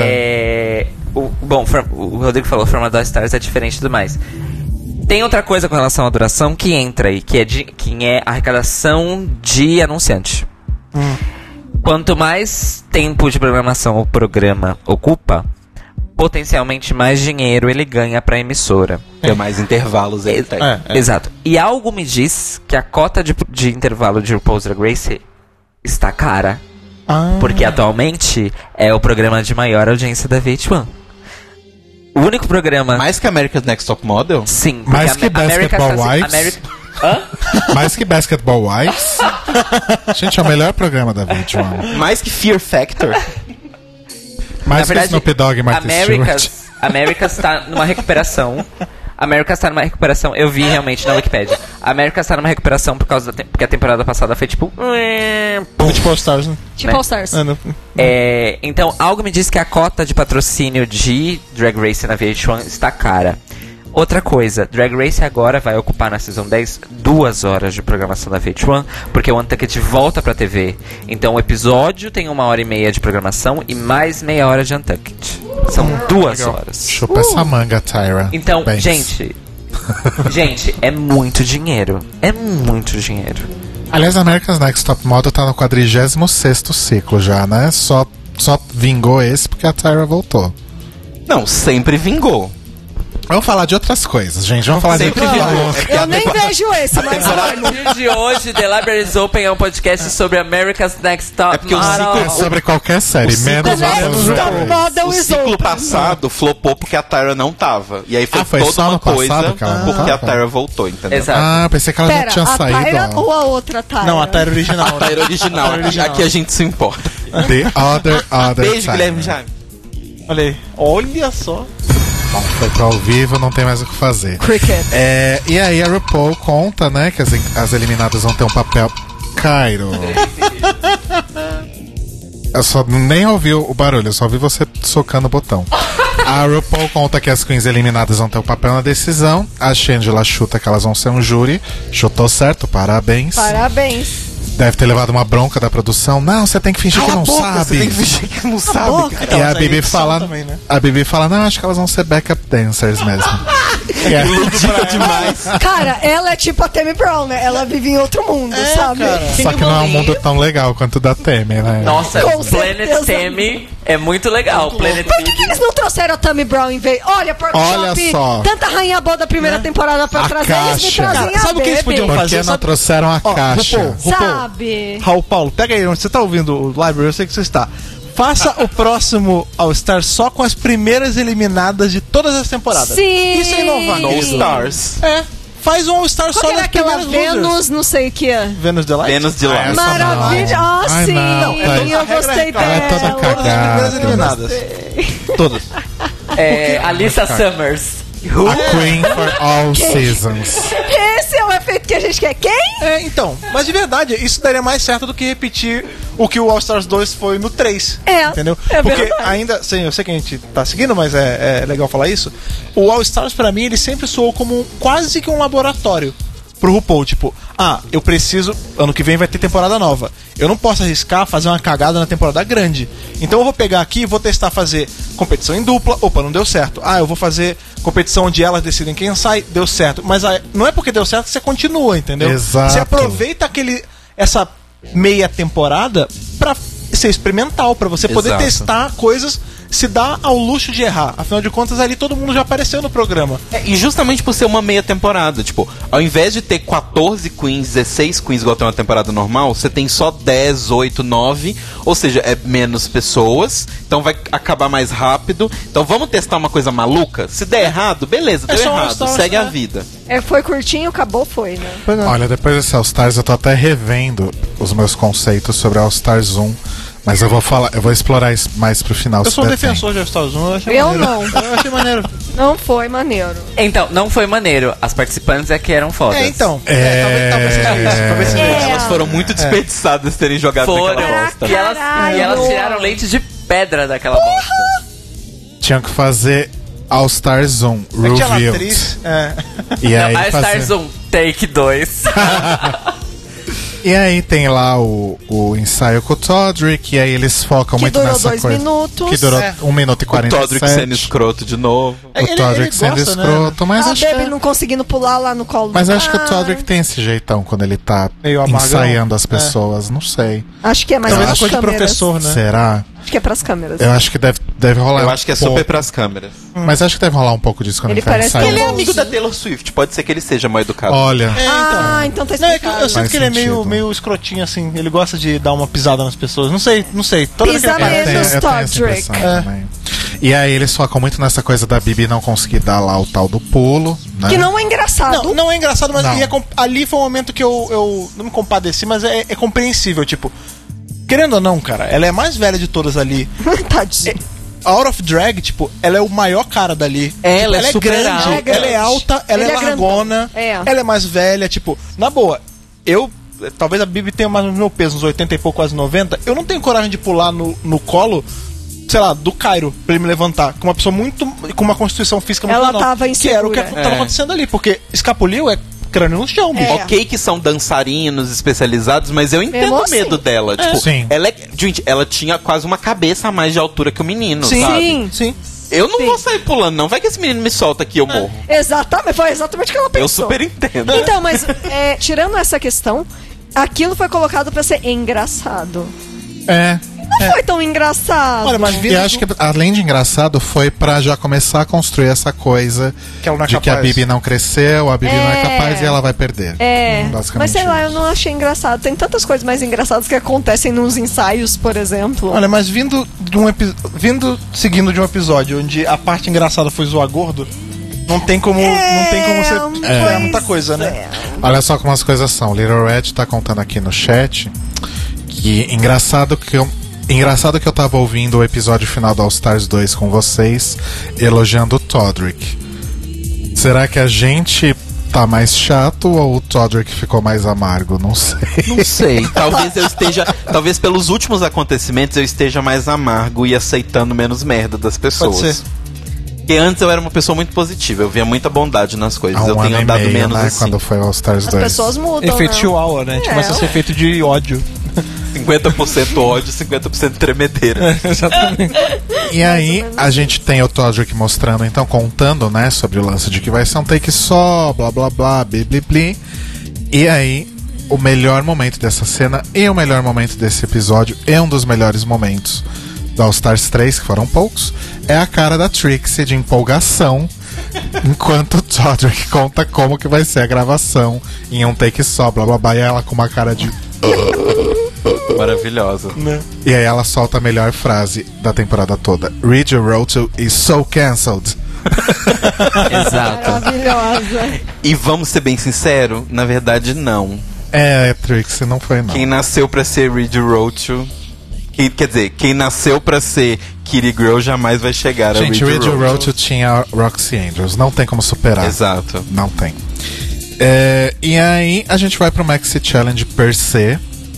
É, o, bom, for- o Rodrigo falou, o formato da Stars é diferente e tudo mais. Tem outra coisa com relação à duração que entra aí, que é, de, que é arrecadação de anunciante. Quanto mais tempo de programação o programa ocupa, potencialmente mais dinheiro ele ganha pra emissora. Tem mais intervalos aí. Tem. É, é. Exato. E algo me diz que a cota de, de intervalo de RuPaul's Drag Race está cara. Ah. Porque atualmente é o programa de maior audiência da V H um. O único programa... Mais que America's Next Top Model? Sim. Mais porque que a- America Basketball está- Wives? Ameri- Hã? Mais que Basketball Wives. Gente, é o melhor programa da V H um. Mais que Fear Factor? Mais Na que verdade, Snoop Dogg e Martha Stewart. Americas, Americas está numa recuperação. Americas está numa recuperação. Eu vi realmente na Wikipedia. Americas está numa recuperação por causa da te- porque a temporada passada foi tipo. Como tipo All Stars, né? Tipo Né? All Stars. É, não- É, então, algo me diz que a cota de patrocínio de Drag Race na V H um está cara. Outra coisa, Drag Race agora vai ocupar na Season dez duas horas de programação da V H um, porque o Untucked volta pra T V. Então o episódio tem uma hora e meia de programação e mais meia hora de Untucked. São duas horas. Chupa essa manga, Tyra. Então, Banks. gente... gente, é muito dinheiro. É muito dinheiro. Aliás, America's Next Top Model tá no quadrigésimo sexto ciclo já, né? Só, só vingou esse porque a Tyra voltou. Não, sempre vingou. Vamos falar de outras coisas, gente. Vamos falar Sempre de... vingou. Eu nem vejo esse, mas A partir de hoje, The Libraries Open é um podcast sobre America's Next Top É porque o Model. ciclo- É sobre qualquer série, menos The a Next Top Model O is ciclo open. passado flopou porque a Tyra não tava. E aí foi, Ah, foi toda só uma no coisa passado que ela não porque a tava? Tyra voltou, entendeu? Exato. Ah, pensei que ela Pera, já tinha a saído. Tyra ó. ou a outra Tyra? Não, a Tyra original. A Tyra original. A Tyra original. Aqui a gente se importa. The Other Other Beijo, Tyra. Guilherme Jaime. Olha aí. Olha só. Bom, foi pro ao vivo, não tem mais o que fazer. Cricket. É, e aí a RuPaul conta, né, que as, as eliminadas vão ter um papel... Cairo. Eu só nem ouvi o barulho, eu só ouvi você socando o botão. A RuPaul conta que as queens eliminadas vão ter um papel na decisão. A Shangela chuta que elas vão ser um júri. Chutou certo, parabéns. Parabéns. Deve ter levado uma bronca da produção. Não, você tem que fingir que Cala não a boca, sabe. Você tem que fingir que não sabe, boca. cara. E Então, a mas aí Bibi edição fala, também, né? a Bibi fala, não, acho que elas vão ser backup dancers mesmo. E aí- Dica demais. Cara, ela é tipo a Tammy Brown, né? Ela vive em outro mundo, É, sabe? cara. Só que não é um mundo tão legal quanto o da Temi, né? Nossa, Com o Planet certeza. Temi é muito legal. Planet Por que, que eles não trouxeram a Tammy Brown em vez? Olha, Pork Olha Chop, só. tanta rainha boa da primeira temporada pra A trazer, eles me caixa. trazem Cara, a sabe o que eles Baby. podiam Por fazer? que não Sabe- trouxeram a Ó, caixa? RuPaul, RuPaul. Sabe? Raul Paulo, pega aí onde você tá ouvindo o Library, eu sei que você está. Faça o próximo All Star só com as primeiras eliminadas de todas as temporadas. Sim. Isso é inovar. No querido. Stars. É, faz um All Star Qual só que era das aquela primeiras losers. Vênus, não sei o que? Venus Delight? Menos de lá. Ah, essa Maravilha! não. Ah, Ai, sim! não, tá. eu gostei Ela é toda dela. Todas as primeiras cagada. eliminadas. Todas. É, Alyssa Summers. A Queen for All Seasons. Esse é o efeito que a gente quer. Quem? É, então, mas de verdade, isso daria mais certo do que repetir o que o All Stars dois foi no três. É, Entendeu? é Porque verdade. ainda, sim, eu sei que a gente tá seguindo, mas é, é legal falar isso. O All Stars, pra mim, ele sempre soou como um- quase que um laboratório pro RuPaul. Tipo, ah, eu preciso. Ano que vem vai ter temporada nova. Eu não posso arriscar fazer uma cagada na temporada grande. Então eu vou pegar aqui e vou testar fazer competição em dupla. Opa, não deu certo. Ah, eu vou fazer competição onde elas decidem quem sai. Deu certo. Mas ah, não é porque deu certo que você continua, entendeu? Exato. Você aproveita aquele, essa meia temporada pra ser experimental, pra você poder Exato. testar coisas, se dá ao luxo de errar. Afinal de contas, ali todo mundo já apareceu no programa. É, e justamente por ser uma meia temporada, tipo, ao invés de ter quatorze queens, dezesseis queens igual tem uma temporada normal, você tem só dez, oito, nove, ou seja, é menos pessoas, então vai acabar mais rápido. Então vamos testar uma coisa maluca? Se der errado, beleza, É deu só um errado, Stars, segue né? a vida. É, foi curtinho, acabou, foi, né? Olha, depois desse All Stars eu tô até revendo os meus conceitos sobre All Stars um. Mas eu vou falar, eu vou explorar isso mais pro final. Eu se sou um der defensor de All Stars um, eu achei Eu maneiro. não. Eu achei maneiro. Não foi maneiro. Então, não foi maneiro. As participantes é que eram fodas. É, então. É. É, talvez, talvez seja isso. Talvez seja É. isso. Elas foram muito desperdiçadas terem jogado Foram. naquela bosta. E elas, Caralho. e elas tiraram leite de pedra daquela bosta. Tinha que fazer All Stars um, Aquela Revealed. atriz. É. E aí, Não, a fazer- Stars um, take dois. e aí tem lá o, o ensaio com o Todrick, e aí eles focam Que muito durou nessa dois coisa. minutos. Que durou É. um minuto e O quarenta e Todrick sendo sete. escroto de novo. O Ele- Todrick ele sendo gosta, né? escroto, mas a acho Baby que... não conseguindo pular lá no colo Mas do acho que o cara. Todrick tem esse jeitão quando ele tá Meio amargão. ensaiando as É. pessoas, não sei. Acho que é mais Talvez pras uma coisa de câmeras. professor, né? Será? Acho que é pras câmeras. Eu acho que deve, deve rolar Eu um acho que é pouco. super pras câmeras. Mas acho que deve rolar um pouco disso quando Ele ele, tá parece ensaiando. que Ele é Bom, amigo sim. da Taylor Swift, pode ser que ele seja mal educado. Olha, É, Ah, então tá Não, é que eu, eu explicado. sinto Faz que ele é meio, sentido. meio escrotinho, assim. Ele gosta de dar uma pisada nas pessoas. Não sei, não sei. Toda vez que ele Pisa aparece- eu tenho, menos, eu tenho essa Todrick. impressão É. também. E aí eles focam muito nessa coisa da Bibi não conseguir dar lá o tal do pulo, né? Que não é engraçado. Não, não é engraçado, mas Não. ia comp- ali foi um momento que eu, eu não me compadeci, mas é, é compreensível, tipo. Querendo ou não, cara, ela é a mais velha de todas ali. Tadinho. A Out of Drag, tipo, ela é o maior cara dali. Ela Tipo, é super grande, alta. Ela é grande. ela é alta, ela Ele é é largona, grandão. É. ela é mais velha, tipo, na boa, eu. Talvez a Bibi tenha mais no meu peso, uns oitenta e pouco, quase noventa. Eu não tenho coragem de pular no, no colo, sei lá, do Cairo, pra ele me levantar. Com uma pessoa muito e com uma constituição física muito Ela menor. tava Que era o que insegura. tava É. acontecendo ali, porque escapuliu é crânio no chão, bicho. É. Ok que são dançarinos especializados, mas eu entendo Mesmo o assim. medo dela. Tipo, Sim. ela é, gente, ela tinha quase uma cabeça a mais de altura que o menino, Sim, sabe? Sim. sim. Eu não Sim. vou sair pulando, não. Vai que esse menino me solta aqui e eu morro. Exatamente, foi exatamente o que ela pensou. Eu super entendo. Então, mas é, tirando essa questão, aquilo foi colocado pra ser engraçado. É. Não foi tão engraçado. Olha, mas vindo E acho que, além de engraçado, foi pra já começar a construir essa coisa Que ela não é de que a capaz. Bibi não cresceu, a Bibi não é É. capaz e ela vai perder. É, Basicamente mas sei lá, eu isso. não achei engraçado. Tem tantas coisas mais engraçadas que acontecem nos ensaios, por exemplo. Olha, mas vindo de um epi- vindo seguindo de um episódio onde a parte engraçada foi zoar gordo, não tem como, não tem como você É. esperar muita coisa, né? Olha só como as coisas são. Little Red tá contando aqui no chat que engraçado que eu, engraçado que eu tava ouvindo o episódio final do All Stars dois com vocês, elogiando o Todrick. Será que a gente tá mais chato ou o Todrick ficou mais amargo? Não sei. Não sei. Talvez eu esteja. Talvez pelos últimos acontecimentos eu esteja mais amargo e aceitando menos merda das pessoas. Pode ser. Porque antes eu era uma pessoa muito positiva, eu via muita bondade nas coisas. Há um eu tenho ano e andado meio, menos né? assim. Quando foi o All Stars As dois. pessoas mudam. Efeito né? chihuahua, né? A gente É. começa a ser feito de ódio. cinquenta por cento ódio, cinquenta por cento tremedeira. Exatamente. E aí, a gente tem o Todrick mostrando, então, contando, né, sobre o lance de que vai ser um take só, blá blá blá, bli bli bli. E aí, o melhor momento dessa cena e o melhor momento desse episódio, e um dos melhores momentos do All Stars três, que foram poucos, é a cara da Trixie de empolgação, enquanto o Todrick conta como que vai ser a gravação em um take só, blá blá blá, e ela com uma cara de... Maravilhosa. E aí ela solta a melhor frase da temporada toda. Read your road is so cancelled. Exato. Maravilhosa. E vamos ser bem sinceros, na verdade não. É, Trixie, não foi não. Quem nasceu pra ser Reed Roadshow, quem, quer dizer, quem nasceu pra ser Kitty Girl jamais vai chegar Gente, a Read Reed your Roadshow. road tinha Roxy Angels. Não tem como superar. Exato. Não tem. É, e aí a gente vai pro Maxi Challenge per se.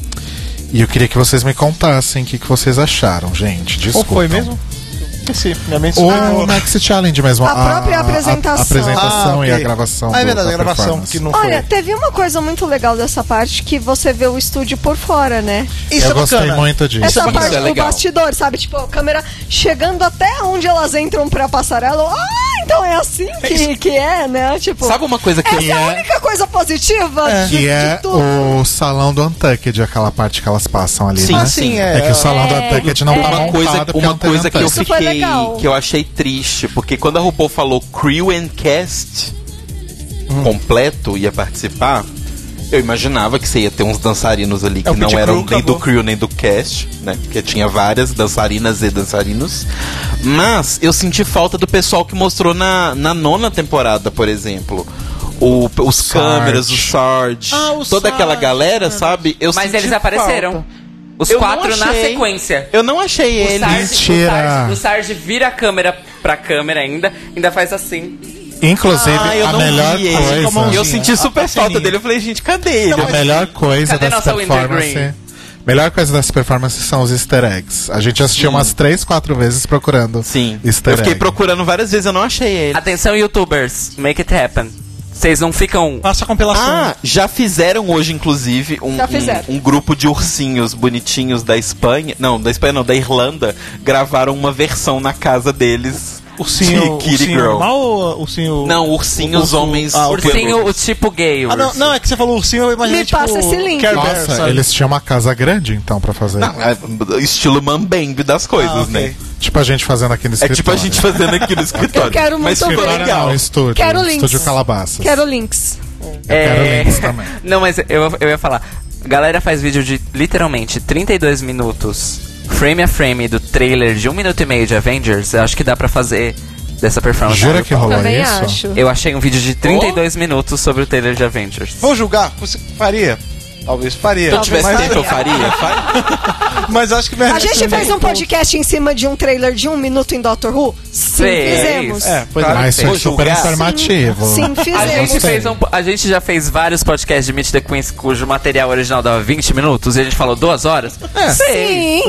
E eu queria que vocês me contassem o que, que vocês acharam, gente. Ou Desculpa. foi mesmo? Esqueci. Minha mente O escapou. Maxi Challenge mesmo. A própria apresentação. A, apresentação Ah, e a ok. gravação. Ah, é do- verdade, da a gravação performance. que não Olha, foi. teve uma coisa muito legal dessa parte que você vê o estúdio por fora, né? Isso Eu é gostei bacana. muito disso. Essa bacana. parte Isso é do legal. bastidor, sabe? Tipo, a câmera chegando até onde elas entram pra passarela. Ah, então é assim que, que é, né? Tipo, Sabe uma coisa que essa eu... é a única coisa positiva de, Que de é tudo. o salão do Untucked, aquela parte que elas passam ali, Sim, né? sim, é. É que o salão do É. Untucked não tá uma montado coisa, porque uma não tem coisa que eu Untucked. Isso foi fiquei, legal. que eu achei triste, porque quando a RuPaul falou crew and cast completo ia participar, eu imaginava que você ia ter uns dançarinos ali que É, o não Pit eram Crew nem do acabou. crew nem do cast, né? Porque tinha várias dançarinas e dançarinos. Mas eu senti falta do pessoal que mostrou na, na nona temporada, por exemplo. O, os Sarge. câmeras, o Sarge, Ah, o toda aquela Sarge. galera, sabe? Eu Mas senti eles apareceram. falta. Os Eu não quatro na achei. sequência. Eu não achei O eles. Sarge, o, Mentira. Sarge, o Sarge vira a câmera pra câmera ainda, ainda faz assim. Inclusive, Ah, eu a não melhor vi ele. coisa. Com a mãozinha. Eu senti super A falta pequenininha. dele. Eu falei, gente, cadê ele? A melhor coisa Cadê dessa nossa Winter performance. Green? Melhor coisa dessa performance são os easter eggs. A gente assistiu umas três, quatro vezes procurando Sim. easter Eu fiquei egg. procurando várias vezes, eu não achei ele. Atenção, youtubers, make it happen. Vocês não ficam. Passa a compilação. Ah, já fizeram hoje, inclusive, um, Já fizeram. um, um grupo de ursinhos bonitinhos da Espanha. Não, da Espanha não, da Irlanda. Gravaram uma versão na casa deles. Ursinho, de Kitty ursinho Girl. normal ou ursinho... Não, ursinhos o- o- homens. ah, o Ursinho, o tipo gay. Ah, não, urso. não, é que você falou ursinho, eu imaginei Me tipo... passa esse link. Care Bear, Nossa, sabe? eles tinham uma casa grande então pra fazer. Não, é estilo mambembe das coisas, Ah, ok. né? Tipo a gente fazendo aqui no É escritório. tipo a gente fazendo aqui no escritório. Eu quero Mas muito ficou ver. Escritório legal. não, estúdio. Quero links. Estúdio Calabasas. Quero links. Eu quero links também. Não, mas eu, eu ia falar. Galera faz vídeo de literalmente trinta e dois minutos, frame a frame do trailer de um minuto e meio de Avengers. Eu acho que dá pra fazer dessa performance. Jura que rolou Também isso? acho. Eu achei um vídeo de trinta e dois minutos sobre o trailer de Avengers. Vou julgar, você faria? Talvez faria. Se eu tivesse mas, tempo, eu faria. Fa- mas acho que... A gente fez um podcast em cima de um trailer de um minuto em Doctor Who? Sim, Fez. fizemos. É, pois Claro é. Mas Vou foi super julgar. informativo. Sim, A fizemos. gente, gostei. fez um, a gente já fez vários podcasts de Meet the Queens cujo material original dava vinte minutos e a gente falou duas horas? É. Sim.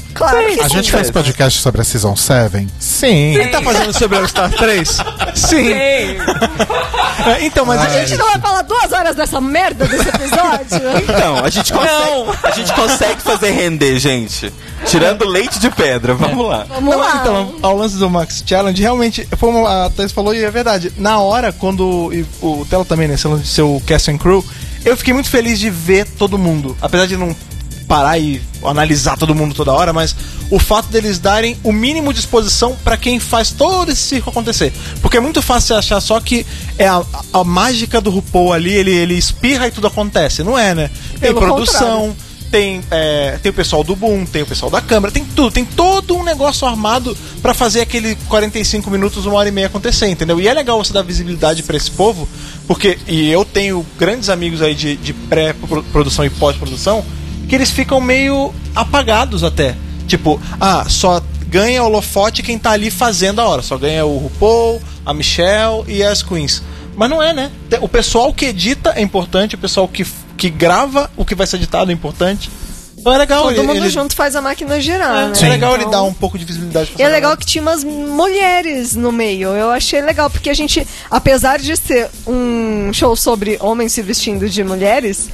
Claro que A sim. gente fez podcast sobre a Season sete? Sim. Ele tá fazendo sobre All Star três? Sim. É, então, mas A gente não vai falar duas horas dessa merda desse episódio? Então, a gente consegue, a gente consegue fazer render, gente. Tirando leite de pedra, vamos lá. Vamos Não, lá. Então, ao lance do Max Challenge, realmente, foi uma, a Thais falou e é verdade. Na hora, quando. E o Telo também, né? Seu, seu cast and crew, eu fiquei muito feliz de ver todo mundo. Apesar de não parar e analisar todo mundo toda hora, mas o fato deles darem o mínimo de exposição pra quem faz todo esse circo acontecer. Porque é muito fácil você achar só que é a, a mágica do RuPaul ali, ele, ele espirra e tudo acontece. Não é, né? Tem Pelo produção. Tem, é, tem o pessoal do Boom, tem o pessoal da câmera, tem tudo, tem todo um negócio armado pra fazer aquele quarenta e cinco minutos, uma hora e meia acontecer, entendeu? E é legal você dar visibilidade pra esse povo, porque, e eu tenho grandes amigos aí de, de pré-produção e pós-produção, que eles ficam meio apagados até. Tipo, ah, só ganha holofote quem tá ali fazendo a hora, só ganha o RuPaul, a Michelle e as Queens. Mas não é, né? O pessoal que edita é importante, o pessoal que, que grava o que vai ser editado é importante. Então é legal. Todo ele, mundo ele, junto faz a máquina girar, né? é legal ele Então- dar um pouco de visibilidade pra E é essa legal galera. que tinha umas mulheres no meio. Eu achei legal, porque a gente, apesar de ser um show sobre homens se vestindo de mulheres,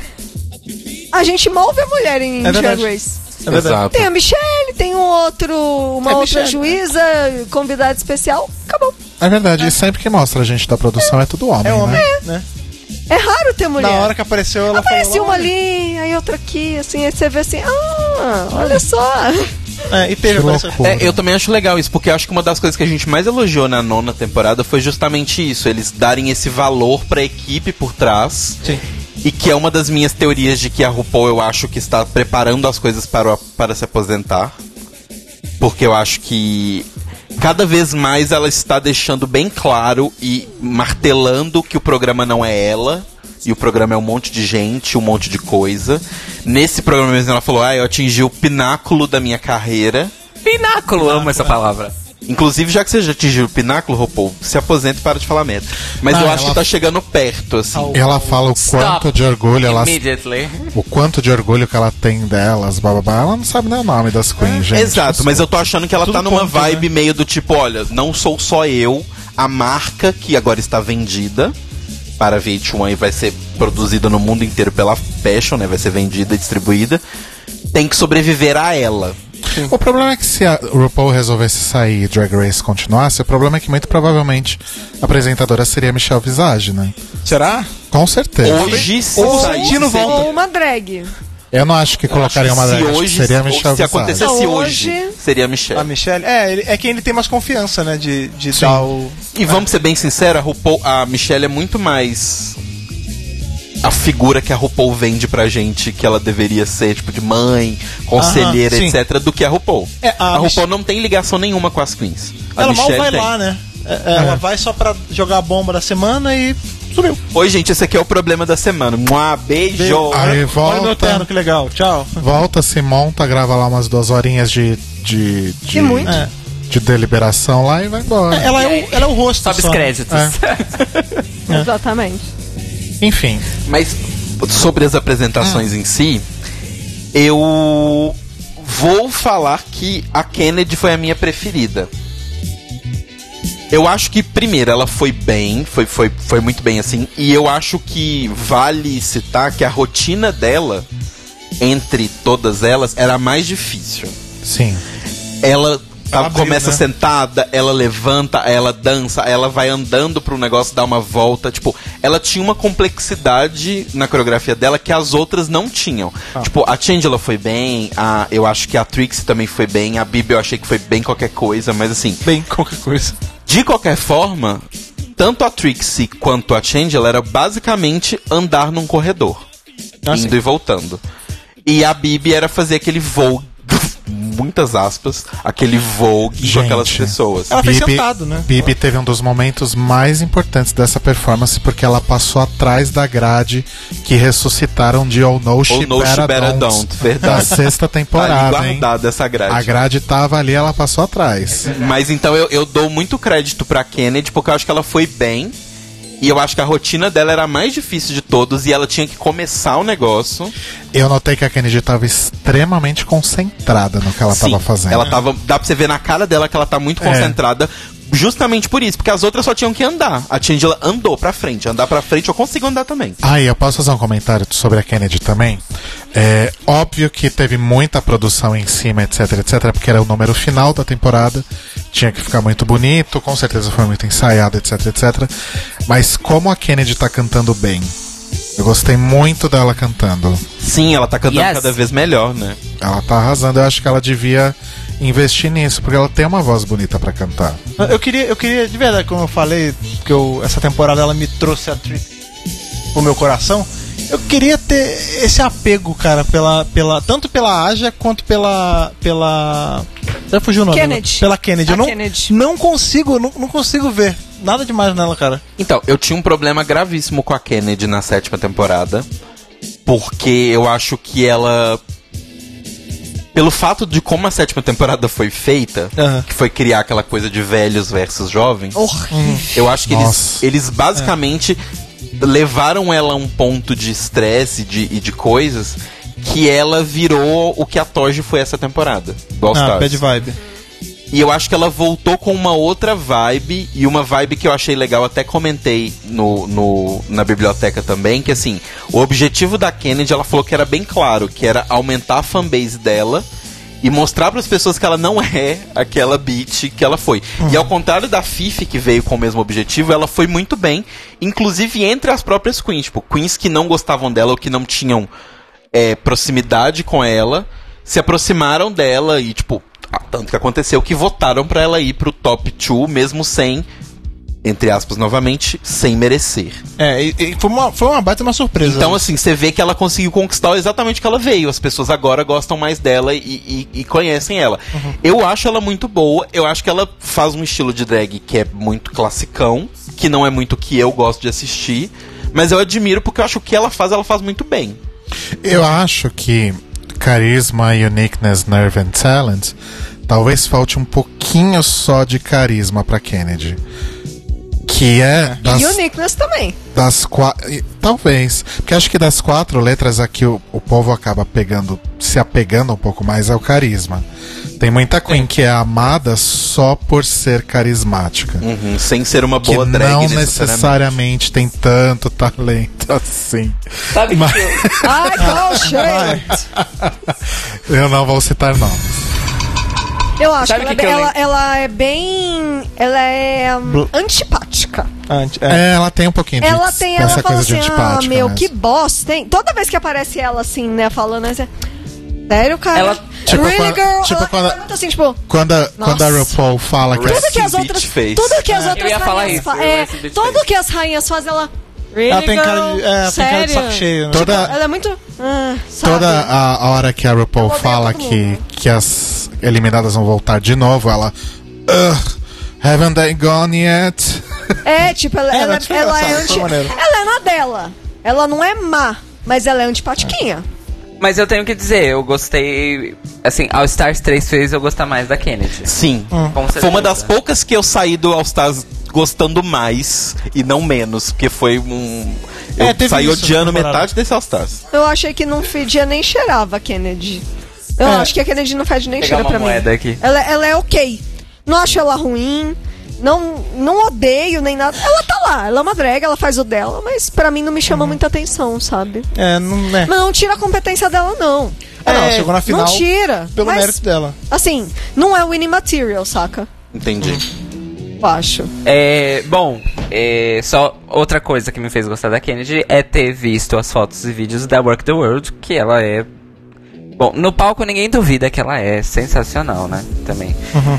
a gente mal vê mulher em É Drag verdade. Race. É verdade. Exato. Tem a Michelle, tem um outro, uma É, outra Michelle, juíza, convidada especial, acabou. É verdade, e sempre que mostra a gente da produção é tudo homem, É homem, né? né? É raro ter mulher. Na hora que apareceu, ela Aparece falou... uma "Olha." ali, aí outra aqui, assim, aí você vê assim, ah, olha só. É, e teve, Que apareceu. loucura. É, eu também acho legal isso, porque eu acho que uma das coisas que a gente mais elogiou na nona temporada foi justamente isso, eles darem esse valor pra equipe por trás. Sim. E que é uma das minhas teorias de que a RuPaul, eu acho que está preparando as coisas para, o- para se aposentar. Porque eu acho que cada vez mais ela está deixando bem claro e martelando que o programa não é ela. E o programa é um monte de gente, um monte de coisa. Nesse programa mesmo ela falou, ah, eu atingi o pináculo da minha carreira. Pináculo, amo essa palavra. Inclusive, já que você já atingiu o pináculo, RuPaul, se aposenta e para de falar merda. Mas Ah, eu acho ela- que tá chegando perto, assim. E ela fala o quanto de orgulho ela, Immediately. o quanto de orgulho que ela tem delas, bababá. Ela não sabe nem o nome das queens, gente. Exato, mas eu tô achando que ela Tudo tá numa ponto, vibe né? meio do tipo, olha, não sou só eu, a marca que agora está vendida para a V H um e vai ser produzida no mundo inteiro pela Fashion, né? Vai ser vendida e distribuída. Tem que sobreviver a ela. O problema é que se a RuPaul resolvesse sair e Drag Race continuasse, o problema é que muito provavelmente a apresentadora seria a Michelle Visage, né? Será? Com certeza. Hoje, se Ou sair, Santino seria- volta. Ou uma drag. Eu não acho que colocaria uma se drag, acho que hoje, seria a Michelle se Visage. acontecesse Não, hoje, hoje- seria a Michelle. A Michelle? É, ele, é quem ele tem mais confiança, né? De, de dar o... E vamos ser bem sinceros, a, RuPaul, a Michelle é muito mais a figura que a RuPaul vende pra gente, que ela deveria ser, tipo, de mãe, conselheira, Aham, sim. etcétera, do que a RuPaul. É, a a RuPaul Mich- não tem ligação nenhuma com as queens. A Ela mal Michelle vai tem. lá, né? É, ela vai só pra jogar a bomba da semana e sumiu. Oi, gente, esse aqui é o problema da semana. Um beijo! Aí Olha volta. meu terno, que legal. Tchau. Volta, se monta, grava lá umas duas horinhas de. de, de, E muito. É. de deliberação lá e vai embora. Ela é o, ela é o rosto Sobe só. os créditos. É. Exatamente. Enfim, Mas sobre as apresentações em si, eu vou falar que a Kennedy foi a minha preferida. Eu acho que, primeiro, ela foi bem, foi, foi, foi muito bem assim, e eu acho que vale citar que a rotina dela, entre todas elas, era a mais difícil. sim. Ela tá- Ela abriu, começa né? sentada, ela levanta, ela dança, ela vai andando pro negócio dar uma volta. Tipo, ela tinha uma complexidade na coreografia dela que as outras não tinham. Ah. Tipo, a Changela foi bem, a, eu acho que a Trixie também foi bem, a Bibi eu achei que foi bem qualquer coisa, mas assim, Bem, qualquer coisa. de qualquer forma, tanto a Trixie quanto a Changela era basicamente andar num corredor, Ah, indo sim. e voltando. E a Bibi era fazer aquele vogue, muitas aspas, aquele vogue com Gente. aquelas pessoas. Ela fez sentado, né? Bibi teve um dos momentos mais importantes dessa performance porque ela passou atrás da grade que ressuscitaram de Oh No She Ou no Better She Better Don't, Don't, da verdade. sexta Tá ali temporada, hein? guardada essa grade. A grade tava ali, ela passou atrás. Mas então eu, eu dou muito crédito pra Kennedy, porque eu acho que ela foi bem. E eu acho que a rotina dela era a mais difícil de todos e ela tinha que começar o negócio. Eu notei que a Kennedy estava extremamente concentrada no que ela estava fazendo. Ela tava, dá pra você ver na cara dela que ela tá muito É. concentrada. Justamente por isso, porque as outras só tinham que andar. A Shangela andou pra frente. Andar pra frente eu consigo andar também. Ah, e eu posso fazer um comentário sobre a Kennedy também? É óbvio que teve muita produção em cima, etc, etc, porque era o número final da temporada, tinha que ficar muito bonito, com certeza foi muito ensaiado, etc, etc. Mas como a Kennedy tá cantando bem, eu gostei muito dela cantando. Sim, ela tá cantando Yes. cada vez melhor, né? Ela tá arrasando, eu acho que ela devia investir nisso, porque ela tem uma voz bonita pra cantar. Eu queria, eu queria, de verdade, como eu falei, que eu, essa temporada ela me trouxe a Trix pro meu coração. Eu queria ter esse apego, cara, pela, pela, tanto pela Aja quanto pela. pela. Já fugiu o nome? Kennedy. Pela Kennedy. A Eu não, Kennedy. não consigo, não, não consigo ver nada demais nela, cara. Então, eu tinha um problema gravíssimo com a Kennedy na sétima temporada. Porque eu acho que ela. Pelo fato de como a sétima temporada foi feita, Aham. que foi criar aquela coisa de velhos versus jovens, Horrível. eu acho que eles, Nossa. eles basicamente levaram ela a um ponto de estresse e de, e de coisas que ela virou o que a Toji foi essa temporada do All Ah, Stars. bad vibe. E eu acho que ela voltou com uma outra vibe, e uma vibe que eu achei legal, até comentei no, no, na biblioteca também, que assim, o objetivo da Kennedy, ela falou que era bem claro, que era aumentar a fanbase dela e mostrar para as pessoas que ela não é aquela bitch que ela foi. Uhum. E ao contrário da Fifi, que veio com o mesmo objetivo, ela foi muito bem, inclusive entre as próprias queens, tipo, queens que não gostavam dela ou que não tinham é, proximidade com ela, se aproximaram dela e, tipo, ah, tanto que aconteceu que votaram pra ela ir pro top dois, mesmo sem, entre aspas, novamente, sem merecer. É, e, e foi, uma, foi uma baita uma surpresa. Então, assim, você vê que ela conseguiu conquistar exatamente o que ela veio. As pessoas agora gostam mais dela e, e- e conhecem ela. Eu acho ela muito boa. Eu acho que ela faz um estilo de drag que é muito classicão, que não é muito o que eu gosto de assistir. Mas eu admiro porque eu acho que ela faz, ela faz muito bem. Eu acho que carisma, uniqueness, nerve and talent, talvez falte um pouquinho só de carisma pra Kennedy. Que é das, E Uniqueness também. das quatro. Talvez. Porque acho que das quatro letras aqui o, o povo acaba pegando, se apegando um pouco mais ao carisma. Tem muita Queen que é amada só por ser carismática. Uhum, sem ser uma Que boa drag não necessariamente. necessariamente tem tanto talento assim. Sabe Mas- que eu- Ai, qual shade. Eu não vou citar nomes. Eu acho Sabe que, o que ela, que ela, eu ela é bem. Ela é hum, antipática. Antes, é. É, ela tem um pouquinho de Ela tem, ela essa fala coisa de assim, ah, antipática. meu, mesmo. que bosta, hein? Toda vez que aparece ela assim, né, falando assim, sério, cara? Ela- Tipo really, quando- girl? tipo ela quando- pergunta assim, tipo, Quando a, quando a Nossa. RuPaul fala que tudo que as Resting outras, bitch face. tudo que as É, outras eu ia falar rainhas isso, fa- eu é, resting bitch tudo face. que as rainhas fazem, ela really, Ela tem cara girl? de, é, ela tem cara de Sério? saco cheio, né? Toda- Ela é muito, ah, sabe? toda a, a hora que a RuPaul Ela odeia fala todo que, mundo. que as eliminadas vão voltar de novo, ela. Ugh, haven't they gone yet? É, tipo, ela, É, ela, não, tipo, ela é engraçado, anti... foi maneiro. Ela é na dela. Ela não é má, mas ela é antipatiquinha. Mas eu tenho que dizer, eu gostei. Assim, All Stars três fez eu gostar mais da Kennedy. Sim. Com certeza. Foi uma das poucas que eu saí do All Stars gostando mais e não menos, porque foi um. Eu É, teve saí isso odiando na temporada. metade desse All Stars. Eu achei que não fedia nem cheirava a Kennedy. Eu É. acho que a Kennedy não fede nem Pegar cheira uma pra mim. moeda aqui. Ela, ela é ok. Não acho ela ruim. Não, não odeio nem nada. Ela tá lá, ela é uma drag, ela faz o dela, mas pra mim não me chama muita atenção, sabe? É, não é. Mas não tira a competência dela, não. É, não, chegou na final Não tira. pelo mas, mérito dela. assim, não é winning material, saca? Entendi. Eu acho. É, bom, é, só outra coisa que me fez gostar da Kennedy é ter visto as fotos e vídeos da Work the World, que ela é. Bom, no palco ninguém duvida que ela é sensacional, né? Também.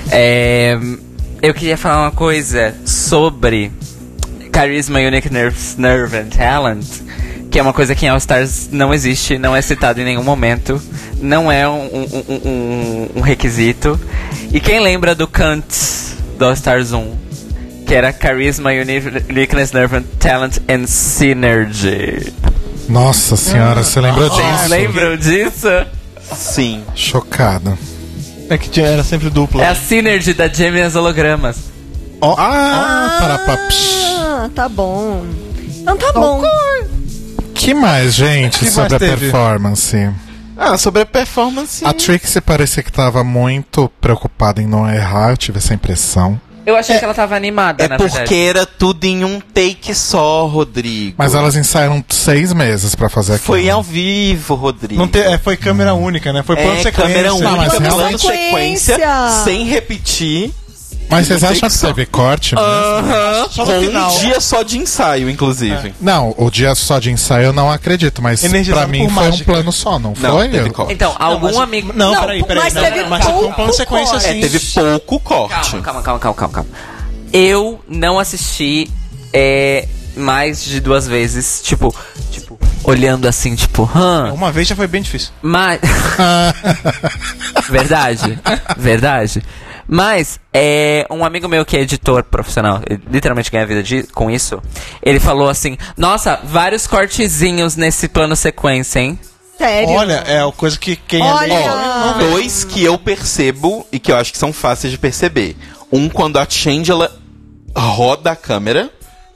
É, eu queria falar uma coisa sobre Charisma, Unique Nerve, Nerve and Talent, que é uma coisa que em All Stars não existe, não é citado em nenhum momento, não é um, um, um, um, um requisito. E quem lembra do Kant do All Stars um, que era Charisma, Uniqueness, Nerve and Talent and Synergy. Nossa senhora, você lembrou Vocês disso? lembram disso? Sim. Chocado. É que tinha, era sempre dupla. É a Synergy da Gêmeas Hologramas. Ó, ah, para papsh. Ah, tá bom. Então tá bom. Que mais, gente, Que sobre mais a teve? performance? Ah, sobre a performance. A Trixie parecia que tava muito preocupada em não errar, eu tive essa impressão. Eu achei que ela tava animada, É na porque verdade. era tudo em um take só, Rodrigo. Mas elas ensaiaram seis meses pra fazer aquilo. Foi ao vivo, Rodrigo. Não te, é, foi câmera única, né? Foi plano É, sequência. câmera Não, única, mas plano realmente- sequência, Sequência. sem repetir. Mas vocês Não tem acham que que só. teve corte mesmo? Aham, Só no com final. um dia só de ensaio, inclusive. Não, o dia só de ensaio eu não acredito, mas Energizado pra mim por foi mágica. um plano só, não, Não, foi? teve Eu- corte. Então, algum mas- amigo... Não, Não, peraí, peraí. mas não, teve mas foi um plano pouco sequência corte. assim. É, teve pouco corte. Calma, calma, calma, calma, calma, calma. Eu não assisti é, mais de duas vezes, tipo, tipo, olhando assim, tipo, hã? Uma vez já foi bem difícil. Mas. Verdade. Verdade. Mas, é, um amigo meu que é editor profissional, ele literalmente ganha vida de, com isso, ele falou assim: nossa, vários cortezinhos nesse plano sequência, hein? Sério? Olha, é a coisa que quem Olha! é Ó, dois que eu percebo e que eu acho que são fáceis de perceber. Um, quando a Shangela roda a câmera.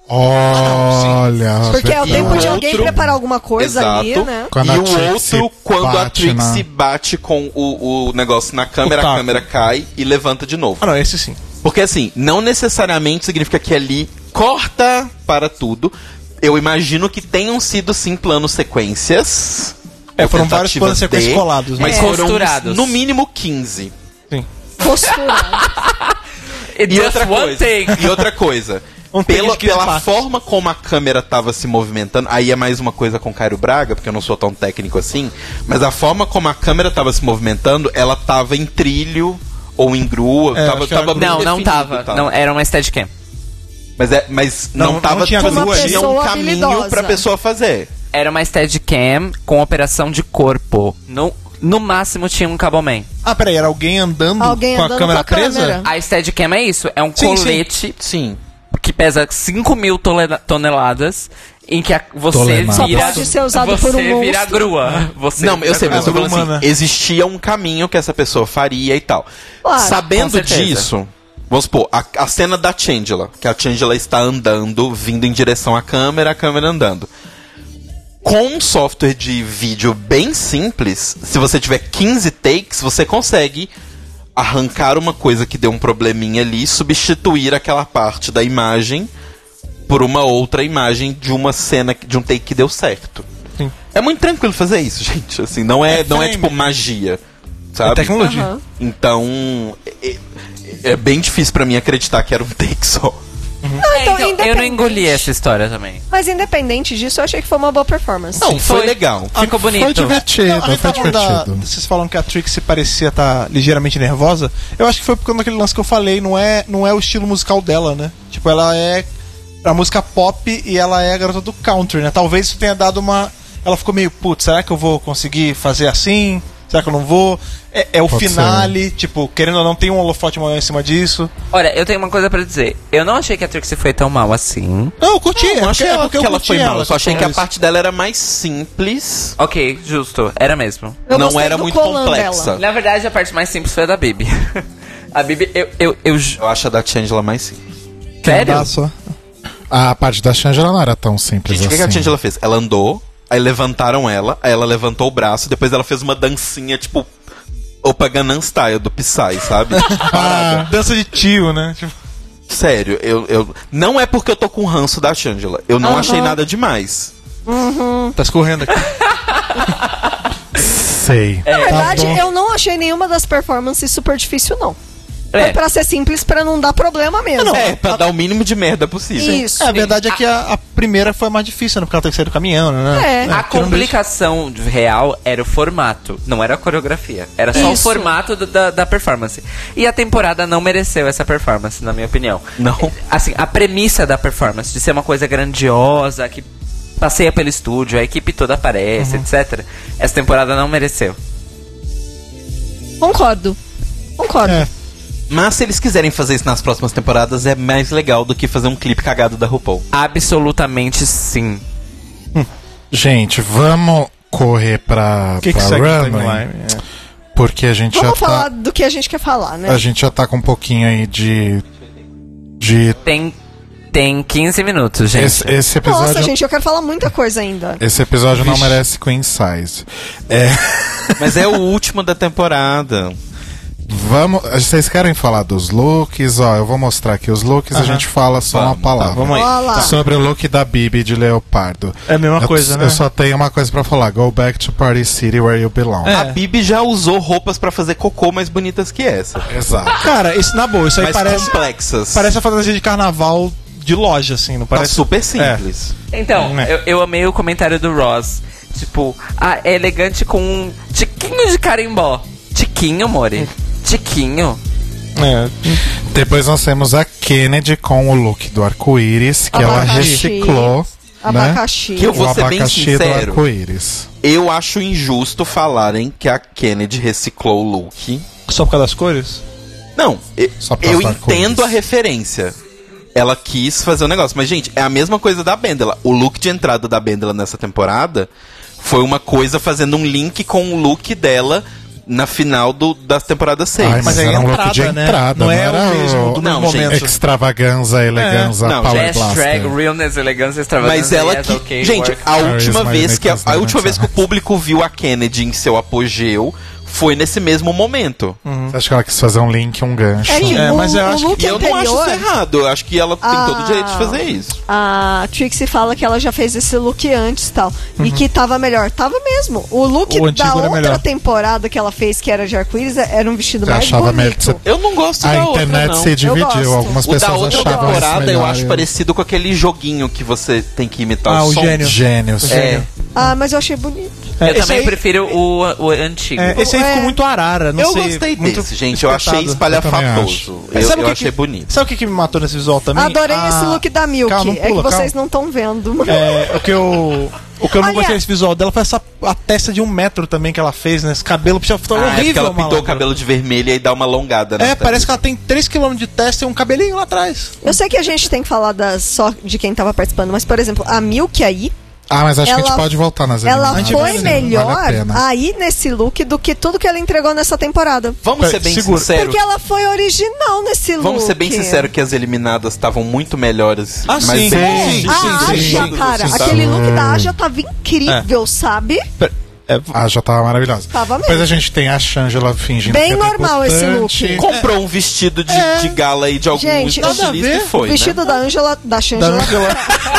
Olha. Porque é o E tempo o de alguém outro- preparar alguma coisa ali, Exato. né? Quando e a o Trixie outro, quando a bate Trixie na- bate com o, o negócio na câmera, O taco. a câmera cai e levanta de novo. Ah, não, esse sim. Porque assim, não necessariamente significa que ali corta para tudo. Eu imagino que tenham sido sim planos sequências. É, ou foram vários tentativas planos sequências de, colados, né? Mas É. foram Costurados. no mínimo quinze. Sim. Postura. It E just outra one coisa. take. E outra coisa. Um take Pela, de quinze pela partes. forma como a câmera tava se movimentando, aí é mais uma coisa com Cairo Braga, porque eu não sou tão técnico assim, mas a forma como a câmera tava se movimentando, ela tava em trilho ou em grua, É, tava, acho que era- tava bem Não, não definido, tava. tá? Não, era uma Steadicam. Mas, é, mas Não, não, não tava tinha tudo, grua ali. tinha um Pessoa caminho habilidosa. pra pessoa fazer. Era uma Steadicam com operação de corpo. No, no máximo tinha um Cableman. Ah, peraí, era alguém andando Alguém com a andando câmera com a presa? câmera. A Steadicam é isso. É um Sim, colete Sim. que pesa cinco mil tole- toneladas, em que a- você Toneladas. Só vira... pode ser usado você por um vira monstro. grua. Você Não, eu vira sei, mas eu grua. tô falando humana. assim, existia um caminho que essa pessoa faria e tal. Claro, com Sabendo certeza. disso, vamos supor, a, a cena da Shangela, que a Shangela está andando, vindo em direção à câmera, a câmera andando. Com um software de vídeo bem simples, se você tiver quinze takes, você consegue arrancar uma coisa que deu um probleminha ali, substituir aquela parte da imagem por uma outra imagem de uma cena, de um take que deu certo. Sim. É muito tranquilo fazer isso, gente. Assim, não é, É não é frame. tipo magia, sabe? É tecnologia. Aham. Então, é, é bem difícil pra mim acreditar que era um take só. É, então, então, eu não independente. engoli essa história também. Mas independente disso, eu achei que foi uma boa performance. Não, foi, foi. legal. Ficou bonito. Foi divertido, Não, a gente foi tá falando da- divertido. vocês falam que a Trixie parecia estar ligeiramente nervosa. Eu acho que foi por causa daquele lance que eu falei. Não é, não é o estilo musical dela, né? Tipo, ela é a música pop e ela é a garota do country, né? Talvez isso tenha dado uma... Ela ficou meio, putz, será que eu vou conseguir fazer assim? Será que eu não vou? É, é o Pode finale, tipo, querendo ou não, tem um holofote maior em cima disso. Olha, eu tenho uma coisa pra dizer. Eu não achei que a Trixie foi tão mal assim. Não, eu curti. Eu é não achei porque- é ela porque que eu ela curti foi mal. ela, Eu só achei que a isso. parte dela era mais simples. Ok, justo. Era mesmo. Eu não gostei era do muito colã complexa. dela. Na verdade, a parte mais simples foi a da Bibi. A Bibi, eu... eu, eu ju- Eu acho a da Shangela mais simples. Sério? Dá só. A parte da Shangela não era tão simples Gente, o que, que a assim. Shangela fez? Ela andou, aí levantaram ela, aí ela levantou o braço, depois ela fez uma dancinha, tipo, Opa Gangnam Style do Psy, sabe? Parada. Dança de tio, né? Tipo, Sério, eu, eu. Não é porque eu tô com ranço da Shangela. Eu não Aham. achei nada demais. tá escorrendo aqui. Sei. Na verdade, bom. eu não achei nenhuma das performances super difícil, não. É. É pra ser simples, pra não dar problema mesmo. É, pra dar o mínimo de merda possível. Isso. É, a verdade é que a, a primeira foi mais difícil, né? Porque ela tem que sair do caminhão, né? É. A tirando complicação real era o formato, não era a coreografia. Era só o Isso. formato do- da, da performance. E a temporada não mereceu essa performance, na minha opinião. Não. Assim, a premissa da performance, de ser uma coisa grandiosa, que passeia pelo estúdio, a equipe toda aparece, etcétera. Essa temporada não mereceu. Concordo. Concordo. É. Mas se eles quiserem fazer isso nas próximas temporadas, é mais legal do que fazer um clipe cagado da RuPaul. Absolutamente sim. Gente, vamos correr pra, O que, que pra segue no runway, timeline? É. porque a gente Vamos já falar tá, do que a gente quer falar, né? a gente já tá com um pouquinho aí de de Tem tem quinze minutos, gente. Esse, esse episódio, Nossa, gente, eu quero falar muita coisa ainda. esse episódio não Vixe. merece Queen Size. É, Mas é o último da temporada. vamos, vocês querem falar dos looks? Ó, eu vou mostrar aqui os looks, a Aham. gente fala só Vamos, uma palavra. tá, vamos aí. Olha lá. Sobre o look da Bibi de Leopardo. É a mesma eu, coisa, né? Eu só tenho uma coisa pra falar. Go back to Party City where you belong. É. A Bibi já usou roupas pra fazer cocô mais bonitas que essa. Exato. Cara, isso na boa, isso aí Mais parece, complexas. parece a fantasia de carnaval de loja, assim, não Tá parece? super simples. Então, É. eu, eu amei o comentário do Ross. Tipo, ah, é elegante com um tiquinho de carimbó. Tiquinho, Mori. Tiquinho. É. Depois nós temos a Kennedy com o look do arco-íris, que ela Abacaxi. reciclou. Abacaxi. Que eu vou o ser bem abacaxi do sincero. arco-íris. Eu acho injusto falarem que a Kennedy reciclou o look. Só por causa das cores? Não, eu, Só por causa eu do entendo arco-íris. a referência. Ela quis fazer o negócio. Mas, gente, é a mesma coisa da Bendela. O look de entrada da Bendela nessa temporada foi uma coisa fazendo um link com o look dela na final do, da temporada seis. Ai, mas, Mas aí era um entrada, look de né? entrada, Não não, é era o mesmo do Não, momento. gente. extravaganza, eleganza, Não, power Jazz, blaster. drag, realness, elegância, extravagância. Mas ela yes, que. okay, gente, work. a última Charisma, vez que a, makes a última vez que o sense. público viu a Kennedy em seu apogeu foi nesse mesmo momento. Você acha que ela quis fazer um link, um gancho? É que É, o, mas eu acho o look E eu não acho anterior, isso errado. Eu acho que ela tem Ah. todo o direito de fazer isso. a Trixie fala que ela já fez esse look antes e tal. E que tava melhor. Tava mesmo. O look O antigo da era outra melhor. temporada que ela fez, que era de arco-íris, era um vestido Você mais achava melhor- bonito. você- Eu não gosto A da outra, internet não. se dividiu. gosto. Algumas O da pessoas outra achavam esse temporada eu melhor, acho parecido com aquele joguinho que você tem que imitar Ah, o o som. gênio. Gênios. É. Ah, mas eu achei bonito. É, Eu esse também aí- prefiro o, o antigo. É, esse aí É. ficou muito arara, não Eu sei. gostei muito desse, gente. Eu achei espetado. Eu também espalhafatoso. É, Eu, sabe o eu que achei que- bonito. Sabe o que, que me matou nesse visual também? Adorei Ah, esse look da Milk. calma, não é que pula, vocês calma. não estão vendo. É, o que eu. O que eu não Olha- gostei desse visual dela foi essa a testa de um metro também que ela fez, né? Esse cabelo ficou Ah, é porque horrível, ela pintou malandro. o cabelo de vermelho e aí dá uma alongada. É, parece que ela tem três quilômetros de testa e um cabelinho lá atrás. Eu sei que a gente tem que falar das, só de quem tava participando, mas, por exemplo, a Milk aí, Ah, mas acho que a Ela- gente pode voltar nas ela eliminadas. foi Sim, melhor vale a pena. aí nesse look do que tudo que ela entregou nessa temporada. Vamos Pera, ser bem segura. sinceros. Porque ela foi original nesse look. Vamos ser bem sinceros que as eliminadas estavam muito melhores. Ah, mas sim, bem sim, A sim, Aja, sim, cara, sim, aquele sim. look da Aja tava incrível, sabe? É, Ah, já tava maravilhosa. Tava mesmo. Depois a gente tem a Shangela fingindo Bem que é normal esse debutante. look. Comprou um vestido de, É. de gala aí de algum Gente, nada a estilista ver. e foi, o vestido né? da Angela, da da Shangela, Angela.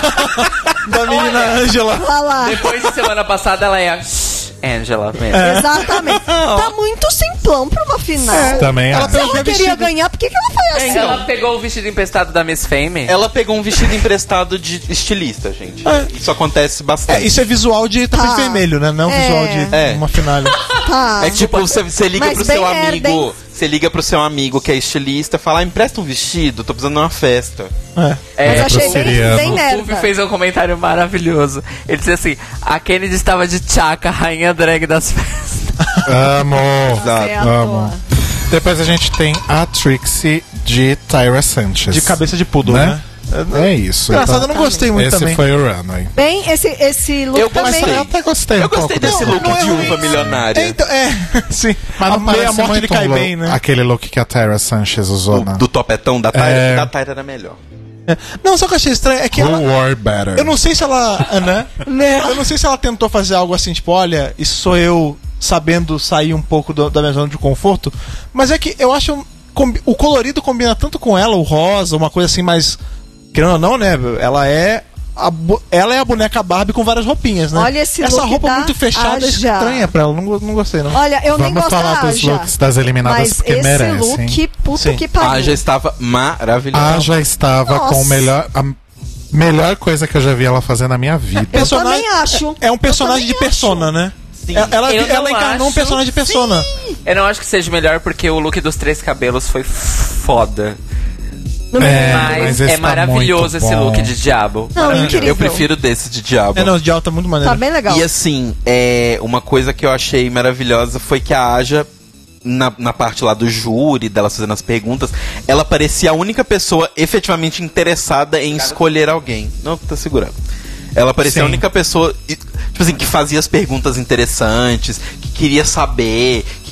da menina Angela. lá lá. Depois de semana passada, ela é a Angela mesmo. Exatamente. Tá muito simplão pra uma final. Também Ela acho. Se pegou ela o queria vestido. ganhar, por que, que ela foi assim? Ela pegou o vestido emprestado da Miss Fame. Ela pegou um vestido emprestado de estilista, gente. É. Isso acontece É, bastante. isso é visual de tapete Tá. vermelho, né? Não É. visual de É. uma final. Tá. É tipo, você, você liga Mas pro bem seu merda, amigo. hein? Você liga pro seu amigo que é estilista e fala, ah, empresta um vestido, tô precisando de uma festa. É. É, Mas achei bem, Siriano. bem o Puff nerda. fez um comentário maravilhoso. Ele disse assim: a Kennedy estava de tchaca, rainha drag das festas. Amo. Você é à Amo. toa. Depois a gente tem a Trixie de Tyra Sanchez. De cabeça de poodle, Né? né? É isso. Engraçado, então, eu não gostei muito esse também. foi o runway. Bem, esse, esse look Eu também. gostei. Eu até gostei um Eu pouco gostei desse desse look Não é de ruim. uva milionária. É, então, é, sim. Mas a não meia parece morte muito lhe cai um bem, look- né? Aquele look que a Tyra Sanchez usou, O- né? do topetão da Tyra, É. da Tyra era melhor. É. Não, só que eu achei estranho é que Who ela. wore better? Eu não sei se ela. Né? Né? Eu não sei se ela tentou fazer algo assim, tipo, olha, isso sou eu sabendo sair um pouco do- da minha zona de conforto. Mas é que eu acho. um- combi- O colorido combina tanto com ela, o rosa, uma coisa assim mais. Querendo ou não, né? Ela é. A, bo- ela é a boneca Barbie com várias roupinhas, né? Olha esse Essa look roupa da muito fechada é Aja. estranha pra ela. Não, go- não gostei, não. Olha, eu nem Vamos gosto falar da dos Aja. looks das eliminadas Mas porque esse merecem. look, puta Sim. que pariu. Ah, já estava maravilhosa. A já estava Nossa. com o melhor, a melhor coisa que eu já vi ela fazer na minha vida. Eu Personagem- também acho. É um personagem de Eu também persona, né? Sim. Ela, ela, Eu ela não encarnou um acho. personagem de persona. Eu não acho que seja melhor porque o look dos três cabelos foi foda. Não, É, mas, mas esse é tá maravilhoso muito esse bom. look de diabo. Não, Maravilhoso. incrível. Eu prefiro desse de diabo. É, não, o Dial tá muito maneiro. Tá bem legal. E assim, é, uma coisa que eu achei maravilhosa foi que a Aja, na, na parte lá do júri, delas fazendo as perguntas, ela parecia a única pessoa efetivamente interessada em escolher alguém. Não, tá segurando. Ela parecia Sim. a única pessoa, e, tipo assim, que fazia as perguntas interessantes, que queria saber, que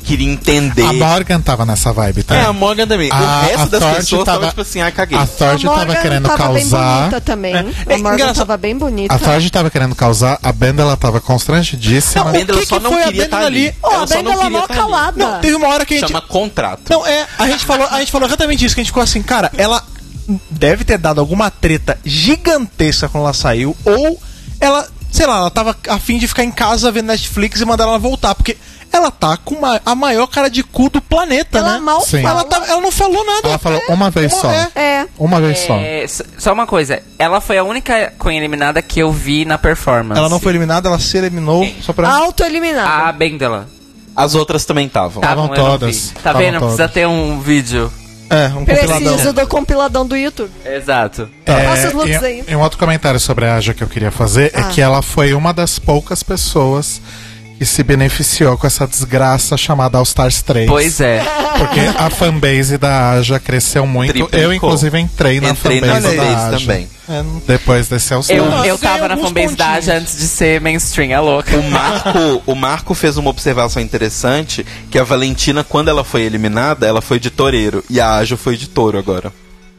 queria entender. A Morgan tava nessa vibe, tá? É, a Morgan também. A- o resto a das Thorne pessoas tava- tava tipo assim, ai, caguei. A Thorne A tava Morgan querendo tava bem causar. bonita também. É, A Morgan engraçado. tava bem bonita. A Thorne tava querendo causar, a Benda ela tava constrangidíssima. A o Benda ela que só que não foi a queria Benda estar ali. ali? Ó, Ela a só Benda não ela queria mó estar ali. calada. Não, teve uma hora que a gente. Chama contrato. Não, é, a gente falou, a gente falou exatamente isso, que a gente ficou assim, cara, ela deve ter dado alguma treta gigantesca quando ela saiu, ou ela, sei lá, ela tava a fim de ficar em casa vendo Netflix e mandar ela voltar, porque ela tá com uma- a maior cara de cu do planeta, Ela né? mal Sim. fala. Ela, tá- ela não falou nada. Ela falou uma vez Uma- só. é. É. Uma vez só. É, s- só uma coisa, ela foi a única Queen eliminada que eu vi na performance. Ela não foi eliminada, ela se eliminou só pra. Auto-eliminada. A Bendela. As outras também estavam. Tavam Tavam, eu não todas. vi. Tá Tavam vendo? Precisa todas. ter um vídeo. É, um compiladão. Preciso do compiladão do YouTube. Exato. Passa os looks e, aí. e um outro comentário sobre a Aja que eu queria fazer Ah. é que ela foi uma das poucas pessoas que se beneficiou com essa desgraça chamada All Stars três. Pois é. Porque a fanbase da Aja cresceu muito. Triplicou. Eu, inclusive, entrei na Entrei na fanbase da fanbase Aja. também. É, não- Depois desse All Eu, Stars. Nossa, eu tava ganhei na alguns fanbase da pontinhos. Aja antes de ser mainstream, é louca. O Marco, o Marco fez uma observação interessante, que a Valentina, quando ela foi eliminada, ela foi de toureiro. E a Aja foi de touro agora.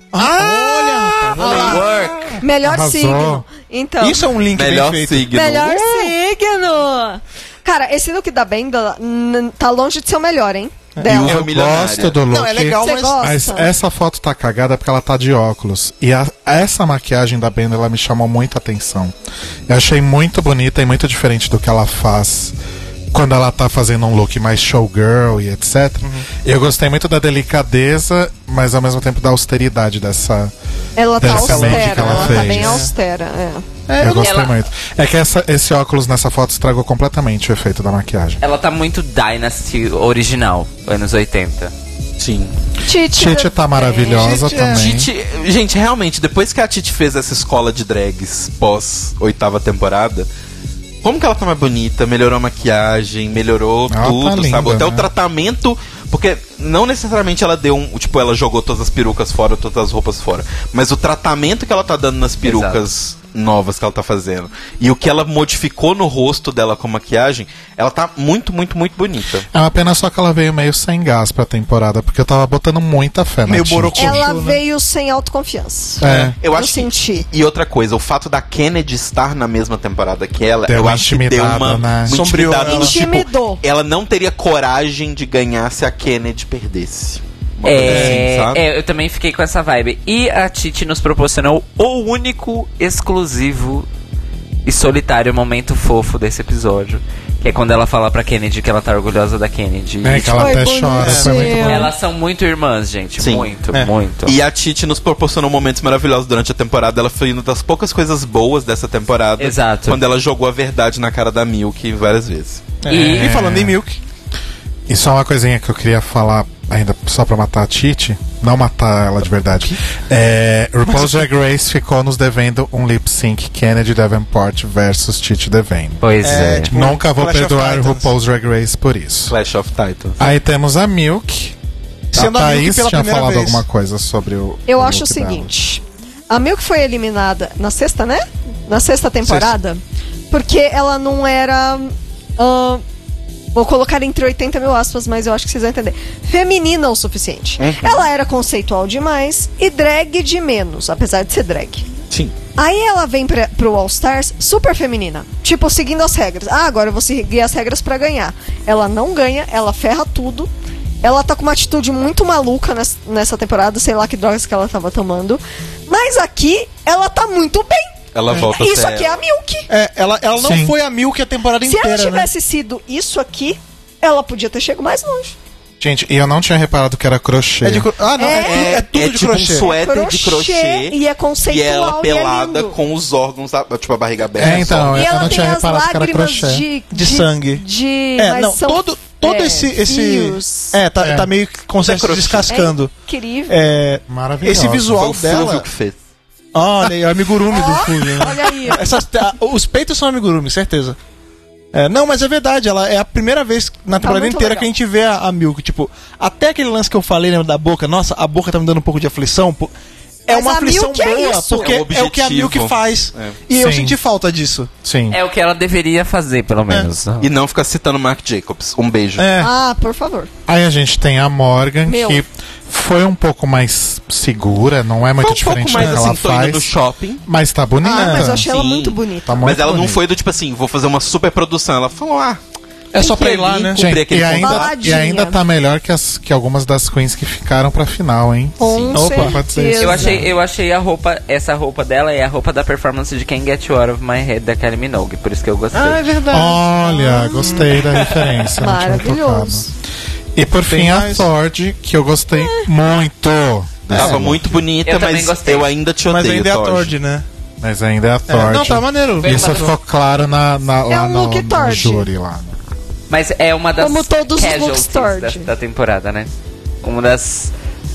Ah, olha! Work. Melhor Arrasou. signo. Então. Isso é um link Melhor bem feito. signo. Melhor signo. Cara, esse look da Benda n- tá longe de ser o melhor, hein? E Dela. o- Eu milionária. gosto do look. Não, é legal, Você mas. gosta? Mas essa foto tá cagada porque ela tá de óculos. E a- essa maquiagem da Benda, ela me chamou muito a atenção. Eu achei muito bonita e muito diferente do que ela faz quando ela tá fazendo um look mais showgirl e etcétera. Uhum. Eu gostei muito da delicadeza, mas ao mesmo tempo da austeridade dessa. Ela tá Dessa make austera. que ela Ela, tá fez. bem austera. É. É, eu eu não- gostei ela- muito. É que essa- esse óculos nessa foto estragou completamente o efeito da maquiagem. Ela tá muito Dynasty original, anos oitenta. Sim. Titi. Titi tá maravilhosa Titi é- também. Titi, gente, realmente, depois que a Titi fez essa escola de drags pós oitava temporada, como que ela tá mais bonita, melhorou a maquiagem, melhorou Ela tudo, tá linda, sabe? Até né? o tratamento, porque não necessariamente ela deu um, tipo, ela jogou todas as perucas fora, todas as roupas fora, mas o tratamento que ela tá dando nas perucas novas que ela tá fazendo e o que ela modificou no rosto dela com maquiagem, ela tá muito, muito, muito bonita. É uma pena só que ela veio meio sem gás pra temporada, porque eu tava botando muita fé na Meio Titi. borocô. Ela né? veio sem autoconfiança. É. Eu Eu acho que- senti. E outra coisa, o fato da Kennedy estar na mesma temporada que ela, Deu eu uma acho que deu intimidada, uma, né? uma Sombreou intimidada. ela. Tipo, Intimidou. ela não teria coragem de ganhar se a Kennedy perdesse. Uma coisa É, assim, sabe? é, eu também fiquei com essa vibe. E a Titi nos proporcionou o único, exclusivo e solitário momento fofo desse episódio. Que é quando ela fala pra Kennedy que ela tá orgulhosa da Kennedy. É, E, que ela Foi até bonitinho. chora, foi muito bom. elas são muito irmãs, gente. Sim. Muito, É. muito. E a Titi nos proporcionou momentos maravilhosos durante a temporada. Ela foi uma das poucas coisas boas dessa temporada. Exato. Quando ela jogou a verdade na cara da Milk várias vezes. É. E- E falando em Milk, E só uma coisinha que eu queria falar, ainda só pra matar a Titi, não matar ela de verdade. É, RuPaul's Drag Race ficou nos devendo um lip sync Kennedy Davenport versus Titi Devane. Pois É, é. tipo, Nunca vou Clash of perdoar Titans. RuPaul's Drag Race por isso. Clash of Titans. Aí temos a Milk. Sendo a a Milk Thaís pela tinha primeira falado vez. alguma coisa sobre o. Eu o acho o look dela. seguinte. A Milk foi eliminada na sexta, né? Na sexta temporada. Porque ela não era. ahn, vou colocar entre oitenta mil aspas, mas eu acho que vocês vão entender. Feminina o suficiente. Ela era conceitual demais e drag de menos, apesar de ser drag. Sim. Aí ela vem pra, pro All Stars super feminina. Tipo, seguindo as regras. Ah, agora eu vou seguir as regras pra ganhar. Ela não ganha, ela ferra tudo. Ela tá com uma atitude muito maluca nessa, nessa temporada, sei lá que drogas que ela tava tomando. Mas aqui, ela tá muito bem. Ela volta a Isso ser aqui é ela. a Milk. é, ela, ela não Sim. foi a Milk a temporada Se inteira, ela né? tivesse sido isso aqui, ela podia ter chegado mais longe. Gente, e eu não tinha reparado que era crochê. É de cro- Ah, não, é, É, tudo, é tudo é de tipo crochê. um suéter de crochê. E é conceitual E ela e é pelada lindo. com os órgãos, da- tipo a barriga aberta. É, então, E eu ela não tem tinha as reparado que era lágrimas crochê. de, De sangue. De, É, mas não, são, todo, todo é, esse, esse. fios. É, tá, É. tá meio que como se É estivesse crochê. descascando. É incrível. É, Maravilhosa. esse Foi visual o Fulvio dela. que fez. Olha aí, é o amigurumi do Fulvio. Né? Olha aí. Essas, ah, os peitos são amigurumi, certeza. É, não, mas é verdade, ela é a primeira vez na temporada muito inteira legal. que a gente vê a, a Milk. Tipo, até aquele lance que eu falei, lembra da boca? Nossa, a boca tá me dando um pouco de aflição. pô. é Mas uma a aflição Milk é boa, isso. porque É o é o que a objetivo. Milk faz. É. E eu Sim. senti falta disso. Sim. É o que ela deveria fazer, pelo menos. E não ficar citando Marc Jacobs. Um beijo. É. Ah, por favor. Aí a gente tem a Morgan, Meu. que foi um pouco mais segura, não é muito Foi um diferente pouco mais do que assim, ela tô indo no faz. shopping. Mas tá bonita. Ah, mas eu achei ela sim. muito bonita. Tá muito Mas ela não bonita. foi do tipo assim, vou fazer uma super produção. Ela falou, ah, É só tem pra que ir lá, ali né? cumprir Gente, aquele e ainda, contrato. Baladinha. e ainda tá melhor que, as, que algumas das queens que ficaram pra final, hein? Com Opa, certeza. pode ser isso. Eu achei, eu achei a roupa, essa roupa dela é a roupa da performance de Can't Get You Out of My Head da Kylie Minogue, por isso que eu gostei. Ah, é verdade. Olha, gostei da referência. não tinha tocado. Maravilhoso. E por Tem fim, a mais? Thord, que eu gostei muito. Tava dela. muito bonita, Eu também mas gostei. eu ainda te Mas odeio, ainda é a Todd. Tord, né? Mas ainda é a É, Thord. não, tá maneiro. Bem Isso maneiro. ficou claro na, na, lá É um no, look no Thord. júri lá. Mas é uma das Como todos os casualties looks Thord. da, da temporada, né? Uma das...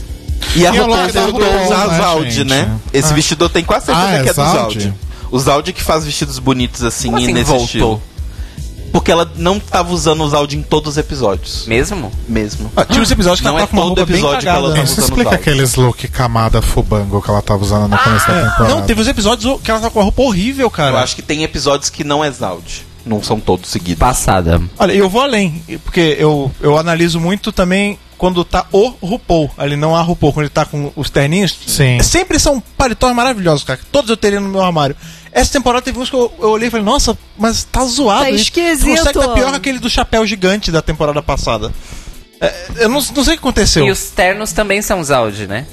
E a E o roupa look da da RuPaul RuPaul, usa né, Zaldi, gente? né? Esse Ah. vestidor tem quase certeza Ah, é que é do Zaldi? Zaldi. O Zaldi que faz vestidos bonitos assim, Como e assim nesse voltou? estilo. Porque ela não tava usando o Zaldi em todos os episódios. Mesmo? Mesmo. Ah, tinha uns episódios que Não ela é tá com uma todo roupa bem episódio que ela cagada. tá Isso usando explica Zaldi. aqueles look camada fubango que ela tava usando no começo da temporada. Não, teve uns episódios que ela tá com uma roupa horrível, cara. Eu acho que tem episódios que não é Zaldi. Não são todos seguidos. Passada. Olha, eu vou além, porque eu, eu analiso muito também quando tá o RuPaul, ali não a RuPaul, quando ele tá com os terninhos. Sim. Sempre são paletós maravilhosos, cara. Todos eu teria no meu armário. Essa temporada teve uns que eu, eu olhei e falei, nossa, mas tá zoado. Tá isso. esquisito. Consegue tá pior que aquele do chapéu gigante da temporada passada. É, eu não, não sei o que aconteceu. E os ternos também são Zaldi, né?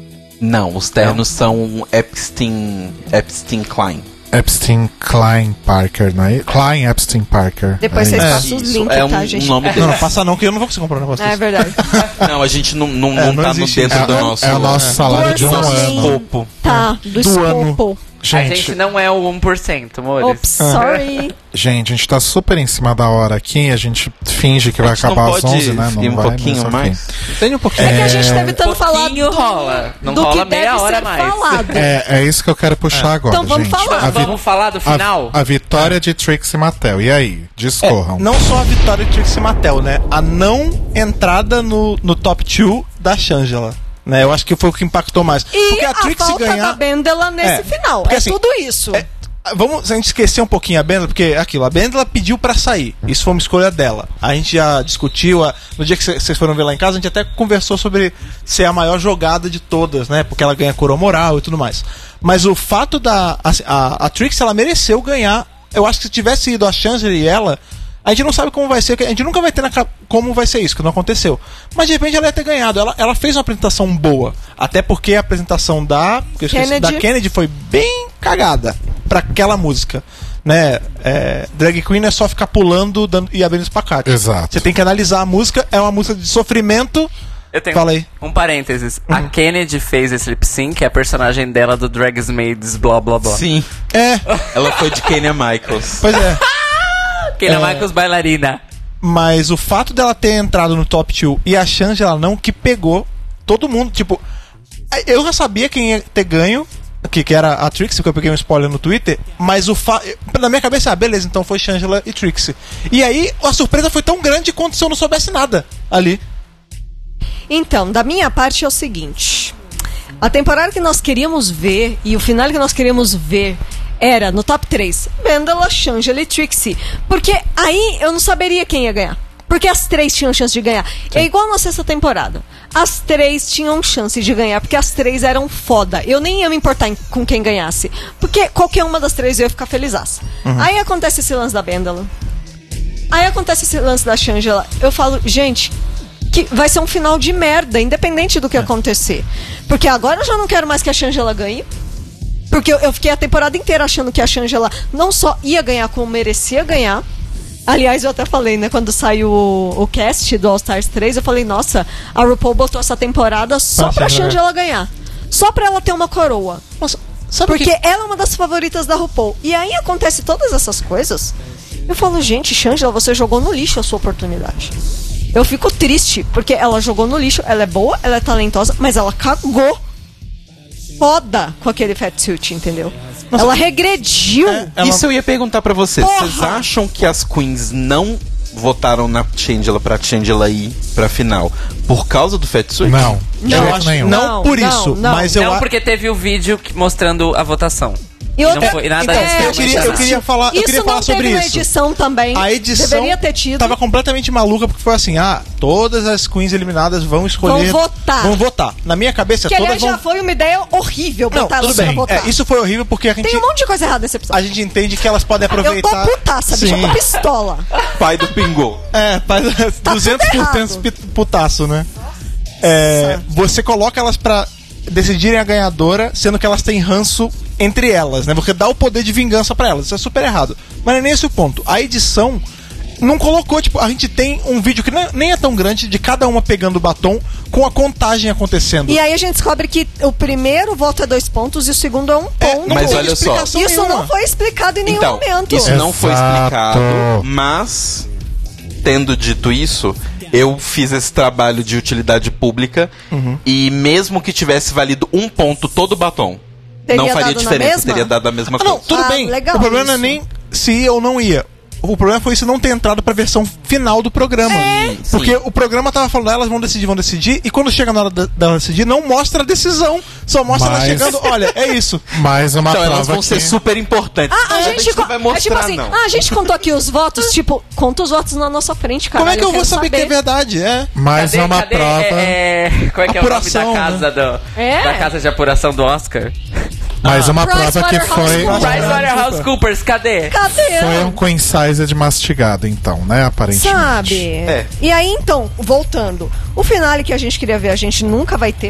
Não, os ternos são Epstein, Epstein Klein. Epstein Klein Parker, não é? Klein Epstein Parker. Depois é vocês isso. passam os Isso, links, é um, tá, um gente? nome Não, dele. não passa não, que eu não vou conseguir comprar um negócio É desse. verdade. Não, a gente não, não, É, não não tá existe no dentro É, do nosso... é o nosso salário de um orçamento. ano. escopo. Tá, do, Do ano. escopo. A gente não é o um por cento, amores. Ops, sorry. Gente, a gente tá super em cima da hora aqui. A gente finge que vai A gente não acabar às pode onze, né? Não ir um vai, pouquinho mas ok. mais? Tem um pouquinho. É que a gente teve tanto falado pouquinho do, rola. Não do rola que meia deve hora ser mais. falado. É, é isso que eu quero puxar agora, Então vamos gente. falar. A, vi- Vamos falar do final? a, a vitória de Trixie Mattel. E aí? Discorram. É, não só a vitória de Trixie Mattel, né? A não entrada no, no top dois da Shangela. Né? Eu acho que foi o que impactou mais. E porque a a, Trixie falta ganhar. da Bendela nesse É, final. porque É assim, tudo isso. É, vamos a gente esquecer um pouquinho a Bendela, porque é aquilo, a Bendela pediu pra sair. Isso foi uma escolha dela. A gente já discutiu, a- no dia que vocês foram ver lá em casa, a gente até conversou sobre ser a maior jogada de todas, né? Porque ela ganha coroa moral e tudo mais. Mas o fato da. A, a, a Trixie, ela mereceu ganhar. Eu acho que se tivesse ido a Shangela e ela. A gente não sabe como vai ser, a gente nunca vai ter na, ca- como vai ser isso, que não aconteceu. Mas de repente ela ia ter ganhado. Ela, ela fez uma apresentação boa. Até porque a apresentação da, que eu esqueci, Kennedy. da Kennedy foi bem cagada pra aquela música. Né? É, drag Queen é só ficar pulando dando, e abrindo espacate. Exato. Você tem que analisar a música, é uma música de sofrimento. Eu tenho Fala aí. um parênteses. A Kennedy fez esse lip sync, é a personagem dela do Drags Maids, blá blá blá. Sim, É, ela foi de Kenya Michaels. pois é. Kenya É. Michaels bailarina. Mas o fato dela ter entrado no top dois e a Shangela não, que pegou todo mundo. Tipo, eu já sabia quem ia ter ganho, que, que era a Trixie, que eu peguei um spoiler no Twitter. Mas o fa... na minha cabeça, ah, beleza, então foi Shangela e Trixie. E aí a surpresa foi tão grande quanto se eu não soubesse nada ali. Então, da minha parte é o seguinte. A temporada que nós queríamos ver e o final que nós queríamos ver era no top três, Bendela, Shangela e Trixie. Porque aí eu não saberia quem ia ganhar. Porque as três tinham chance de ganhar. É igual na sexta temporada. As três tinham chance de ganhar, porque as três eram foda. Eu nem ia me importar em- com quem ganhasse. Porque qualquer uma das três eu ia ficar felizaça. Aí acontece esse lance da Bendela. Aí acontece esse lance da Shangela. Eu falo, gente, que vai ser um final de merda, independente do que acontecer. Porque agora eu já não quero mais que a Shangela ganhe. Porque eu, eu fiquei a temporada inteira achando que a Shangela não só ia ganhar, como merecia ganhar. Aliás, eu até falei, né, quando saiu o, o cast do All Stars três, eu falei, nossa, a RuPaul botou essa temporada só Pra pra Shangela Shangela ganhar. Só pra ela ter uma coroa. Nossa, sabe o Porque que... ela é uma das favoritas da RuPaul. E aí acontece todas essas coisas. Eu falo, gente, Shangela, você jogou no lixo a sua oportunidade. Eu fico triste, porque ela jogou no lixo, ela é boa, ela é talentosa, mas ela cagou foda com aquele fatsuit, entendeu? Ela regrediu. É, ela- Isso eu ia perguntar pra vocês. Porra! Vocês acham que as queens não votaram na Shangela pra Shangela ir pra final por causa do Fatsuit? Não, de Não, jeito acho- nenhum. não, Não, por não, isso, não. mas eu Não, acho. porque teve o vídeo que- mostrando a votação. E E outra- não foi nada Então, extremamente eu queria, eu nada. queria falar, eu Isso queria não falar sobre teve na isso. edição também. A edição Deveria ter tido. tava completamente maluca porque foi assim: ah, todas as queens eliminadas vão escolher. Vão votar. Vão votar. Na minha cabeça, Que todas aliás vão. já foi uma ideia horrível Não, botar tudo elas pra bem. votar. É, isso foi horrível porque a gente, Tem um monte de coisa errada nesse episódio. a gente entende que elas podem Eu tô aproveitar. putaça, bicho, eu tô Sim. pistola. Pai do Pingou. É, faz Tá duzentos por cento tudo pit- putaço, né? É, você coloca elas pra decidirem a ganhadora, sendo que elas têm ranço entre elas, né? Você dá o poder de vingança pra elas. Isso é super errado. Mas não é nem esse o ponto. A edição não colocou, tipo, a gente tem um vídeo que nem- nem é tão grande de cada uma pegando o batom com a contagem acontecendo. E aí a gente descobre que o primeiro voto é dois pontos e o segundo é um É, ponto. não Mas tem olha só. explicação Isso nenhuma. não foi explicado em nenhum Então, momento. isso não foi Exato. explicado, mas, tendo dito isso, eu fiz esse trabalho de utilidade pública e mesmo que tivesse valido um ponto todo o batom, Teria não faria dado na diferença, mesma? teria dado a mesma Ah, não, coisa. tudo Ah, bem. legal O problema não é isso. nem se ia ou não ia. O problema foi isso não ter entrado pra versão final do programa. É. Porque Sim. o programa tava falando, "Ah, elas vão decidir, vão decidir, e quando chega na hora da- delas decidir, não mostra a decisão. Só mostra Mas- ela chegando, olha, é isso. Mais uma Então prova elas vão que... ser super importantes. Ah, a É, gente, não co- vai é mostrar, tipo assim, não. ah, a gente contou aqui os votos, tipo, conta os votos na nossa frente, cara. Como é que eu, vou saber, que é verdade? É. Mais Cadê, uma cadê, prova... É, é, qual é que é Apuração, o nome da casa do, É? da casa de apuração do Oscar? Mais uma prova que foi... PricewaterhouseCoopers. PricewaterhouseCoopers, cadê? Cadê? Foi um queen size de mastigado, então, né? Aparentemente. Sabe? É. E aí, então, voltando. O finale que a gente queria ver, a gente nunca vai ter.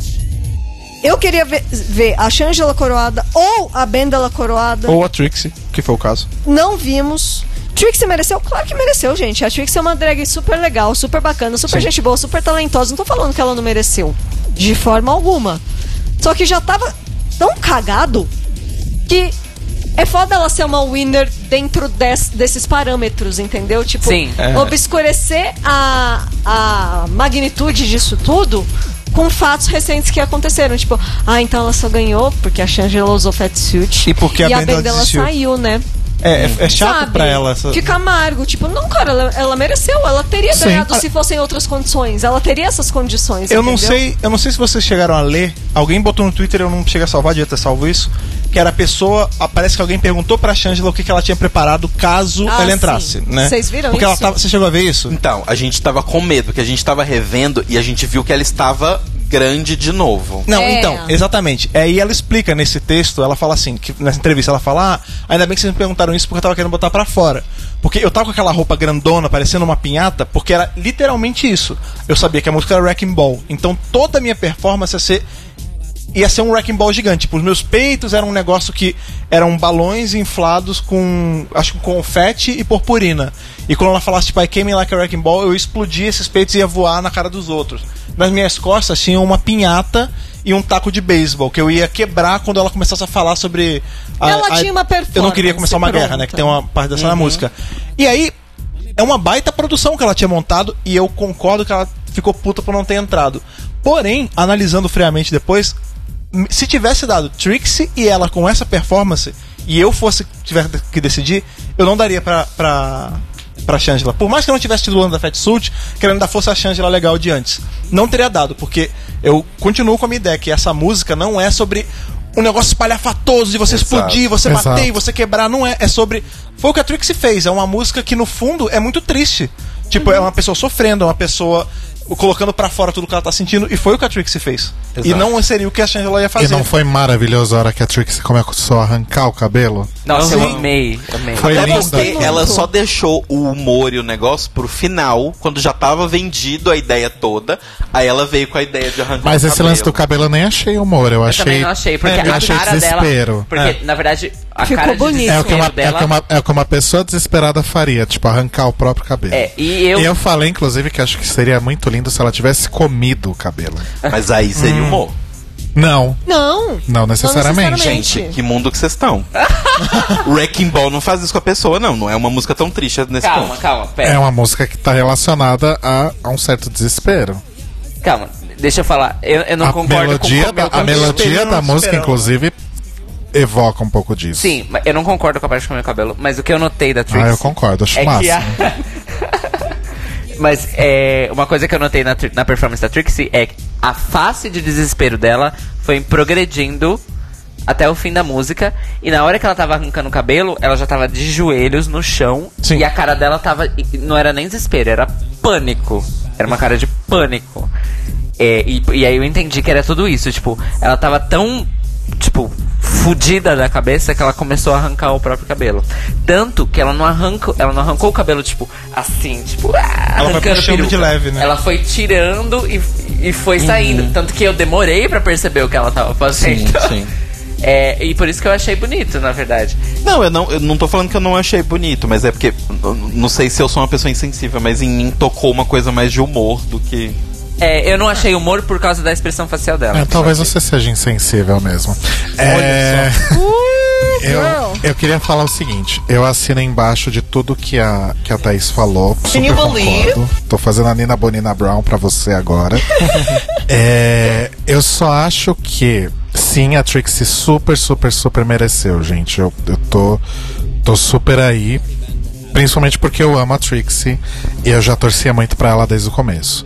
Eu queria ver, ver a Shangela coroada ou a Bendela coroada. Ou a Trixie, que foi o caso. Não vimos. Trixie mereceu? Claro que mereceu, gente. A Trixie é uma drag super legal, super bacana, super gente boa, super talentosa. Não tô falando que ela não mereceu. De forma alguma. Só que já tava tão cagado que é foda ela ser uma winner dentro des- desses parâmetros, entendeu? Tipo, Sim. É. obscurecer a, a magnitude disso tudo com fatos recentes que aconteceram. Tipo, ah, então ela só ganhou porque a Shangela usou fatsuit E porque a e a Bendela Bendela desistiu. saiu, né? É, é, é chato Sabe? pra ela. Essa... Fica amargo. Tipo, não, cara, ela, ela mereceu. Ela teria Sim. ganhado se fossem outras condições. Ela teria essas condições. Eu não entendeu? sei, eu não sei se vocês chegaram a ler. Alguém botou no Twitter, eu não cheguei a salvar, devia ter salvo isso. Que era a pessoa. ah, Parece que alguém perguntou pra Shangela o que, que ela tinha preparado caso Ah, ela entrasse, sim. né? Vocês viram Porque ela isso? tava. Você chegou a ver isso? Então, a gente tava com medo, porque a gente tava revendo e a gente viu que ela estava grande de novo. Não, É. então, exatamente. É, e ela explica nesse texto, ela fala assim, que nessa entrevista ela fala, ah, ainda bem que vocês me perguntaram isso porque eu tava querendo botar pra fora. Porque eu tava com aquela roupa grandona, parecendo uma pinhata, porque era literalmente isso. Eu sabia que a música era Wrecking Ball. Então toda a minha performance ia ser ia ser um wrecking ball gigante. Tipo, os meus peitos eram um negócio que eram balões inflados com, acho que com confete e purpurina. E quando ela falasse, tipo, I came in like a wrecking ball, eu explodia esses peitos e ia voar na cara dos outros. Nas minhas costas tinha uma pinhata e um taco de beisebol, que eu ia quebrar quando ela começasse a falar sobre... A, Ela a- tinha uma performance Eu não queria começar uma pronta. guerra, né? Que tem uma parte dessa na música. E aí, é uma baita produção que ela tinha montado e eu concordo que ela ficou puta por não ter entrado. Porém, analisando friamente depois, m- se tivesse dado Trixie e ela com essa performance e eu fosse tiver que decidir, eu não daria pra, pra, pra Shangela. Por mais que eu não tivesse tido o ano da Fat Suit, que ela ainda fosse a Shangela legal de antes. Não teria dado, porque eu continuo com a minha ideia que essa música não é sobre um negócio espalhafatoso de você Exato. explodir, você Exato. bater e você quebrar. Não é. É sobre. Foi o que a Trixie fez. É uma música que, no fundo, é muito triste. Tipo, é uma pessoa sofrendo, é uma pessoa colocando pra fora tudo que ela tá sentindo. E foi o que a Trixie fez. Exato. E não seria o que a Shangela ia E fazer. não foi maravilhoso a hora que a Trixie começou a arrancar o cabelo? Nossa, eu Sim. amei, amei. Foi Até linda. porque ela só deixou o humor e o negócio pro final, quando já tava vendido a ideia toda. Aí ela veio com a ideia de arrancar Mas o esse cabelo. lance do cabelo eu nem achei humor, eu Eu achei... também não achei, porque eu a achei cara dela... desespero. Porque, É. na verdade, a Ficou cara de bonito. É o, que uma, desespero é, o que dela... uma, é o que uma pessoa desesperada faria, tipo, arrancar o próprio cabelo. É, e eu... E eu falei, inclusive, que acho que seria muito lindo se ela tivesse comido o cabelo. Mas aí seria Hum. humor. Não, Não. não necessariamente. Não necessariamente. Gente, que mundo que vocês estão? Wrecking Ball não faz isso com a pessoa, não. Não é uma música tão triste nesse Calma, ponto. calma, pera. É uma música que tá relacionada a, a um certo desespero. Calma, deixa eu falar. Eu, eu não a concordo melodia, com o meu da, a melodia esperando, da música, esperando. inclusive, evoca um pouco disso. Sim, mas eu não concordo com a parte com o meu cabelo, mas o que eu notei da Trixie... Ah, eu concordo, acho é massa. que a... Mas é, uma coisa que eu notei na, na performance da Trixie é que a face de desespero dela foi progredindo até o fim da música. E na hora que ela tava arrancando o cabelo, ela já tava de joelhos no chão. Sim. E a cara dela tava... Não era nem desespero, era pânico. Era uma cara de pânico. É, e, e aí eu entendi que era tudo isso. Tipo, ela tava tão... Tipo, fudida da cabeça que ela começou a arrancar o próprio cabelo. Tanto que ela não arrancou, ela não arrancou o cabelo, tipo, assim, tipo, ah, ela foi puxando peruca. de leve, né? Ela foi tirando e, e foi Uhum. saindo. Tanto que eu demorei pra perceber o que ela tava fazendo. Sim, sim. É, e por isso que eu achei bonito, na verdade. Não, eu não, eu não tô falando que eu não achei bonito, mas é porque, eu não sei se eu sou uma pessoa insensível, mas em mim tocou uma coisa mais de humor do que... É, eu não achei humor por causa da expressão facial dela. É, talvez você seja insensível mesmo. É... eu, eu queria falar o seguinte: eu assino embaixo de tudo que a, que a Thaís falou. Super concordo. Tô fazendo a Nina Bonina Brown pra você agora. é, eu só acho que sim, a Trixie super, super, super mereceu, gente. Eu, eu tô, tô super aí. Principalmente porque eu amo a Trixie e eu já torcia muito pra ela desde o começo.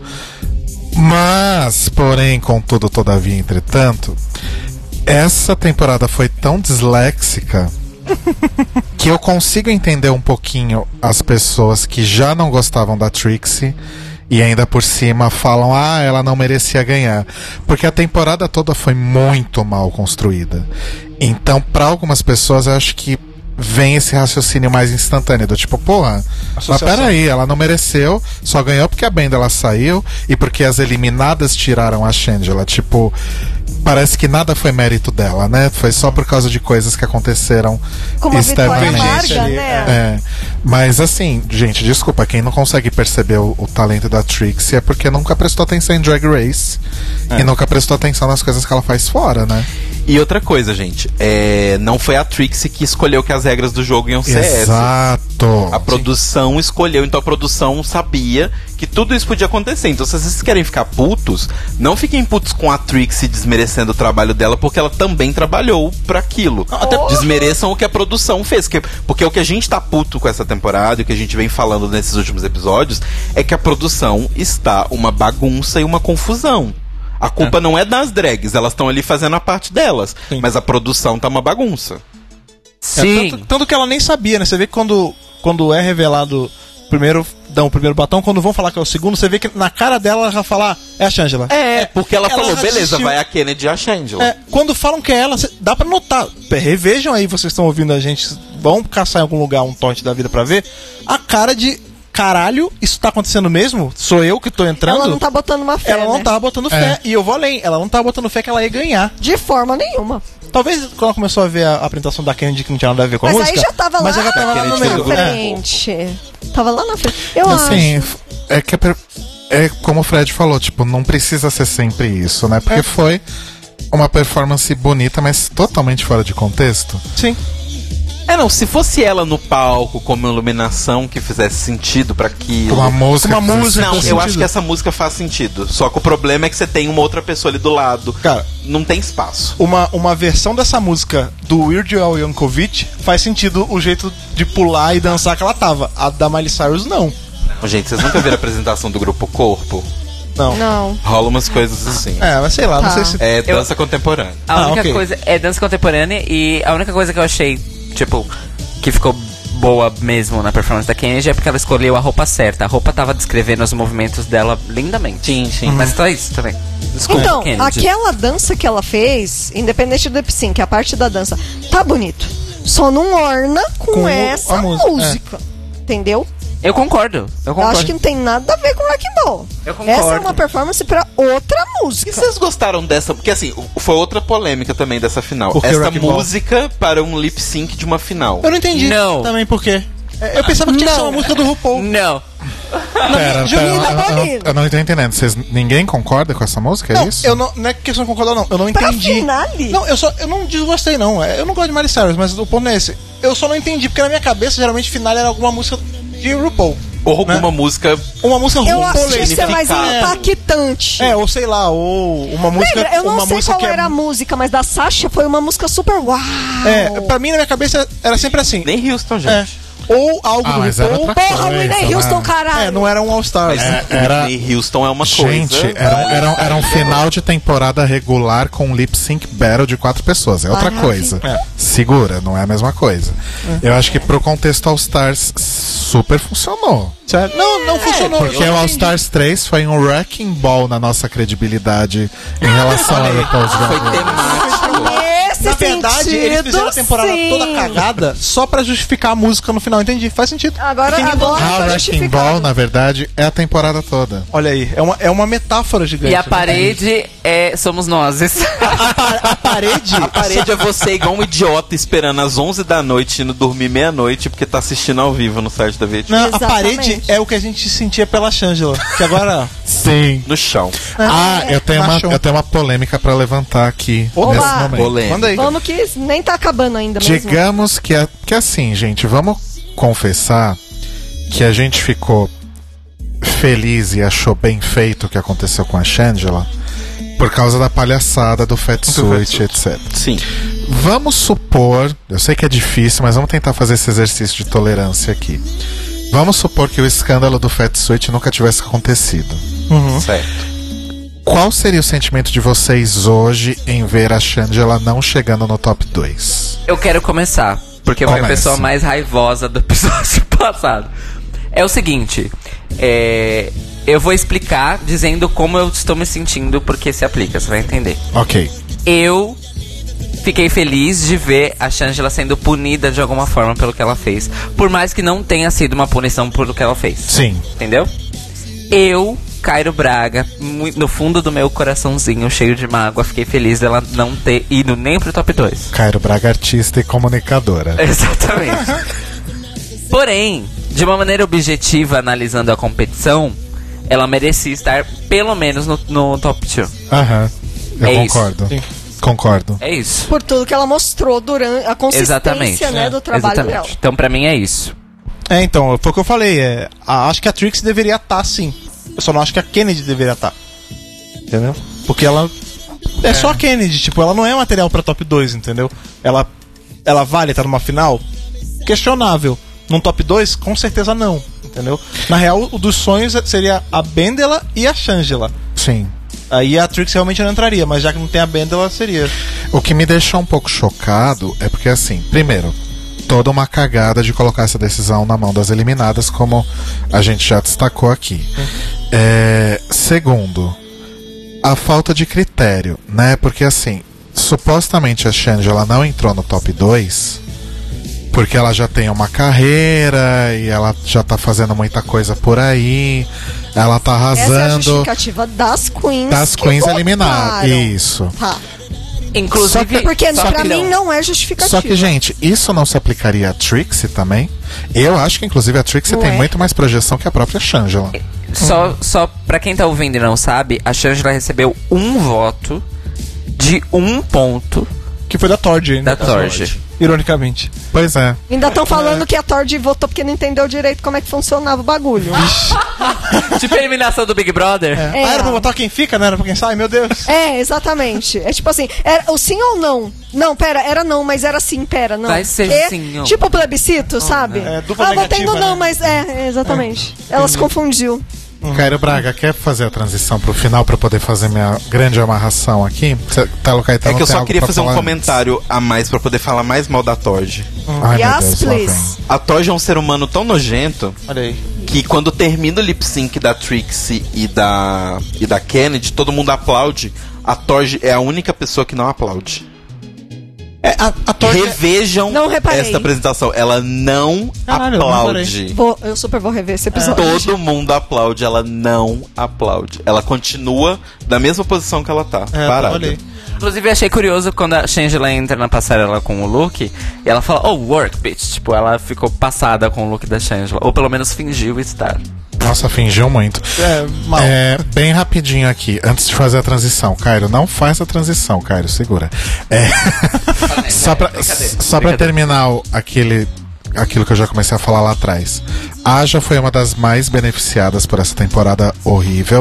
Mas, porém, contudo, todavia, entretanto, essa temporada foi tão disléxica que eu consigo entender um pouquinho as pessoas que já não gostavam da Trixie e ainda por cima falam, ah, ela não merecia ganhar. Porque a temporada toda foi muito mal construída. Então, para algumas pessoas, eu acho que vem esse raciocínio mais instantâneo, do tipo, porra, mas peraí, ela não mereceu, só ganhou porque a banda ela saiu e porque as eliminadas tiraram a Shangela. Tipo, parece que nada foi mérito dela, né? Foi só por causa de coisas que aconteceram Como a Vitória externamente. Amarga, ali, né? É, mas assim, gente, desculpa, quem não consegue perceber o, o talento da Trixie é porque nunca prestou atenção em Drag Race É. e nunca prestou atenção nas coisas que ela faz fora, né? E outra coisa, gente, é, não foi a Trixie que escolheu que as regras do jogo iam ser essas. Exato. A produção escolheu, então a produção sabia que tudo isso podia acontecer. Então, se vocês querem ficar putos, não fiquem putos com a Trixie desmerecendo o trabalho dela, porque ela também trabalhou pra aquilo. Até desmereçam o que a produção fez. Que, porque o que a gente tá puto com essa temporada, e o que a gente vem falando nesses últimos episódios, é que a produção está uma bagunça e uma confusão. A culpa é. não é das drags, elas estão ali fazendo a parte delas. Sim. Mas a produção tá uma bagunça. Sim. É, tanto, tanto que ela nem sabia, né? Você vê que quando, quando é revelado primeiro, dão o primeiro batom, quando vão falar que é o segundo, você vê que na cara dela ela já fala, ah, é a Shangela. É, porque ela, ela falou, beleza, desistiu. vai a Kennedy e a Shangela. É, quando falam que é ela, cê, dá pra notar. Revejam aí, vocês estão ouvindo a gente, vão caçar em algum lugar um torrent da vida pra ver, a cara de... Caralho, isso tá acontecendo mesmo? Sou eu que tô entrando? Ela não tá botando uma fé, Ela não né? tava botando fé. É. E eu vou além. Ela não tava botando fé que ela ia ganhar. De forma nenhuma. Talvez quando ela começou a ver a apresentação da Kennedy, que não tinha nada a ver com a Mas música. aí já tava mas lá, já tava lá no meio. na frente. Tava lá na frente. Eu assim, acho. é que é, é como o Fred falou, tipo, não precisa ser sempre isso, né? Porque É. foi uma performance bonita, mas totalmente fora de contexto. Sim. É, não, se fosse ela no palco, com uma iluminação que fizesse sentido pra aquilo. Uma música. Uma que música, Não, faz eu sentido. acho que essa música faz sentido. Só que o problema é que você tem uma outra pessoa ali do lado. Cara, não tem espaço. Uma, uma versão dessa música do Weird Al Yankovic faz sentido o jeito de pular e dançar que ela tava. A da Miley Cyrus, não. Gente, vocês nunca viram a apresentação do grupo Corpo? Não. Não. Rola umas coisas assim. É, mas sei lá, Tá. não sei se... É dança contemporânea. A Ah, única ok. coisa é dança contemporânea e a única coisa que eu achei, tipo, que ficou boa mesmo na performance da Kennedy é porque ela escolheu a roupa certa. A roupa tava descrevendo os movimentos dela lindamente. Sim, sim. Mas só isso também. Desculpa, Então, Kennedy. aquela dança que ela fez, independente do lip sync, a parte da dança, tá bonito. Só não orna com, Com o- essa a música, música. Entendeu? Eu concordo. Eu Eu concordo. acho que não tem nada a ver com Rock and Roll. Eu concordo. Essa é uma performance pra outra E música. vocês gostaram dessa? Porque assim, foi outra polêmica também dessa final. Porque Essa Rock and Roll. música para um lip sync de uma final. Eu não entendi Não. também por quê. É, Eu pensava que tinha que ser uma música do RuPaul. Não. Pera, Julinho pera, eu, da eu, eu, Bonina. eu não tô entendendo. Vocês, ninguém concorda com essa música? É Não, isso? eu não, não é questão de concordar, não. Eu não Pra entendi. finale? Não, eu só eu não desgostei, não. É, Eu não gosto de Miley Cyrus, mas o ponto não é esse. Eu só não entendi, porque na minha cabeça, geralmente, finale era alguma música de RuPaul. Ou alguma né? música. Uma música Eu acho RuPaul. que isso é mais significado. impactante. É, ou sei lá, ou uma música. Lembra, eu não uma sei música qual que é- era a música, mas da Sasha foi uma música super uau. É, pra mim, na minha cabeça, era sempre assim. Nem Houston, gente. É. ou algo Ah, do mas era RuPaul. outra Porra, coisa, Whitney né? Houston, caralho. É, não era um All-Stars. Mas É, era- Whitney Houston é uma Gente, coisa. era, um- era, um- era um final de temporada regular com um lip sync battle de quatro pessoas. É outra Maravilha. coisa. É. Segura, não é a mesma coisa. Eu acho que pro contexto All Stars super funcionou. Certo? Não, não funcionou. Porque Eu o All entendi. Stars três foi um wrecking ball na nossa credibilidade em relação a RuPaul's Foi Drag Race. temático. Nesse Na verdade, sentido, eles fizeram a temporada sim. toda cagada só pra justificar a música no final. Entendi, faz sentido. Agora, Porque ninguém- agora A tá wrecking justificado. ball, na verdade, é a temporada toda. Olha aí, é uma, é uma metáfora gigante. E a né? parede é somos nós. A, pa- a parede. A parede é você igual um idiota esperando às onze da noite, indo dormir meia-noite, porque tá assistindo ao vivo no site da V T. Não, a Exatamente. parede é o que a gente sentia pela Shangela. Que agora. Sim. No chão. Ah, eu tenho, uma, Machão. eu tenho uma polêmica pra levantar aqui Oba! nesse momento. Polêmica. Manda aí. Vamos que nem tá acabando ainda mesmo. Digamos que, é, que assim, gente, vamos confessar que a gente ficou feliz e achou bem feito o que aconteceu com a Shangela por causa da palhaçada do Fatsuit, etcétera. Sim. Vamos supor, eu sei que é difícil, mas vamos tentar fazer esse exercício de tolerância aqui. Vamos supor que o escândalo do Fatsuit nunca tivesse acontecido. Certo. Qual seria o sentimento de vocês hoje em ver a Shangela não chegando no top dois? Eu quero começar, porque eu fui a Comece. pessoa mais raivosa do episódio passado. É o seguinte, é, eu vou explicar dizendo como eu estou me sentindo, porque se aplica, você vai entender. Ok. Eu fiquei feliz de ver a Shangela sendo punida de alguma forma pelo que ela fez. Por mais que não tenha sido uma punição pelo que ela fez. Sim. Entendeu? Eu, Cairo Braga, mui- no fundo do meu coraçãozinho, cheio de mágoa, fiquei feliz dela não ter ido nem pro top dois. Cairo Braga, artista e comunicadora. Exatamente. Porém, de uma maneira objetiva, analisando a competição, ela merecia estar pelo menos no, no top dois. Aham. Eu É isso. concordo. Sim. Concordo. É isso. Por tudo que ela mostrou durante a consistência, Exatamente. né, É. do trabalho Exatamente. dela. Então, pra mim, é isso. É, então, foi o que eu falei. É, a- acho que a Trixie deveria estar, sim. Eu só não acho que a Kennedy deveria estar. Entendeu? Porque ela. É, só a Kennedy, tipo, ela não é material pra top dois, entendeu? Ela, ela vale estar numa final? Questionável. Num top dois, com certeza não, entendeu? Na real, o dos sonhos seria a Bendela e a Shangela. Sim. Aí a Trixie realmente não entraria, mas já que não tem a Bendela, seria. O que me deixa um pouco chocado é porque, assim, primeiro, toda uma cagada de colocar essa decisão na mão das eliminadas, como a gente já destacou aqui. É, segundo, a falta de critério, né? Porque, assim, supostamente a Shangela não entrou no top dois porque ela já tem uma carreira e ela já tá fazendo muita coisa por aí, ela tá Essa é a arrasando justificativa das queens. das que queens votaram. eliminadas. Isso. Tá. Inclusive, Porque só pra que mim não. não é justificativa. Só que, gente, isso não se aplicaria a Trixie também? Eu acho que, inclusive, a Trixie Não tem é? muito mais projeção que a própria Shangela. Só, só pra quem tá ouvindo e não sabe, a Shangela recebeu um voto de um ponto Que foi da Torge ainda. da Torge. Ironicamente. Pois é. Ainda estão falando que a Torge votou porque não entendeu direito como é que funcionava o bagulho. Tipo a eliminação do Big Brother. É. Ah, era pra botar quem fica, não era pra quem sai? Meu Deus. É, exatamente. É tipo assim, era o sim ou não? Não, pera, era não, mas era sim, pera, não. Vai ser E, sim ou- Tipo plebiscito, sabe? É, dupla ah, votei no negativa, não, né? mas é, é, exatamente. Ela se confundiu. Cairo Braga, quer fazer a transição pro final pra eu poder fazer minha grande amarração aqui? Cê, Telo Caetano, É que eu tem só algo queria pra fazer um falar comentário a mais pra poder falar mais mal da Torge. antes? Ai, meu Yes, Deus, lá please. vem. A Torge é um ser humano tão nojento Olha aí. que quando termina o lip sync da Trixie e da, e da Kennedy, todo mundo aplaude. A Torge é a única pessoa que não aplaude. É, a, a Torge. Revejam Não reparei. esta apresentação. Ela não Caralho, eu não aplaude. Vou, eu super vou rever esse episódio. Todo mundo aplaude, ela não aplaude. Ela continua da mesma posição que ela tá, É, parada. olha aí. Inclusive, eu achei curioso quando a Shangela entra na passarela com o look e ela fala, oh, work, bitch. Tipo, ela ficou passada com o look da Shangela. Ou pelo menos fingiu estar. Nossa, fingiu muito. É, mal. É, bem rapidinho aqui, antes de fazer a transição. Cairo, não faz a transição, Cairo, segura. É, só pra, só pra terminar o- aquele, aquilo que eu já comecei a falar lá atrás. Aja foi uma das mais beneficiadas por essa temporada horrível.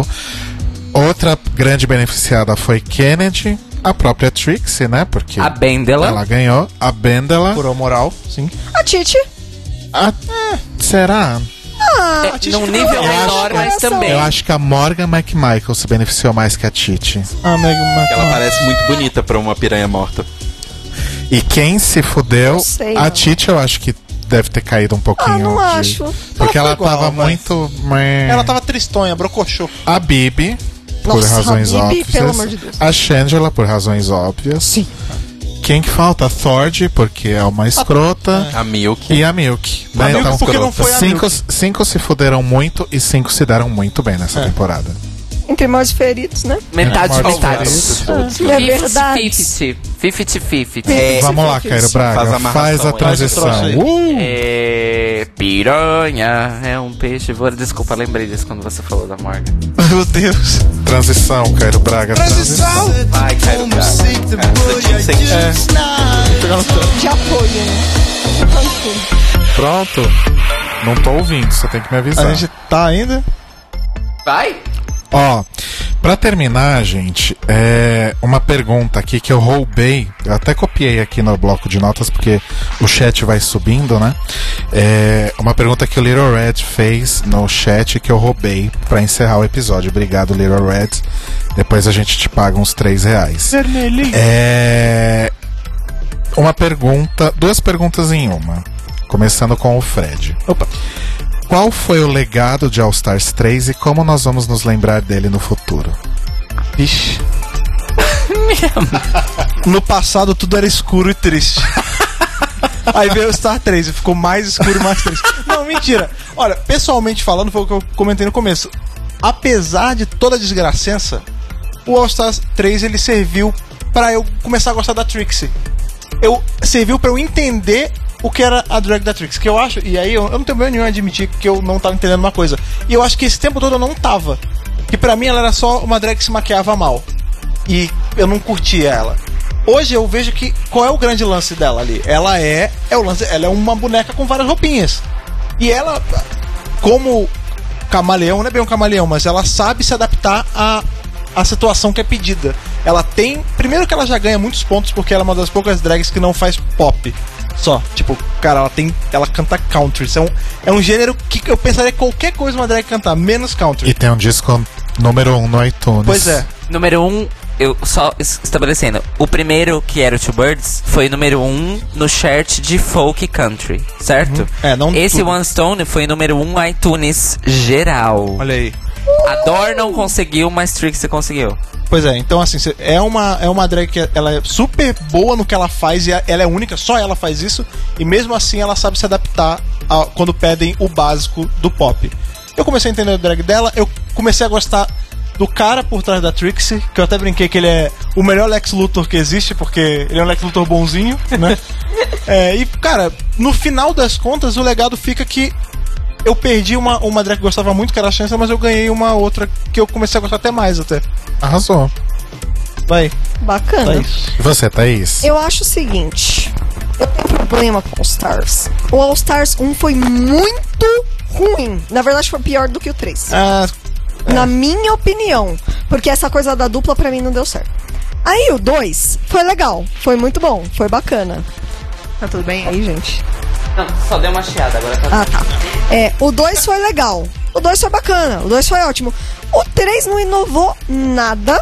Outra grande beneficiada foi Kennedy, a própria Trixie, né? Porque A Bendela. ela ganhou. A Bendela. Por moral, sim. A Titi. Ah, será? É, num nível menor, mas também. Eu acho que a Morgan McMichael se beneficiou mais que a Titi. Ah, Meg Ela parece muito bonita pra uma piranha morta. E quem se fudeu, Não sei, a não. Titi eu acho que deve ter caído um pouquinho. Ah, não de... acho. Porque Ela ela, foi igual, tava vai. muito. meh. Ela tava tristonha, brocochô. A Bibi, por Nossa, razões a Bibi, óbvias. pelo amor de Deus. A Shangela, por razões óbvias. Sim. Quem que falta? A Thord, porque é uma escrota. A Milk. E a Milk. A Né? Milk Então, porque não foi a cinco, Milk. cinco se fuderam muito e cinco se deram muito bem nessa É. temporada. Entre mortos e feridos, né? Metade, É, metade. É verdade. cinquenta cinquenta. É, Vamos lá, Cairo Braga. Faz a amarração Faz a aí. transição. Faz o troço aí. Uh! É, piranha é um peixe voador. Desculpa, lembrei disso quando você falou da Morgan. Meu Deus. Transição, Cairo Braga. Transição. Ai, Cairo Braga. É. Pegar no canto. De apoio, né? Pronto? Não tô ouvindo, você tem que me avisar. A gente tá ainda? Vai? Ó, pra terminar, gente, é uma pergunta aqui que eu roubei. Eu até copiei aqui no bloco de notas porque o chat vai subindo, né? É uma pergunta que o Little Red fez no chat que eu roubei pra encerrar o episódio. Obrigado, Little Red. Depois a gente te paga uns três reais. Vermelhinho. É. Uma pergunta, duas perguntas em uma. Começando com o Fred. Opa. Qual foi o legado de All Stars três e como nós vamos nos lembrar dele no futuro? Vixe. No passado tudo era escuro e triste. Aí veio o Star três e ficou mais escuro e mais triste. Não, mentira. Olha, pessoalmente falando, foi o que eu comentei no começo. Apesar de toda a desgracença, o All Stars três ele serviu pra eu começar a gostar da Trixie. Eu serviu pra eu entender o que era a drag da Trixie, que eu acho, e aí eu, eu não tenho problema nenhum em admitir que eu não tava entendendo uma coisa. E eu acho que esse tempo todo eu não tava. Que pra mim ela era só uma drag que se maquiava mal. E eu não curtia ela. Hoje eu vejo que qual é o grande lance dela ali? Ela é, é o lance, ela é uma boneca com várias roupinhas. E ela, como camaleão, não é bem um camaleão, mas ela sabe se adaptar a a situação que é pedida. Ela tem, primeiro que ela já ganha muitos pontos porque ela é uma das poucas drags que não faz pop. Só, tipo, cara, ela tem, ela canta country. Isso é um, é um gênero que eu pensaria que qualquer coisa uma drag cantar, menos country. E tem um disco número um no iTunes. Pois é. Número um, eu só es- estabelecendo. O primeiro, que era o Two Birds, foi número um no chart de folk country, certo? É, não Esse tudo. One Stone foi número um iTunes geral. Olha aí. A Dor não conseguiu, mas Trixie conseguiu. Pois é, então assim, cê- é uma, é uma drag que ela é super boa no que ela faz e a- ela é única, só ela faz isso, e mesmo assim ela sabe se adaptar a- quando pedem o básico do pop. Eu comecei a entender a drag dela, eu comecei a gostar do cara por trás da Trixie, que eu até brinquei que ele é o melhor Lex Luthor que existe, porque ele é um Lex Luthor bonzinho, né? É, e, cara, no final das contas, o legado fica que eu perdi uma, uma drag que eu gostava muito, que era a Chance, mas eu ganhei uma outra que eu comecei a gostar até mais, até. Arrasou. Vai, Bacana. Thaís. E você, Thaís? Eu acho o seguinte, eu tenho problema com All Stars. O All Stars um foi muito ruim. Na verdade, foi pior do que o três. Ah, Na minha opinião. Porque essa coisa da dupla pra mim não deu certo. Aí o dois foi legal. Foi muito bom. Foi bacana. Tá tudo bem aí, gente? Não, só deu uma chiada, agora tá. Ah, tá. É, o dois foi legal. O dois foi bacana. O dois foi ótimo. O três não inovou nada.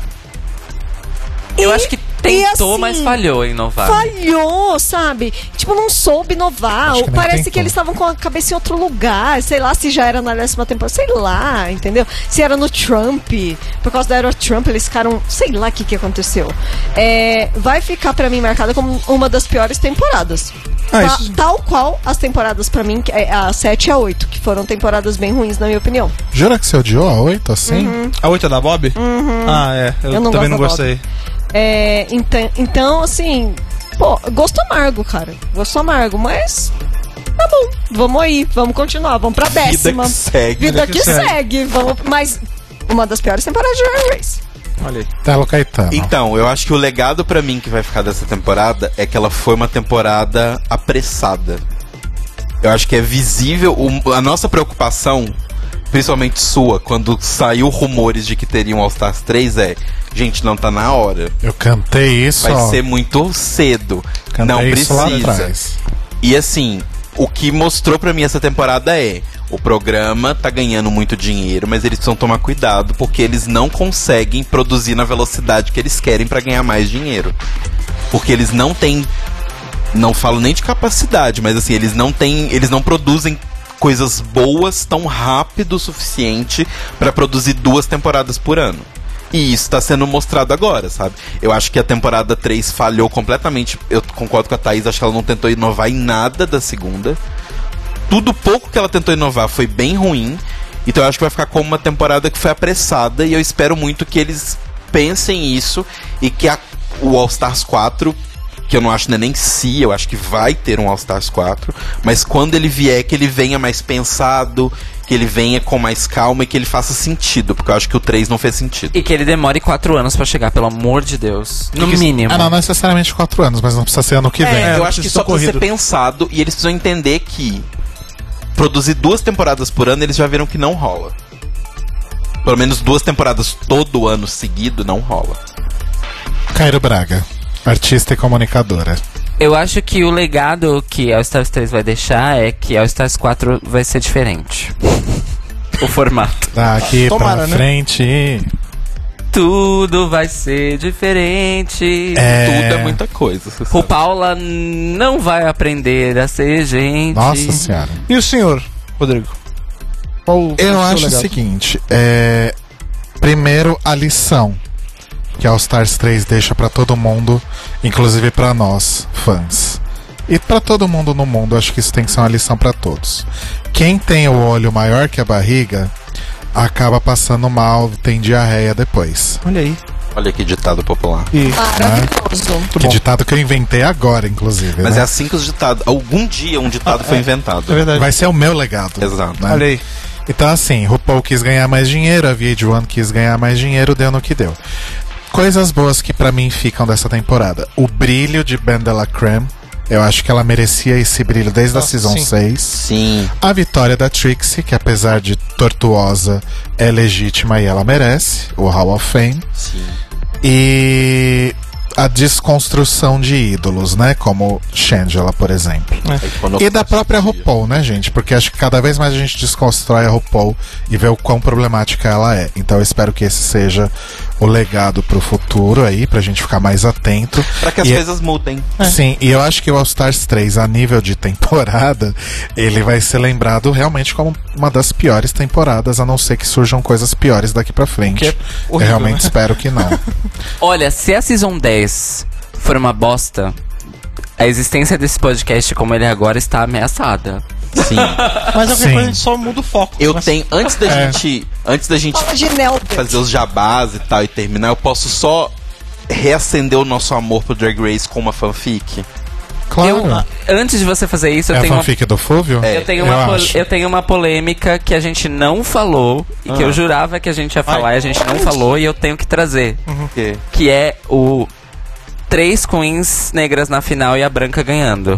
Eu E- acho que e tentou, assim, mas falhou em inovar. Falhou, sabe? Tipo, não soube inovar. Acho Ou que nem parece tentou. que eles estavam com a cabeça em outro lugar. Sei lá se já era na décima temporada. Sei lá, entendeu? Se era no Trump. Por causa da era Trump, eles ficaram. Sei lá o que, que aconteceu. É, vai ficar pra mim marcada como uma das piores temporadas. Ah, Ta- isso- Tal qual as temporadas pra mim, que é a sete e a oito, que foram temporadas bem ruins, na minha opinião. Jura que você odiou a oito assim? Uhum. a oito é da Bob? Ah, é. Eu, Eu não também não gosto da gostei. É, então, então, assim, pô, gosto amargo, cara. Gosto amargo, mas tá bom. Vamos aí, vamos continuar, vamos pra décima. que segue. Vida Vida que que segue. segue. Vamos, mas uma das piores temporadas de Drag Race. Olha aí. Telo Caetano. Então, eu acho que o legado pra mim que vai ficar dessa temporada é que ela foi uma temporada apressada. Eu acho que é visível o- a nossa preocupação, principalmente sua, quando saiu rumores de que teriam All Stars três é, gente, não tá na hora. Eu cantei isso, Vai ó. ser muito cedo. Cantei Não isso lá precisa. atrás. E assim, o que mostrou pra mim essa temporada é: o programa tá ganhando muito dinheiro, mas eles precisam tomar cuidado porque eles não conseguem produzir na velocidade que eles querem pra ganhar mais dinheiro. Porque eles não têm, não falo nem de capacidade, mas assim, eles não têm, eles não produzem coisas boas tão rápido o suficiente pra produzir duas temporadas por ano. E isso tá sendo mostrado agora, sabe? Eu acho que a temporada três falhou completamente. Eu concordo com a Thaís, acho que ela não tentou inovar em nada da segunda. Tudo pouco que ela tentou inovar foi bem ruim. Então eu acho que vai ficar como uma temporada que foi apressada. E eu espero muito que eles pensem isso. E que a, o All Stars quatro, que eu não acho nem se, eu acho que vai ter um All Stars quatro. Mas quando ele vier, que ele venha mais pensado, que ele venha com mais calma e que ele faça sentido. Porque eu acho que o três não fez sentido. E que ele demore quatro anos pra chegar, pelo amor de Deus. No que- mínimo. Ah, não necessariamente quatro anos, mas não precisa ser ano que vem. É, eu não acho que precisa só precisa ser corrido. pensado. E eles precisam entender que produzir duas temporadas por ano, eles já viram que não rola. Pelo menos duas temporadas todo ano seguido não rola. Cairo Braga, artista e comunicadora. Eu acho que o legado que All Stars três vai deixar é que All Stars quatro vai ser diferente. O formato. Daqui Tomara, pra né? frente. Tudo vai ser diferente. É... Tudo é muita coisa. Você O sabe. Paula não vai aprender a ser gente. Nossa senhora. E o senhor, Rodrigo? Qual o Eu seu acho o legado? seguinte, é... primeiro a lição que All Stars três deixa pra todo mundo, inclusive pra nós, fãs. E pra todo mundo no mundo, acho que isso tem que ser uma lição pra todos. Quem tem o olho maior que a barriga acaba passando mal, tem diarreia depois. Olha aí. Olha que ditado popular. E Maravilhoso. Que ditado que eu inventei agora, inclusive. Mas né? é assim que os ditados. Algum dia um ditado foi inventado. é verdade. Vai ser o meu legado. Exato. né? Olha aí. Então, assim, RuPaul quis ganhar mais dinheiro, a V H um quis ganhar mais dinheiro, deu no que deu. Coisas boas que pra mim ficam dessa temporada. O brilho de Ben de la Creme. Eu acho que ela merecia esse brilho desde Nossa, a Season sim. seis. Sim. A vitória da Trixie, que apesar de tortuosa, é legítima e ela merece. O Hall of Fame. Sim. E a desconstrução de ídolos, né? Como Shangela, por exemplo. E da própria RuPaul, né, gente? Porque acho que cada vez mais a gente desconstrói a RuPaul e vê o quão problemática ela é. Então eu espero que esse seja o legado pro futuro aí, pra gente ficar mais atento. Pra que as E- coisas mudem. Sim, e eu acho que o All Stars três, a nível de temporada, ele vai ser lembrado realmente como uma das piores temporadas, a não ser que surjam coisas piores daqui pra frente. Que é eu horrível, realmente né? espero que não. Olha, se a Season dez for uma bosta, a existência desse podcast como ele é agora está ameaçada. Sim. Mas a Sim. coisa a gente só muda o foco. Eu Mas- tenho. Antes da É. gente. Antes da gente Fala de Nelbert. fazer os jabás e tal e terminar, eu posso só reacender o nosso amor pro Drag Race com uma fanfic? Claro. Eu, antes de você fazer isso, eu é a tenho uma fanfic do Fúvio? É. Eu tenho, Eu uma pol- acho. eu tenho uma polêmica que a gente não falou e que Ah. eu jurava que a gente ia falar e a gente não falou e eu tenho que trazer. Que- Que é o três queens negras na final e a branca ganhando.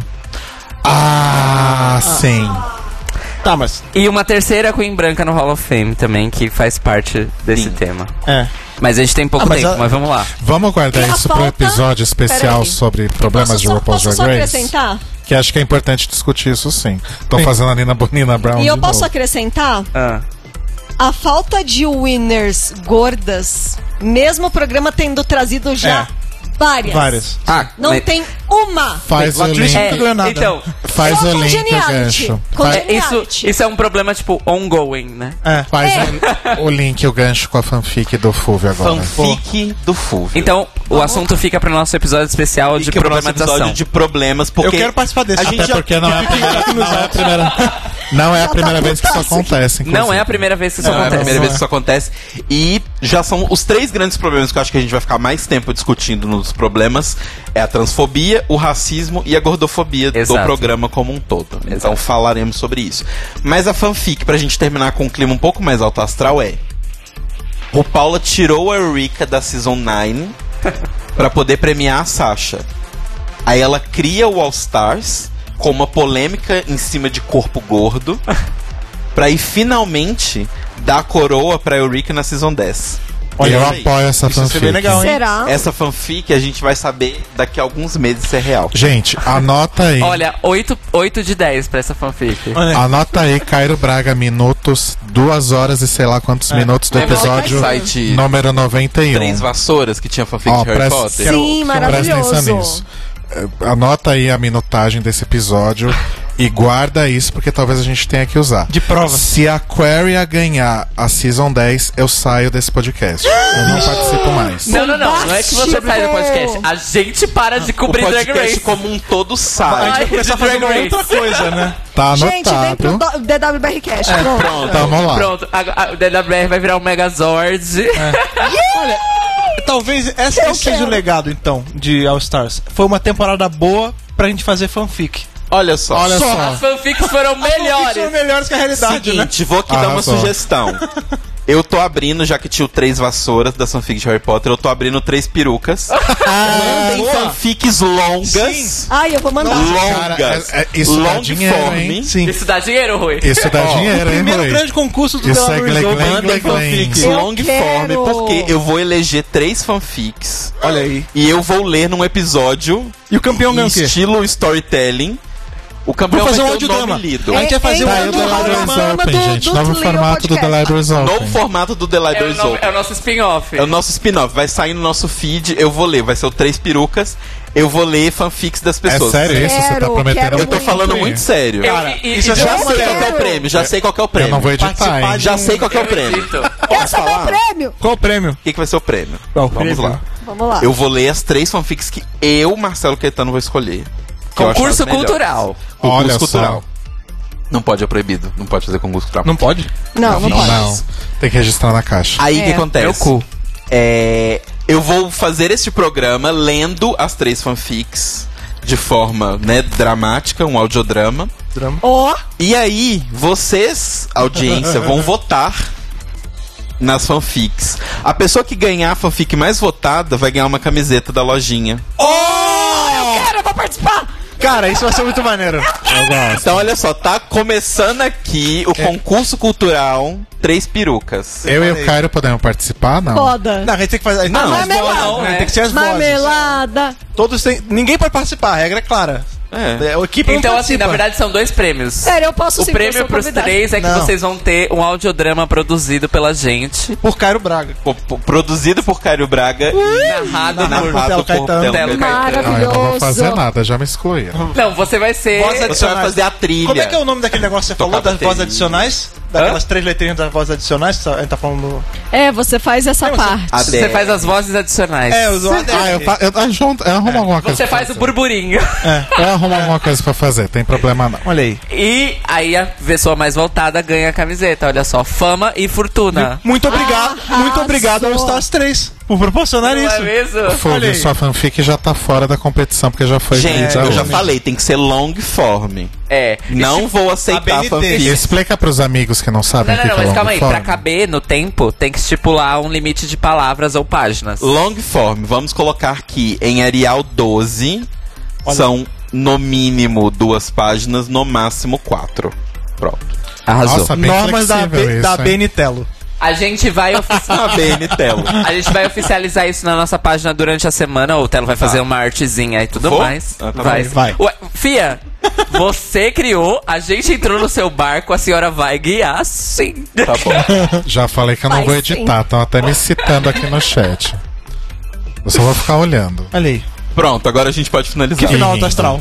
Ah, sim. Tá, mas. E uma terceira queen branca no Hall of Fame também, que faz parte desse Sim. tema. É. Mas a gente tem pouco Ah, mas tempo, a- mas vamos lá. Vamos guardar E a isso para um pauta- episódio especial Peraí. sobre problemas Posso de só, RuPaul's posso Drag só Race? acrescentar? Que acho que é importante discutir isso sim. Tô Sim. fazendo a Nina Bonina Brown E eu de posso novo. acrescentar? Ah. A falta de winners gordas, mesmo o programa tendo trazido já várias. Várias. Ah, Não mas- tem uma. Faz o Latrice link. nunca ganhou nada. Então, Faz Só o com link o Geniality. gancho. Com Faz, é, isso, Geniality. isso é um problema, tipo, ongoing, né? É. faz É. o, o link o gancho com a fanfic do Fúvio agora. Fanfic do Fúvio. Então, o assunto fica para o nosso episódio especial de Fica pro nosso problematização. episódio de problemas, porque Eu quero participar desse. a gente Até já- porque não é a primeira, não é a primeira, não é a Já tá primeira vez que isso putaço acontece. Não inclusive. é a primeira vez que isso Não é a acontece. primeira vez que é. isso acontece. E já são os três grandes problemas que eu acho que a gente vai ficar mais tempo discutindo nos problemas. É a transfobia, o racismo e a gordofobia Exato. do programa como um todo. Então Exato. falaremos sobre isso. Mas a fanfic, pra gente terminar com um clima um pouco mais alto astral, é... O Paula tirou a Eureka da Season nove pra poder premiar a Sasha. Aí ela cria o All Stars com uma polêmica em cima de corpo gordo pra ir finalmente dar a coroa pra Eureka na Season dez. Olha eu aí. apoio essa Isso ia ser fanfic. bem legal, hein? Será? Essa fanfic a gente vai saber daqui a alguns meses se é real. Gente, anota aí. Olha, oito de dez pra essa fanfic. Olha. Anota aí, Cairo Braga, minutos, duas horas e sei lá quantos É. minutos do É, mas episódio vai site número noventa e um. Três Vassouras, que tinha fanfic Ó, de Harry presta- Potter. Quero- Sim, quero- Presta atenção maravilhoso. nisso. É, Anota aí a minutagem desse episódio e guarda isso, porque talvez a gente tenha que usar. De prova. Se a Aquaria ganhar a Season dez, eu saio desse podcast. Eu não participo mais. Não, não, não. Não é que você Bombástico! sai do podcast. A gente para de O cobrir Drag podcast Race. como um todo A sai. gente vai começar a fazer uma Drag outra Race. coisa, né? Tá Gente, vem pro anotado. do- D W B R Cast. Pronto. Pronto. Tamo lá. Pronto, a- a- o D W R vai virar um Megazord. Olha, talvez essa Eu esse seja quero. o legado, então, de All Stars. Foi uma temporada boa pra gente fazer fanfic. Olha só. Olha As só. fanfics foram Fanfics são melhores. melhores que a realidade, né? Seguinte, vou aqui dar uma Arrasou. sugestão. Eu tô abrindo, já que tinha o Três Vassouras da fanfic de Harry Potter, eu tô abrindo Três Perucas. Mandem boa. fanfics longas. Sim. Ai, eu vou mandar. Cara, Longas. é- é- isso dá dinheiro, Longform. hein? Sim. Isso dá dinheiro, Rui. Isso dá Ó, dinheiro, hein, Primeiro Rui? grande concurso do Isso é Delaware's Glen Open. Glen. Mandem fanfics Eu long form, quero. porque eu vou eleger três fanfics. Olha aí. E eu vou ler num episódio E o campeão ganha em o quê? estilo storytelling. O campeão Vamos vai fazer um ter o nome audiodrama. lido. A gente vai fazer É, um Tá aí o The Manda Libraries o programa Open, do- gente. do Novo Leo formato do The Podcast. Libraries Open. Novo formato do The É o, Libraries nome- Open. é o nosso spin-off. É o nosso spin-off. Vai sair no nosso feed. Eu vou ler. Vai ser o Três Perucas. Eu vou ler fanfics das É pessoas. sério isso? Você tá Quero, prometendo quero Eu tô muito. falando muito sério. Eu- Cara, e- e- isso e é Já só Eu uma sei qual que é o quero. prêmio. Já sei qual que é o Eu prêmio. não vou editar, Participar hein? de- Já sei qual que é o Eu prêmio. edito. Quero saber o prêmio. Qual o prêmio? O que, que vai ser o prêmio? Qual o Vamos prêmio? lá. Vamos lá. Eu vou ler as três fanfics que eu, Marcelo Caetano, vou escolher. Que eu acho Concurso as melhores. cultural. Concurso Olha só. cultural. Não pode, é proibido. Não pode fazer concurso cultural. Não pode? Não, não Não, pode. Não, tem que registrar na caixa. Aí o que É. acontece? Meu cu. É, eu vou fazer este programa lendo as três fanfics de forma, né, dramática, um audiodrama. Drama. Ó, E aí, vocês, audiência, vão votar nas fanfics. A pessoa que ganhar a fanfic mais votada vai ganhar uma camiseta da lojinha. quero, eu vou participar. Cara, isso vai ser muito maneiro. Eu gosto. Então, olha só, tá começando aqui o concurso cultural Três Perucas. Eu e Falei. o Cairo podemos participar? Não. Foda. Não, a gente tem que fazer. Não, as marmelada. vozes, né? Tem que ser as vozes. Marmelada. Todos têm. Ninguém pode participar, a regra é clara. É. É, a equipe não Então, assim, participa. na verdade, são dois prêmios. Sério, eu posso O sim, eu prêmio sou pros convidada. três é que Não. vocês vão ter um audiodrama produzido pela gente, Por Cairo Braga. Po- po- Produzido por Caio Braga e narrado Narrado por... por Telo Caetano. Telo Caetano. Caetano. Ah, eu não vou fazer Maravilhoso. nada, já me excluíram. Não, você vai ser... Voz Você vai fazer a trilha. Como é que é o nome daquele negócio que você Tocar falou, das bateria. vozes adicionais? Daquelas três letrinhas das vozes adicionais que a gente tá falando. É, você faz essa você- parte. A Você D- faz as vozes adicionais. É, os Ah, eu, fa- eu, eu, junto- eu arrumo alguma coisa. Você pra faz o fazer. burburinho. Eu arrumo alguma coisa pra fazer, tem problema não. Olha aí. E aí a pessoa mais voltada ganha a camiseta. Olha só, fama e fortuna. Muito obrigado, Arrasou. muito obrigado ao Stars três por proporcionar Não é isso. mesmo? Olha Fulvio, aí. sua fanfic já tá fora da competição, porque já foi Gente, vendida eu já hoje. falei, tem que ser long form. É. Não vou aceitar A B N T. fanfic. Explica pros amigos que não sabem Não, o não, que não, que é mas calma aí. long Pra form. caber no tempo, tem que estipular um limite de palavras ou páginas. Long form, vamos colocar aqui em Arial doze. Olha. São no mínimo duas páginas, no máximo quatro. Pronto. Arrasou. Nossa, bem Normas da, flexível B, isso, da hein? B N Telo. A gente vai ofici- A B N Telo. a gente vai oficializar isso na nossa página durante a semana. O Telo vai fazer uma artezinha e tudo Vou? mais. Ah, tá vai. bom. Vai. Ué, Fia, você criou, a gente entrou no seu barco, a senhora vai guiar sim. Tá bom. Já falei que eu não Vai vou sim. editar, estão até me citando aqui no chat. Eu só vou ficar olhando. Olha aí. Pronto, agora a gente pode finalizar. Que final lindo. do astral.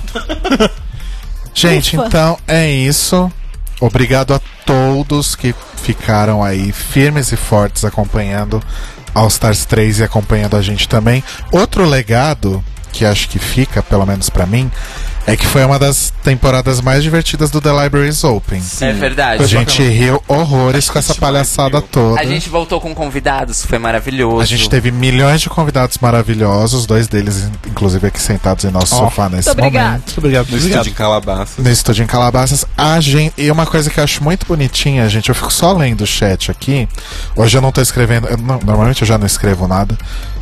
Gente, Ufa. então é isso. Obrigado a todos que ficaram aí firmes e fortes acompanhando All Stars três e acompanhando a gente também. Outro legado que acho que fica, pelo menos pra mim, é que foi uma das temporadas mais divertidas do The Libraries Open. É verdade. A gente riu horrores com essa palhaçada toda. A gente voltou com convidados, foi maravilhoso. A gente teve milhões de convidados maravilhosos, dois deles, inclusive, aqui sentados em nosso Ó, sofá nesse Muito obrigado. momento. Muito obrigado. No estúdio em Calabasas. No estúdio em Calabasas. A gente, e uma coisa que eu acho muito bonitinha, gente, eu fico só lendo o chat aqui. Hoje eu não tô escrevendo. eu não- normalmente eu já não escrevo nada.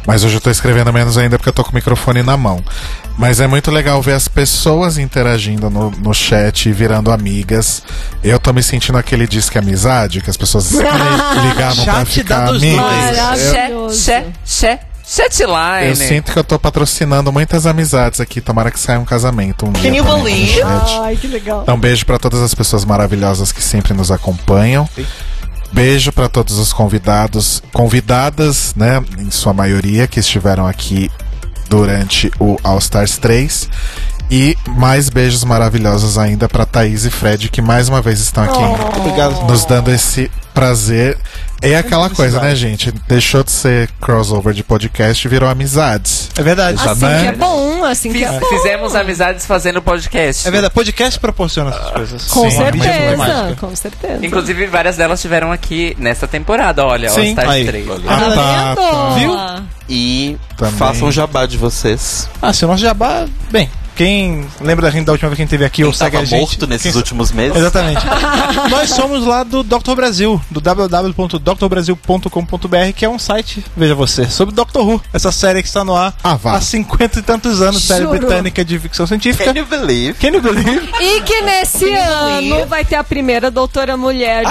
Mas hoje eu tô escrevendo menos ainda porque eu tô com o microfone na mão. Mas é muito legal ver as pessoas interagindo no, no chat e virando amigas. Eu tô me sentindo aquele disque amizade, que as pessoas ligavam pra Chat ficar da dos amigas. dois. Maravilhoso. Chat, chat, chatline. Eu sinto que eu tô patrocinando muitas amizades aqui. Tomara que saia um casamento um dia. Can you também believe? no chat. Ai, que legal. Então, beijo pra todas as pessoas maravilhosas que sempre nos acompanham. Beijo pra todos os convidados, convidadas, né, em sua maioria, que estiveram aqui durante o All Stars três. E mais beijos maravilhosos ainda pra Thaís e Fred, que mais uma vez estão aqui Obrigado. nos dando esse prazer. É aquela coisa, né, gente? Deixou de ser crossover de podcast e virou amizades. É verdade. Assim né? que é bom, assim que Fiz- é bom. Fizemos amizades fazendo podcast. É verdade, podcast proporciona essas coisas. Com Sim, uma mídia muito certeza, mágica. com certeza. Inclusive, várias delas estiveram aqui nessa temporada, olha, All Sim, Stars aí. três. Ah, Tá tá, tá. vendo? Viu? E Também. façam jabá de vocês. Ah, se o nosso jabá... Bem, quem lembra da gente da última vez que a gente teve aqui Quem ou segue tava a gente... morto nesses quem- últimos meses. Exatamente. Nós somos lá do doutor Brasil, do w w w ponto doutor brasil ponto com ponto b r, que é um site, veja você, sobre Doctor Who, essa série que está no ar Ah, vá. há cinquenta e tantos anos, série Juro. britânica de ficção científica. Can you believe? Can you believe? E que nesse ano vai ter a primeira doutora mulher de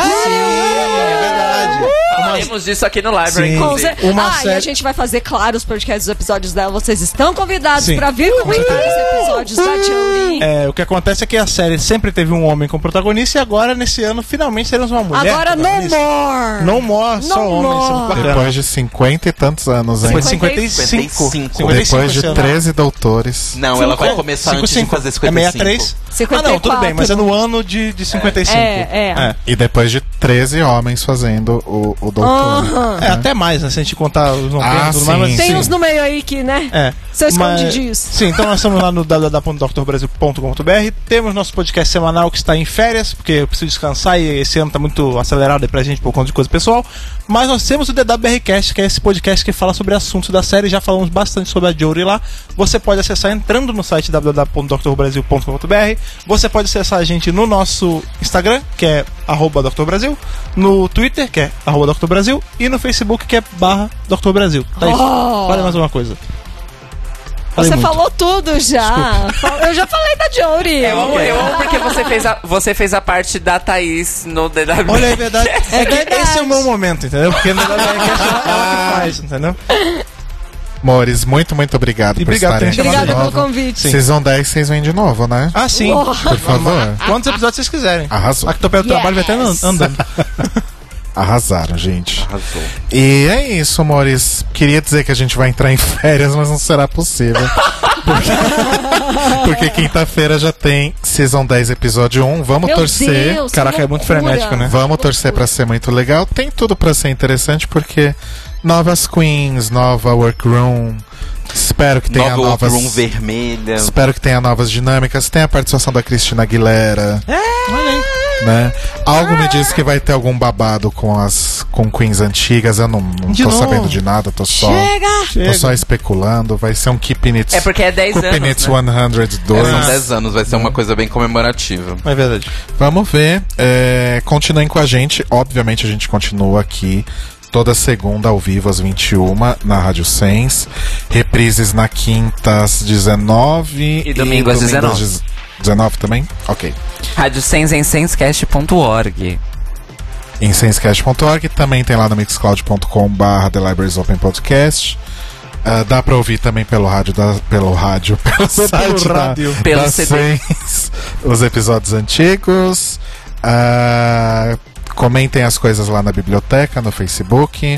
É verdade. Falaremos disso aqui no Library. Sim. Com inclusive. cer- Uma ah, e série- a gente vai fazer, claro, os podcasts, os episódios dela. Vocês estão convidados Sim. pra vir comentar os episódios da Jolie. É, o que acontece é que a série sempre teve um homem como protagonista e agora, nesse ano, finalmente teremos uma mulher. Agora no protagonista. more! No more, só No homem. Isso é muito more. bacana. Depois de cinquenta e tantos anos, hein? Depois de cinquenta e cinco. cinquenta e cinco. cinquenta e cinco Depois de esse ano. treze doutores. Não, ela vai Cinco- começar cinco, antes cinco. de fazer É cinquenta e sessenta cinco. e três? cinquenta e Ah, não, tudo bem, mas é quatro. no ano de, de cinquenta e cinco. É, é. E depois de treze homens fazendo o, o doutor. Aham. É, até mais, né? Se a gente contar os nomes Ah, e tudo mais. sim. Mas, Tem sim. uns no meio aí que, né? É. São Mas- escondidinhos. Sim, então nós estamos lá no w w w ponto doutor brasil ponto com ponto b r. Temos nosso podcast semanal que está em férias, porque eu preciso descansar e esse ano está muito acelerado aí pra gente por conta de coisa pessoal. Mas nós temos o D W R Cast, que é esse podcast que fala sobre assuntos da série. Já falamos bastante sobre a Jory lá. Você pode acessar entrando no site w w w ponto doutor brasil ponto com ponto b r. Você pode acessar a gente no nosso Instagram, que é arroba doutor brasil, no Twitter, que é arroba doutor brasil, e no Facebook, que é barra doutor brasil. Tá isso. Oh. Fale mais uma coisa. Falei Você muito. falou tudo já. Eu já falei da Jory. Eu amo, eu amo porque você fez, a, você fez a parte da Thaís no D W. Olha, é verdade. É, que verdade. esse é o meu momento, entendeu? Porque no W R Cast é ela que faz, entendeu? Mores, muito, muito obrigado E por obrigado por estarem ter aqui de Obrigada pelo novo. convite. Sim. Season dez, vocês vêm de novo, né? Ah, sim. Por favor. Quantos episódios vocês quiserem. Arrasou. Aqui tô perto do Yes. trabalho, vai até an- andando. Arrasaram, gente. Arrasou. E é isso, Mores. Queria dizer que a gente vai entrar em férias, mas não será possível. Porque, porque quinta-feira já tem Season dez, episódio um. Vamos Meu torcer. Deus, Caraca, que é muito loucura. frenético, né? Vamos torcer pra ser muito legal. Tem tudo pra ser interessante, porque novas queens, nova workroom. Espero que tenha Nova novas. Room vermelha. Espero que tenha novas dinâmicas. Tem a participação da Cristina Aguilera. Olha aí. Né? Algo me diz que vai ter algum babado com as com queens antigas. Eu não, não De tô novo. sabendo de nada, tô só, Chega! tô Chega. só especulando. Vai ser um Keeping It, É porque é dez Keeping anos, It né? cem dois. São dez anos, vai ser uma coisa bem comemorativa. É verdade. Vamos ver. É, continuem com a gente. Obviamente a gente continua aqui toda segunda ao vivo às vinte e uma na Rádio Sens. Reprises na quinta às dezenove E domingo às dezenove. dez- dezenove também? Ok. Rádio Sens em senscast ponto org. Em senscast ponto org, também tem lá no mixcloud ponto com barra The Libraries Open Podcast. Ah, dá pra ouvir também pelo rádio, da, pelo rádio, pelo site da, rádio. Pelo da C D. Sens, os episódios antigos. Ah, comentem as coisas lá na biblioteca, no Facebook.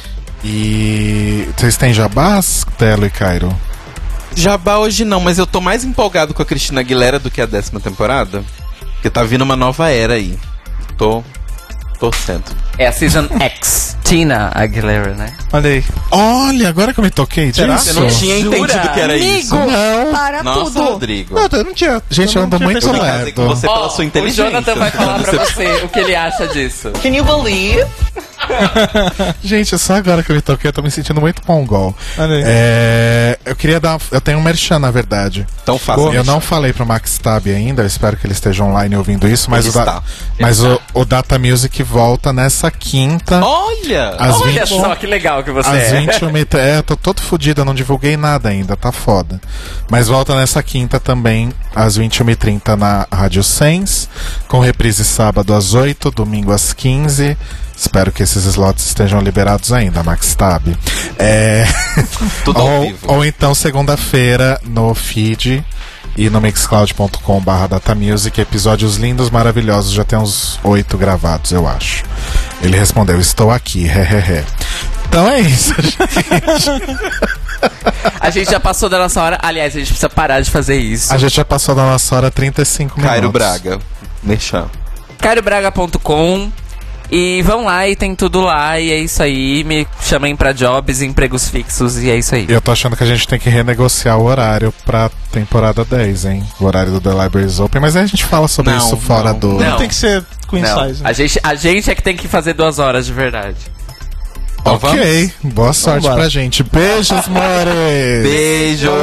E vocês têm jabás, Telo e Cairo? Jabá hoje não, mas eu tô mais empolgado com a Cristina Aguilera do que a décima temporada. Porque tá vindo uma nova era aí. Tô torcendo. É a Season X. Tina Aguilera, né? Olha aí. Olha, agora que eu me toquei Será? disso. Você não tinha Jura? entendido que era isso. Amigo, Não. para Nossa, tudo. Rodrigo. Não, eu não tinha. Gente, eu não ando tinha muito pensado. Eu casei com você Ó, pela sua o inteligência. Jonathan vai falar pra você o que ele acha disso. Can you believe? Gente, só agora que eu me toquei, eu tô me sentindo muito mongol. Olha aí. É, eu queria dar. Eu tenho um merchan, na verdade. Então faça. Eu não falei pro Max Tab ainda, eu espero que ele esteja online ouvindo isso, mas, Ele o, da- está. mas o, o Data Music volta nessa nessa quinta. Olha! Às Olha vinte só que legal que você Às é. vinte e uma e trinta. É, tô todo fodido, eu não divulguei nada ainda, tá foda. Mas volta nessa quinta também, às vinte e uma e trinta na Rádio Sens, com reprise sábado às oito, domingo às quinze. Espero que esses slots estejam liberados ainda, Max Tab. É... Tudo ao ou, vivo. ou então segunda-feira no feed e no mixcloud ponto com barra datamusic, episódios lindos, maravilhosos, já tem uns oito gravados, eu acho. Ele respondeu, estou aqui, hehehe. Então é isso, gente. A gente já passou da nossa hora. Aliás, a gente precisa parar de fazer isso. A gente já passou da nossa hora trinta e cinco minutos. Cairo Braga. Merchan. cairo braga ponto com. E vão lá e tem tudo lá. E é isso aí. Me chamem pra jobs, empregos fixos. E é isso aí. Eu tô achando que a gente tem que renegociar o horário pra temporada dez, hein? O horário do The Libraries Open. Mas aí a gente fala sobre Não, isso fora não. do... Não. Não tem que ser Queen Não, Size. a gente, a gente é que tem que fazer duas horas de verdade. Então Ok, boa sorte Vambora. pra gente. Beijos, More! Beijo!